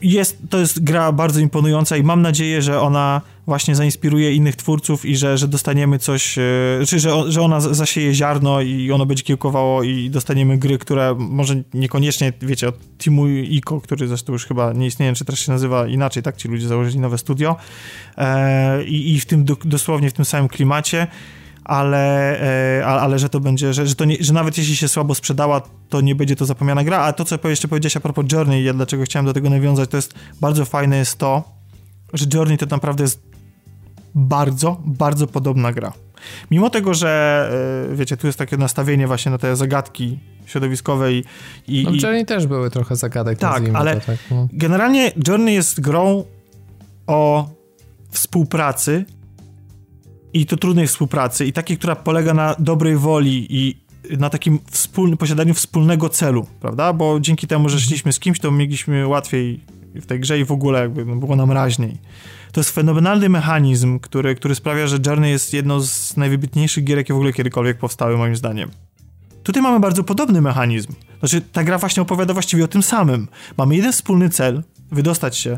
to jest gra bardzo imponująca i mam nadzieję, że ona właśnie zainspiruje innych twórców i że dostaniemy coś, czy że ona zasieje ziarno i ono będzie kiełkowało i dostaniemy gry, które może niekoniecznie, wiecie, od teamu ICO, który zresztą już chyba nie istnieje, czy też się nazywa inaczej, tak? Ci ludzie założyli nowe studio i w tym dosłownie w tym samym klimacie, ale że to będzie, że nawet jeśli się słabo sprzedała, to nie będzie to zapomniana gra. A to, co jeszcze powiedziałeś a propos Journey, ja dlaczego chciałem do tego nawiązać, to jest bardzo fajne jest to, że Journey to naprawdę jest bardzo, bardzo podobna gra. Mimo tego, że wiecie, tu jest takie nastawienie właśnie na te zagadki środowiskowe i w Journey też były trochę zagadek. Tak, ale generalnie Journey jest grą o współpracy i to trudnej współpracy i takiej, która polega na dobrej woli i na takim posiadaniu wspólnego celu, prawda? Bo dzięki temu, że szliśmy z kimś, to mieliśmy łatwiej w tej grze i w ogóle jakby było nam raźniej. To jest fenomenalny mechanizm, który sprawia, że Journey jest jedną z najwybitniejszych gier, jakie w ogóle kiedykolwiek powstały, moim zdaniem. Tutaj mamy bardzo podobny mechanizm. Znaczy, ta gra właśnie opowiada właściwie o tym samym. Mamy jeden wspólny cel, wydostać się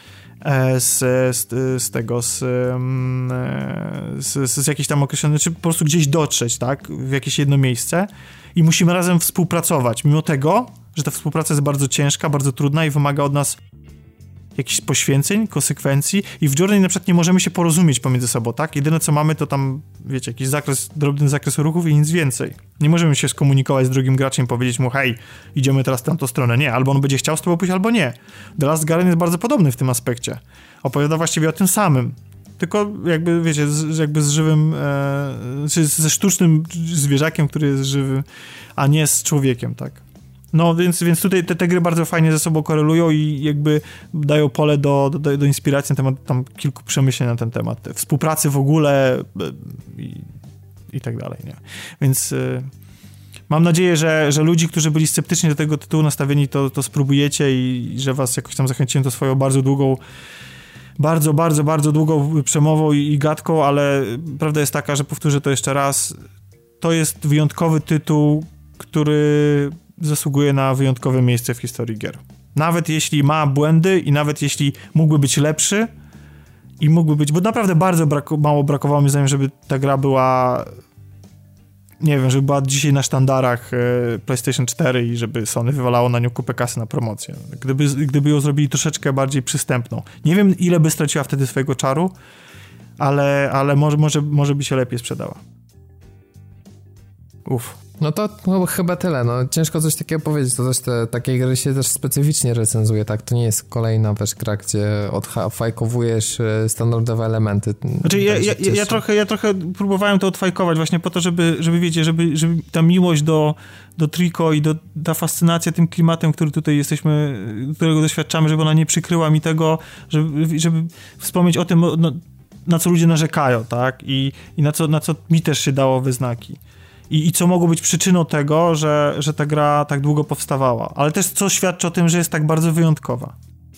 z jakiejś tam określonej, czy po prostu gdzieś dotrzeć, tak, w jakieś jedno miejsce i musimy razem współpracować, mimo tego, że ta współpraca jest bardzo ciężka, bardzo trudna i wymaga od nas jakichś poświęceń, konsekwencji i w Journey na przykład nie możemy się porozumieć pomiędzy sobą, tak? Jedyne co mamy to tam, wiecie, jakiś drobny zakres ruchów i nic więcej. Nie możemy się skomunikować z drugim graczem i powiedzieć mu, hej, idziemy teraz w tamtą stronę. Nie, albo on będzie chciał z tobą pójść, albo nie. The Last Guardian jest bardzo podobny w tym aspekcie. Opowiada właściwie o tym samym. Tylko jakby, wiecie, jakby z żywym, czy ze sztucznym zwierzakiem, który jest żywy, a nie z człowiekiem, tak? No, więc tutaj te gry bardzo fajnie ze sobą korelują i jakby dają pole do inspiracji na temat tam kilku przemyśleń na ten temat. Współpracy w ogóle i tak dalej, nie? Więc mam nadzieję, że ludzi, którzy byli sceptyczni do tego tytułu nastawieni, to spróbujecie i że was jakoś tam zachęciłem do swoją bardzo długą przemową i gadką, ale prawda jest taka, że powtórzę to jeszcze raz, to jest wyjątkowy tytuł, który zasługuje na wyjątkowe miejsce w historii gier. Nawet jeśli ma błędy i nawet jeśli mógłby być lepszy i mógłby być, bo naprawdę bardzo mało brakowało mi zdaniem, żeby ta gra była, nie wiem, żeby była dzisiaj na sztandarach PlayStation 4 i żeby Sony wywalało na nią kupę kasy na promocję. Gdyby ją zrobili troszeczkę bardziej przystępną. Nie wiem, ile by straciła wtedy swojego czaru, ale może by się lepiej sprzedała. No to chyba tyle, no ciężko coś takiego powiedzieć, to też takie gry się też specyficznie recenzuje, tak, to nie jest kolejna gra, gdzie odfajkowujesz standardowe elementy. Znaczy ja trochę próbowałem to odfajkować właśnie po to, żeby wiecie, żeby ta miłość do Trico i ta fascynacja tym klimatem, który tutaj jesteśmy, którego doświadczamy, żeby ona nie przykryła mi tego, żeby wspomnieć o tym, na co ludzie narzekają, tak, i na co mi też się dało we znaki. I co mogło być przyczyną tego, że ta gra tak długo powstawała. Ale też co świadczy o tym, że jest tak bardzo wyjątkowa.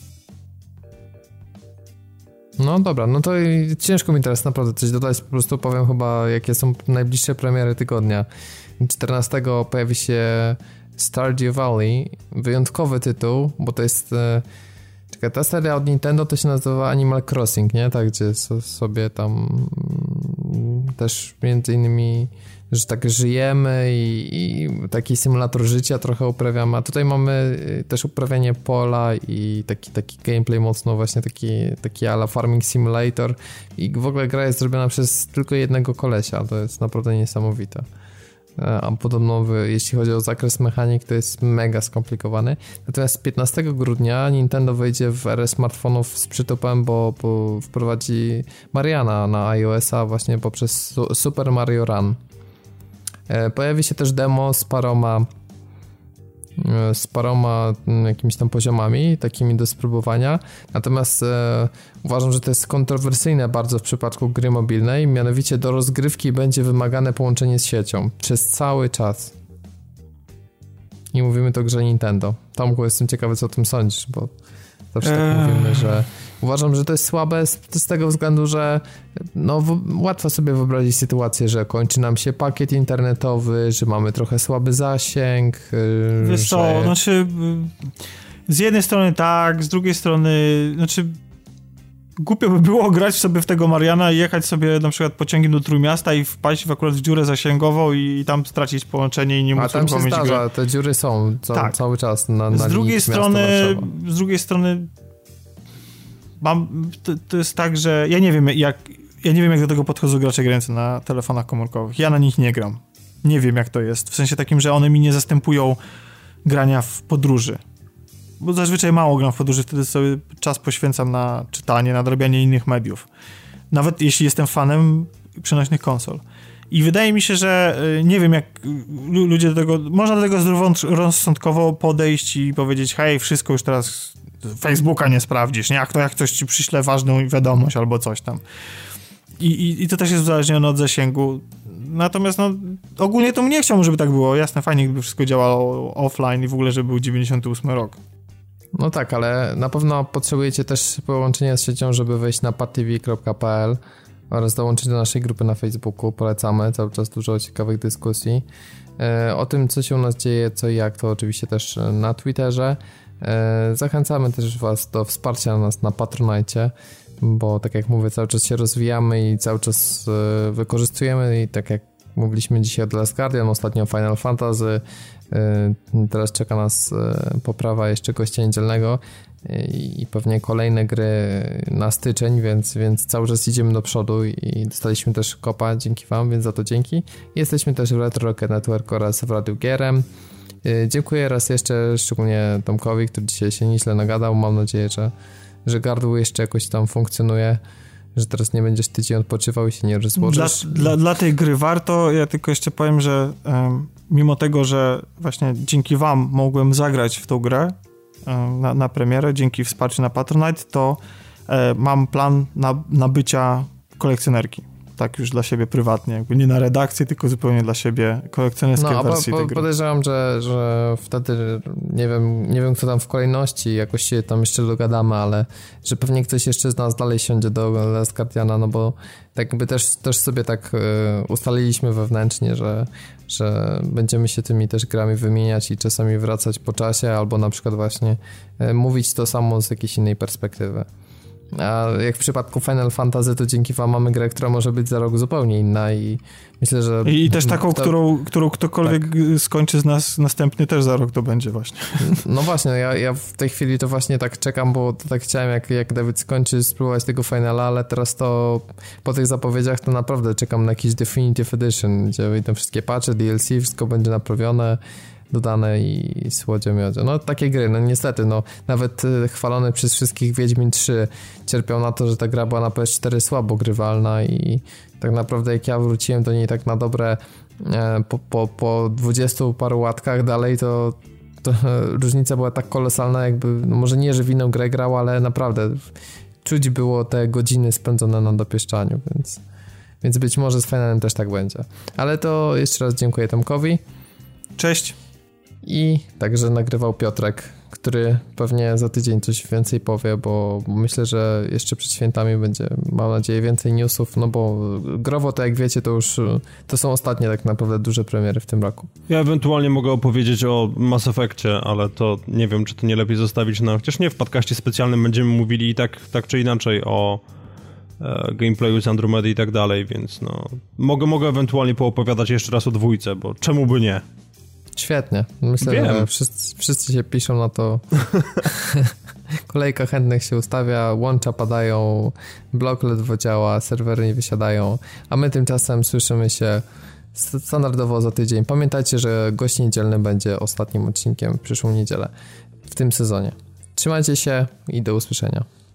No dobra, no to ciężko mi teraz naprawdę coś dodać. Po prostu powiem chyba, jakie są najbliższe premiery tygodnia. 14 pojawi się Stardew Valley. Wyjątkowy tytuł, bo to jest... Czekaj, ta seria od Nintendo to się nazywa Animal Crossing, nie? Tak, gdzie sobie tam też między innymi, że tak żyjemy i taki symulator życia trochę uprawiamy, a tutaj mamy też uprawianie pola i taki gameplay mocno właśnie taki ala Farming Simulator i w ogóle gra jest zrobiona przez tylko jednego kolesia, to jest naprawdę niesamowite. A podobno jeśli chodzi o zakres mechanik, to jest mega skomplikowany. Natomiast 15 grudnia Nintendo wejdzie w erę smartfonów z przytupem, bo wprowadzi Mariana na iOS-a właśnie poprzez Super Mario Run. Pojawi się też demo z paroma jakimiś tam poziomami, takimi do spróbowania. Natomiast uważam, że to jest kontrowersyjne bardzo w przypadku gry mobilnej. Mianowicie do rozgrywki będzie wymagane połączenie z siecią przez cały czas. I mówimy to o grze Nintendo. Tomku, jestem ciekawy, co o tym sądzisz, bo zawsze tak mówimy, że uważam, że to jest słabe z tego względu, że no, łatwo sobie wyobrazić sytuację, że kończy nam się pakiet internetowy, że mamy trochę słaby zasięg. Wiesz co, znaczy Z jednej strony tak, z drugiej strony, znaczy głupio by było grać sobie w tego Mariana i jechać sobie na przykład pociągiem do Trójmiasta i wpaść akurat w dziurę zasięgową i tam stracić połączenie i nie móc uruchomić gry. A tam się zdarza, te dziury są cały czas na z drugiej strony to jest tak, że ja nie wiem jak do tego podchodzą gracze grający na telefonach komórkowych. Ja na nich nie gram. Nie wiem jak to jest. W sensie takim, że one mi nie zastępują grania w podróży. Bo zazwyczaj mało gram w podróży, wtedy sobie czas poświęcam na czytanie, nadrabianie innych mediów. Nawet jeśli jestem fanem przenośnych konsol. I wydaje mi się, że nie wiem jak ludzie do tego... Można do tego zdroworozsądkowo podejść i powiedzieć, hej, wszystko już teraz Facebooka nie sprawdzisz, nie? Jak ktoś ci przyśle ważną wiadomość albo coś tam. I to też jest uzależnione od zasięgu. Natomiast ogólnie to nie chciałbym, żeby tak było. Jasne, fajnie, gdyby wszystko działało offline i w ogóle, żeby był 98 rok. No tak, ale na pewno potrzebujecie też połączenia z siecią, żeby wejść na padtv.pl oraz dołączyć do naszej grupy na Facebooku. Polecamy, cały czas dużo ciekawych dyskusji. O tym, co się u nas dzieje, co i jak, to oczywiście też na Twitterze. Zachęcamy też was do wsparcia nas na Patronite, bo tak jak mówię, cały czas się rozwijamy i cały czas wykorzystujemy i tak jak mówiliśmy dzisiaj o The Last Guardian, ostatnio Final Fantasy, teraz czeka nas poprawa jeszcze gościa niedzielnego i pewnie kolejne gry na styczeń, więc cały czas idziemy do przodu i dostaliśmy też kopa dzięki wam, więc za to dzięki. Jesteśmy też w Retro Rocket Network oraz w Radiu Gierem. Dziękuję raz jeszcze szczególnie Tomkowi, który dzisiaj się nieźle nagadał. Mam nadzieję, że gardło jeszcze jakoś tam funkcjonuje, że teraz nie będziesz tydzień odpoczywał i się nie rozłożysz. Dla tej gry warto. Ja tylko jeszcze powiem, że mimo tego, że właśnie dzięki wam mogłem zagrać w tą grę na premierę, dzięki wsparciu na Patronite, to mam plan nabycia kolekcjonerki. Tak już dla siebie prywatnie, jakby nie na redakcję, tylko zupełnie dla siebie kolekcjonerskie wersje tej gry. Podejrzewam, że wtedy nie wiem kto tam w kolejności, jakoś się tam jeszcze dogadamy, ale że pewnie ktoś jeszcze z nas dalej siądzie do Last Guardiana, no bo tak jakby też sobie tak ustaliliśmy wewnętrznie, że będziemy się tymi też grami wymieniać i czasami wracać po czasie, albo na przykład właśnie mówić to samo z jakiejś innej perspektywy. A jak w przypadku Final Fantasy, to dzięki wam mamy grę, która może być za rok zupełnie inna i myślę, że... I też taką, którą ktokolwiek skończy z nas następny też za rok to będzie właśnie. No właśnie, ja w tej chwili to właśnie tak czekam, bo to tak chciałem jak David skończy spróbować tego Finala, ale teraz to po tych zapowiedziach to naprawdę czekam na jakiś Definitive Edition, gdzie wyjdą wszystkie patche, DLC, wszystko będzie naprawione, dodane i słodzie miodzie. No takie gry, no niestety, no nawet chwalony przez wszystkich Wiedźmin 3 cierpiał na to, że ta gra była na PS4 słabo grywalna i tak naprawdę jak ja wróciłem do niej tak na dobre po 20 paru łatkach dalej, to różnica była tak kolosalna, jakby, no może nie, że w inną grę grał, ale naprawdę czuć było te godziny spędzone na dopieszczaniu, więc być może z Finalem też tak będzie. Ale to jeszcze raz dziękuję Tomkowi. Cześć. I także nagrywał Piotrek, który pewnie za tydzień coś więcej powie, bo myślę, że jeszcze przed świętami będzie, mam nadzieję, więcej newsów, no bo growo, tak jak wiecie, to są ostatnie tak naprawdę duże premiery w tym roku. Ja ewentualnie mogę opowiedzieć o Mass Effectie, ale to nie wiem, czy to nie lepiej zostawić chociaż nie w podcaście specjalnym będziemy mówili i tak czy inaczej o gameplayu z Andromedy i tak dalej, więc no mogę ewentualnie poopowiadać jeszcze raz o dwójce, bo czemu by nie? Świetnie. Myślę, że wszyscy się piszą na to. Kolejka chętnych się ustawia, łącza padają, blok ledwo działa, serwery nie wysiadają, a my tymczasem słyszymy się standardowo za tydzień. Pamiętajcie, że gość niedzielny będzie ostatnim odcinkiem w przyszłą niedzielę w tym sezonie. Trzymajcie się i do usłyszenia.